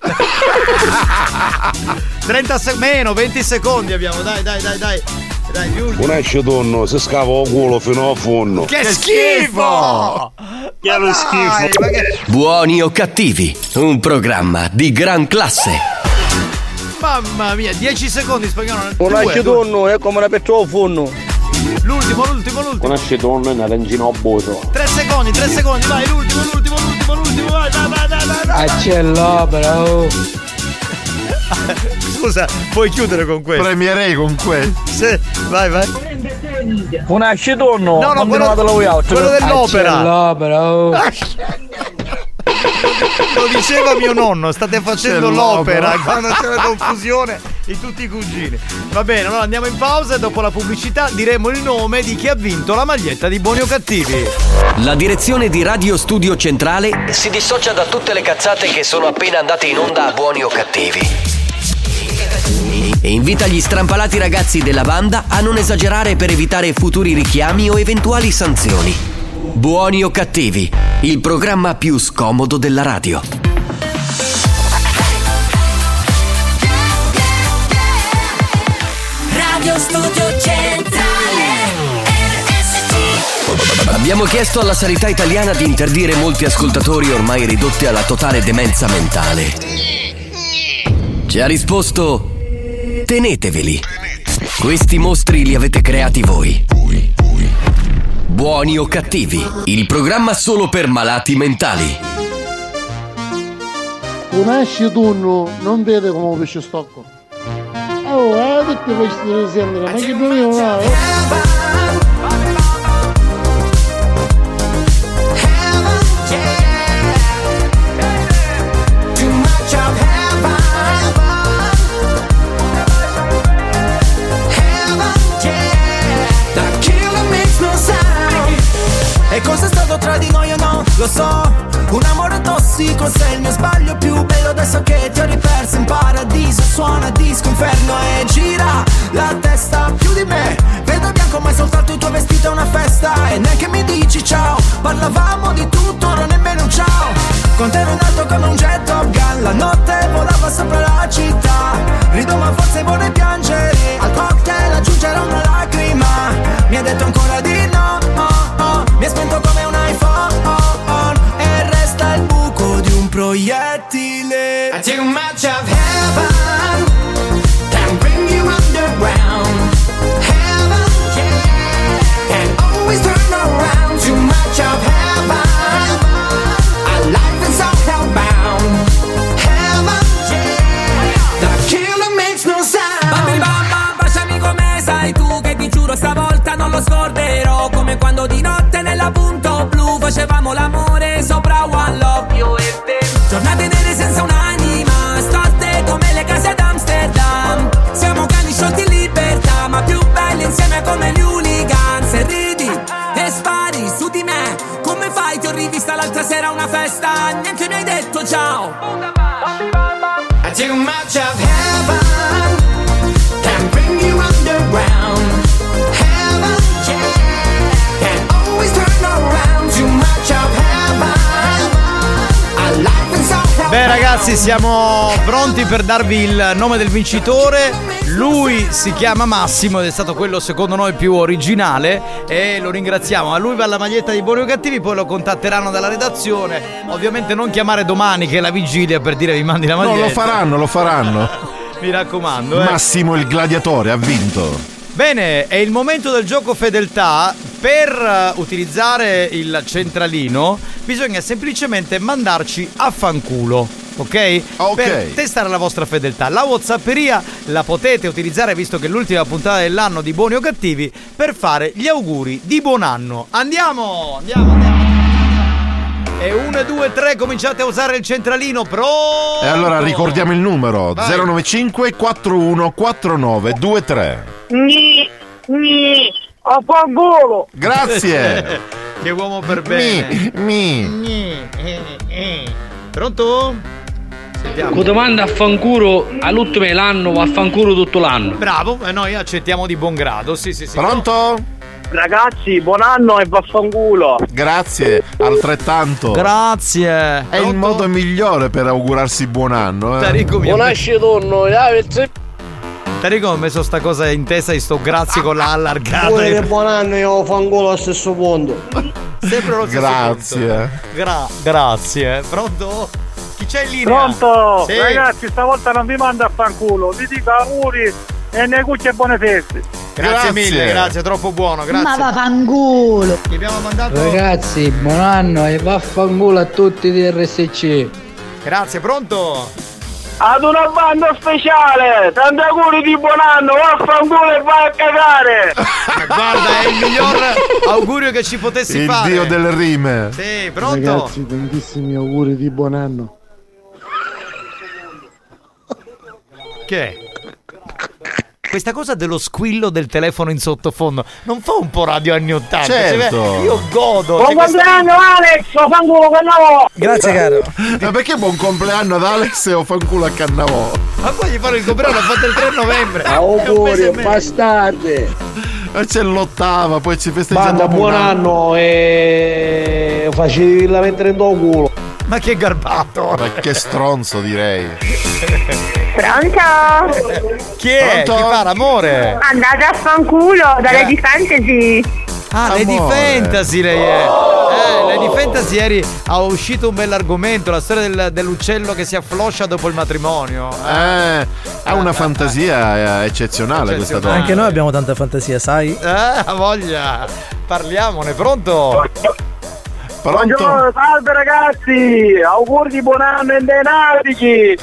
trenta se- meno, venti secondi abbiamo, dai, dai, dai, dai. Dai, gli ultimi. Un asciutto si scava il culo fino al forno. Che schifo! Che lo schifo. Ma che... Buoni o cattivi, un programma di gran classe. Mamma mia, dieci secondi Spagnolo. Un Due, due. asciutto è come una petro al forno. L'ultimo, l'ultimo, l'ultimo. asciutto è una arancino a burro. Tre secondi, tre secondi, vai, l'ultimo, l'ultimo, l'ultimo, l'ultimo, vai, vai, vai, vai, vai, vai. Ah, c'è l'opera, oh. Scusa, puoi chiudere con questo? Premierei con questo. Sì, vai, vai. Un asciutto No, no, quello, quello dell'opera. Ah, c'è l'opera, oh. Lo diceva mio nonno, state facendo C'è l'opera l'opera. quando c'è la confusione di tutti i cugini. Va bene, allora andiamo in pausa e dopo la pubblicità diremo il nome di chi ha vinto la maglietta di Buoni o Cattivi. La direzione di Radio Studio Centrale si dissocia da tutte le cazzate che sono appena andate in onda a Buoni o Cattivi e invita gli strampalati ragazzi della banda a non esagerare per evitare futuri richiami o eventuali sanzioni. Buoni o Cattivi, il programma più scomodo della radio. Radio Studio Centrale R S C. Abbiamo chiesto alla sanità italiana di interdire molti ascoltatori ormai ridotti alla totale demenza mentale. Ci ha risposto: teneteveli. Questi mostri li avete creati voi. Buoni o cattivi, il programma solo per malati mentali. Conosci tu no, non vede come un pesce stocco. Oh, eh, tutti questi sembra, ma che non no? E cosa è stato tra di noi o no? Lo so, un amore tossico, sei il mio sbaglio più bello. Adesso che ti ho riperso in paradiso, suona disco inferno e gira la testa più di me. Vedo bianco ma è soltanto il tuo vestito è una festa. E neanche mi dici ciao, parlavamo di tutto, non nemmeno un ciao. Con te ero nato come un jet Top Gun, la notte volava sopra la città. Rido ma forse vorrei piangere, al cocktail aggiungerò una lacrima. Mi ha detto ancora di no, oh, oh. Mi è spento come un iPhone, oh, oh. E resta il buco di un proiettile. I take a match of heaven, can bring you underground. Heaven, yeah, can always turn around. Too much of heaven, our life is all hellbound. Heaven, yeah, the killer makes no sound. Bambini bamba, baciami come sai tu, che ti giuro stavolta non lo scorderò. Come quando di notte nella punto blu facevamo l'amore sopra One Love, io e te. Giornate nere senza un'anima, storte come le case ad Amsterdam. Siamo cani sciolti in libertà, ma più belli insieme come gli hooligans. E ridi e spari su di me, come fai? Ti ho rivista l'altra sera a una festa, neanche mi hai detto ciao. I take a match of heaven, can bring you underground. Heaven, yeah, can always turn around. Too much of heaven, our life is all hell. Beh ragazzi, siamo pronti per darvi il nome del vincitore. Lui si chiama Massimo ed è stato quello secondo noi più originale e lo ringraziamo. A lui va la maglietta di Buoni o Cattivi, poi lo contatteranno dalla redazione. Ovviamente non chiamare domani che è la vigilia per dire vi mandi la maglietta. No, lo faranno, lo faranno. Mi raccomando, eh. Massimo il gladiatore ha vinto. Bene, è il momento del gioco fedeltà. Per utilizzare il centralino bisogna semplicemente mandarci a fanculo, ok? Ok. Per testare la vostra fedeltà. La WhatsApperia la potete utilizzare, visto che è l'ultima puntata dell'anno di Buoni o Cattivi, per fare gli auguri di buon anno. Andiamo, andiamo, andiamo. E uno, due, tre, cominciate a usare il centralino. Pronto? E allora ricordiamo il numero: Vai. zero nove cinque quattro uno quattro nove due tre. Ni, ni, a fanculo. Grazie. Che uomo per bene. Mi, mi. Pronto? Sentiamo. Con domanda a fanculo all'ultimo dell'anno o a fanculo tutto l'anno? Bravo, e noi accettiamo di buon grado. Sì, sì, sì. Pronto? Ragazzi, buon anno e vaffanculo. Grazie, altrettanto. Grazie. È il modo migliore per augurarsi buon anno. Eh. Tarico mi ha Buonasci tonno, Tarico ho messo sta cosa in testa e sto grazie con la allargata. Pure che buon anno io fanculo allo stesso punto. Sempre lo stesso Grazie. punto. Gra- grazie. Pronto? Chi c'è in linea? Pronto? Sì. Ragazzi, stavolta non vi mando a fanculo, vi dico auguri e ne cucci e buone feste. Grazie, Grazie. mille, grazie, troppo buono, grazie. Ma vaffanculo. Ti abbiamo mandato. Ragazzi, buon anno e vaffanculo a tutti di R S C. Grazie, pronto? Ad una banda speciale, tanti auguri di buon anno, vaffanculo e vai a cagare. Guarda, è il miglior augurio che ci potessi Il fare. dio delle rime. Sì, pronto? Ragazzi, tantissimi auguri di buon anno. Che è? Questa cosa dello squillo del telefono in sottofondo non fa un po' radio anni ottanta? Certo. Cioè, io godo. Buon C'è questa- compleanno Alex, fanculo che no. Grazie caro. Ma perché buon compleanno ad Alex e o fanculo a Cannavò? Ma poi gli fanno il compleanno, l'ha fatto il tre novembre. Auguri, bastardi. E c'è l'ottava, poi ci festeggiamo. Banda, buon anno e facevi la mettere in tuo culo. Ma che garbato. Ma che stronzo, direi. Pronto? Chi è? Pronto? Chi fa l'amore? Andate a fanculo, da Gra- Lady Fantasy. Ah, Lady Fantasy lei è. Eh, Lady Fantasy ieri ha uscito un bell'argomento, la storia del, dell'uccello che si affloscia dopo il matrimonio. Eh, ha una fantasia eccezionale questa donna. Anche noi abbiamo tanta fantasia, sai? Eh, voglia. Parliamone, pronto? Buongiorno, salve ragazzi! Auguri di buon anno in dei nautici!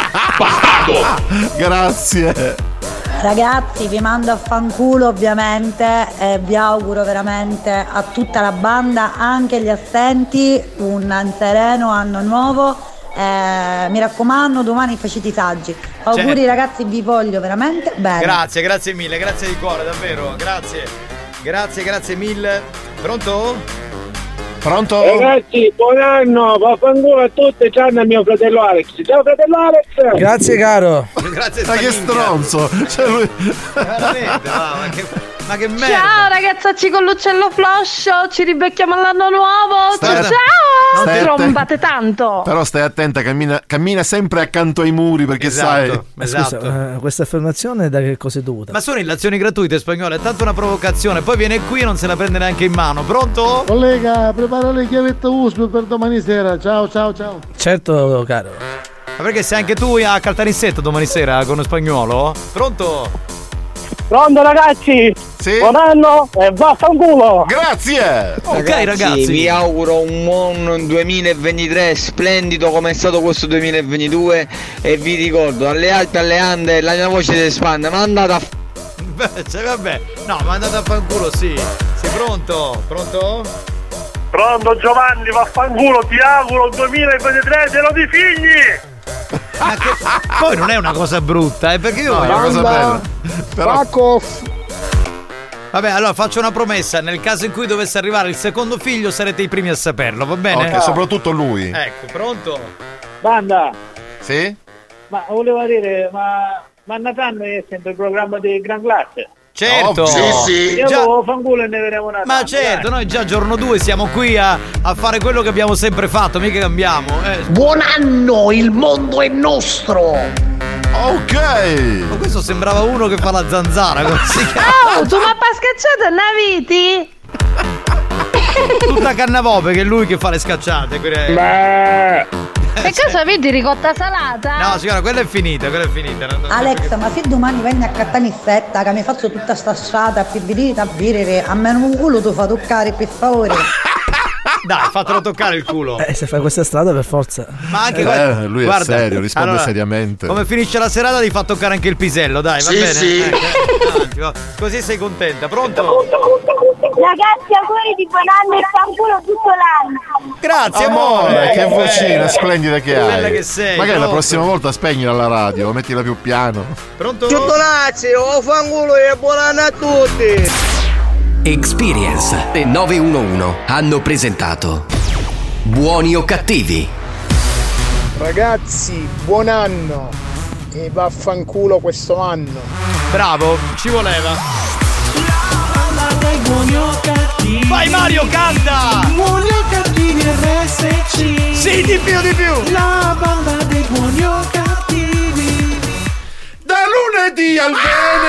Grazie. Ragazzi, vi mando a fanculo ovviamente e vi auguro veramente a tutta la banda, anche agli assenti, un sereno anno nuovo. Eh, mi raccomando, domani facete i saggi. Auguri Certo. ragazzi, vi voglio veramente bene. Grazie, grazie mille, grazie di cuore, davvero, grazie. Grazie, grazie mille. Pronto? Pronto? Ragazzi, buon anno! Vaffanculo a tutti, tranne a mio fratello Alex. Ciao fratello Alex! Grazie caro. Grazie. Ma che stronzo! Cioè lui... Veramente, ma, ma che, ma che merda. Ciao ragazzacci con l'uccello floscio, ci ribecchiamo all'anno nuovo. Stai- ciao ciao! Stai Non ti atten- rompate tanto. Però stai attenta, cammina, cammina sempre accanto ai muri perché sai. Ma scusa, eh, questa affermazione da che cosa è dovuta? Ma sono illazioni gratuite, spagnolo, è tanto una provocazione. Poi viene qui e non se la prende neanche in mano. Pronto? Collega, prepara le chiavette U S B per domani sera. Ciao, ciao, ciao. Certo, caro. Ma perché sei anche tu a Caltanissetta domani sera con spagnolo? Pronto? Pronto ragazzi? Sì? Buon anno e vaffanculo! Grazie! Ok ragazzi, vi auguro un buon duemilaventitré splendido come è stato questo duemilaventidue e vi ricordo alle Alpi alle Ande la mia voce si espande, ma andate a f- Beh, cioè, vabbè. No, ma andate a fanculo, sì. Sei pronto? Pronto? Pronto Giovanni, vaffanculo, ti auguro un duemilaventitré pieno di figli! Ma che... Poi non è una cosa brutta, eh, perché io No, è una cosa bella. Però... Fuck off. Vabbè, allora faccio una promessa, nel caso in cui dovesse arrivare il secondo figlio sarete i primi a saperlo, va bene? Ok, soprattutto lui. Ecco, pronto? Banda, Sì? ma volevo dire, ma, ma Natale è sempre il programma di Gran Classe. Certo! Ovvio. Sì, Io Già- avevo fanculo e ne vedremo una. Ma certo, noi già giorno due siamo qui a, a fare quello che abbiamo sempre fatto, mica cambiamo. Eh. Buon anno, il mondo è nostro! Ok! Ma questo sembrava uno che fa la zanzara, come si chiama? Oh, tu mi hai scacciato Naviti? Tutta Cannavope che è lui che fa le scacciate. quelle- Beh. Per caso avete ricotta salata? No, signora, quella è finita, quella è finita. non- non- Alex, ma se domani venni a Cattanissetta che mi faccio tutta sta strada a pibbilita a birere, a me un culo tu fa toccare per favore. Dai, fatelo toccare il culo. Eh, se fai questa strada per forza. Ma anche Eh, guarda, lui è guarda, serio, risponde allora, seriamente. Come finisce la serata ti fa toccare anche il pisello, dai, va Sì, bene? sì. Eh, eh, avanti, va. Così sei contenta, pronto? Ragazzi, auguri di buon anno e fanculo tutto l'anno. Grazie Amore, amore. che Eh, vocina splendida che bella hai. che sei, Magari la pronto? prossima volta spegnila la radio, mettila più piano. Pronto? Ciotolazzi, oh fanculo e buon anno a tutti! Experience e nove uno uno hanno presentato Buoni o cattivi? Ragazzi, buon anno! E vaffanculo questo anno! Bravo, ci voleva. Vai Mario, canta! Buoni o cattivi R S C. Sì, di più, di più! La banda dei buoni o cattivi. Da lunedì al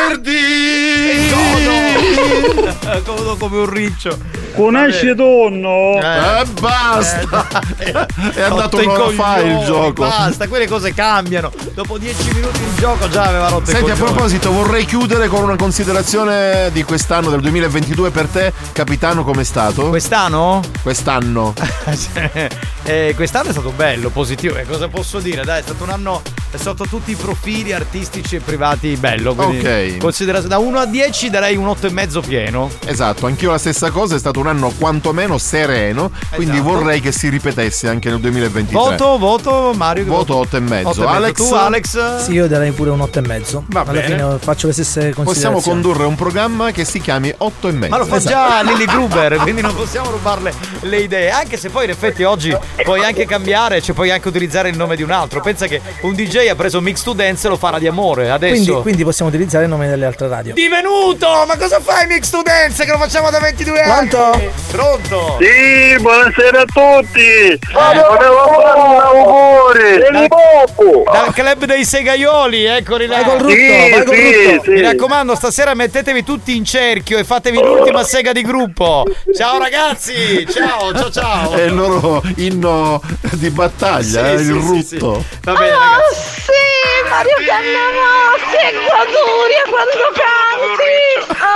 venerdì! Comodo come un riccio. Conosci tonno? Eh, basta! È andato Rotto i un'ora fa il coglioni, gioco. Basta, quelle cose cambiano. Dopo dieci minuti di gioco già aveva rotto Senti, i a coglioni. proposito, vorrei chiudere con una considerazione di quest'anno, del duemilaventidue per te, capitano, com'è stato? Quest'anno? Quest'anno. eh, quest'anno è stato bello, positivo. E cosa posso dire? Dai, è stato un anno sotto tutti i profili artistici e privati bello. Quindi Ok. considera- da uno a dieci darei un otto e mezzo pieno. Esatto, anch'io la stessa cosa, è stato un anno quantomeno sereno, quindi Esatto. vorrei che si ripetesse anche nel duemilaventitré. Voto, voto, Mario. che Voto otto e mezzo. otto e mezzo. Alex? Tu, Alex? Sì, io darei pure un otto e mezzo. Va Alla bene. fine faccio le stesse Possiamo considerazioni. condurre un programma che si chiami otto e mezzo. Ma lo fa Esatto. già Lily Gruber, quindi non possiamo rubarle le idee. Anche se poi in effetti oggi puoi anche cambiare, cioè puoi anche utilizzare il nome di un altro. Pensa che un D J J ha preso Mix to Dance e lo fa Radio Amore. Adesso Quindi, quindi possiamo utilizzare il nome delle altre radio. Divenuto! Ma cosa fai Mix to Dance che lo facciamo da ventidue anni? Pronto? Pronto? Sì, buonasera a tutti. Eh. Volevo fare un auguri. Dal club dei segaioli, eccoli là. Vai col rutto, Sì, vai col sì, rutto. sì. Mi raccomando, stasera mettetevi tutti in cerchio e fatevi l'ultima sega di gruppo. Ciao ragazzi, ciao, ciao, ciao. È il loro inno di battaglia, Sì, eh, sì, il sì, rutto. sì. Va bene, ragazzi. Sì, Mario Cannavò, che goduria quando canti.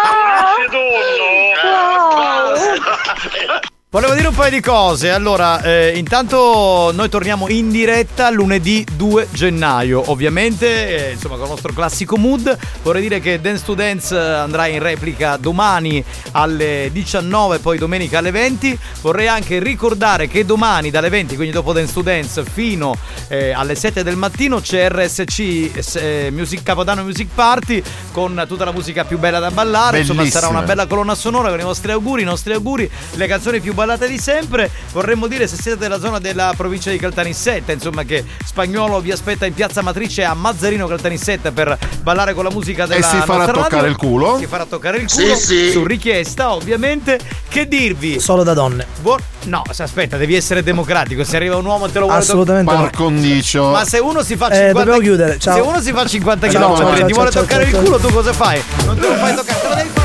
Ah. Volevo dire un paio di cose. Allora, eh, intanto noi torniamo in diretta lunedì due gennaio. Ovviamente, eh, insomma, con il nostro classico mood. Vorrei dire che Dance to Dance andrà in replica domani alle diciannove, poi domenica alle venti. Vorrei anche ricordare che domani dalle venti, quindi dopo Dance to Dance, fino eh, alle sette del mattino c'è R S C eh, Music Capodanno Music Party con tutta la musica più bella da ballare. Insomma, sarà una bella colonna sonora con i vostri auguri, i nostri auguri, le canzoni più ballate di sempre. Vorremmo dire, se siete della zona della provincia di Caltanissetta, insomma, che Spagnuolo vi aspetta in piazza Matrice a Mazzarino Caltanissetta per ballare con la musica della E si farà nostra toccare radio. il culo. Si farà toccare il culo, Sì, sì. su richiesta, ovviamente. Che dirvi? Solo da donne. Buon... No, se aspetta, devi essere democratico. Se arriva un uomo e te lo vuole Assolutamente no. Par condicio. Ma se uno si fa Eh, cinquanta dobbiamo chiudere, ciao. Se uno si fa cinquanta Ciao, chilometri ciao, e ti ciao, vuole ciao, toccare ciao, il ciao. culo, tu cosa fai? Non te lo fai toccare, te lo devi fare.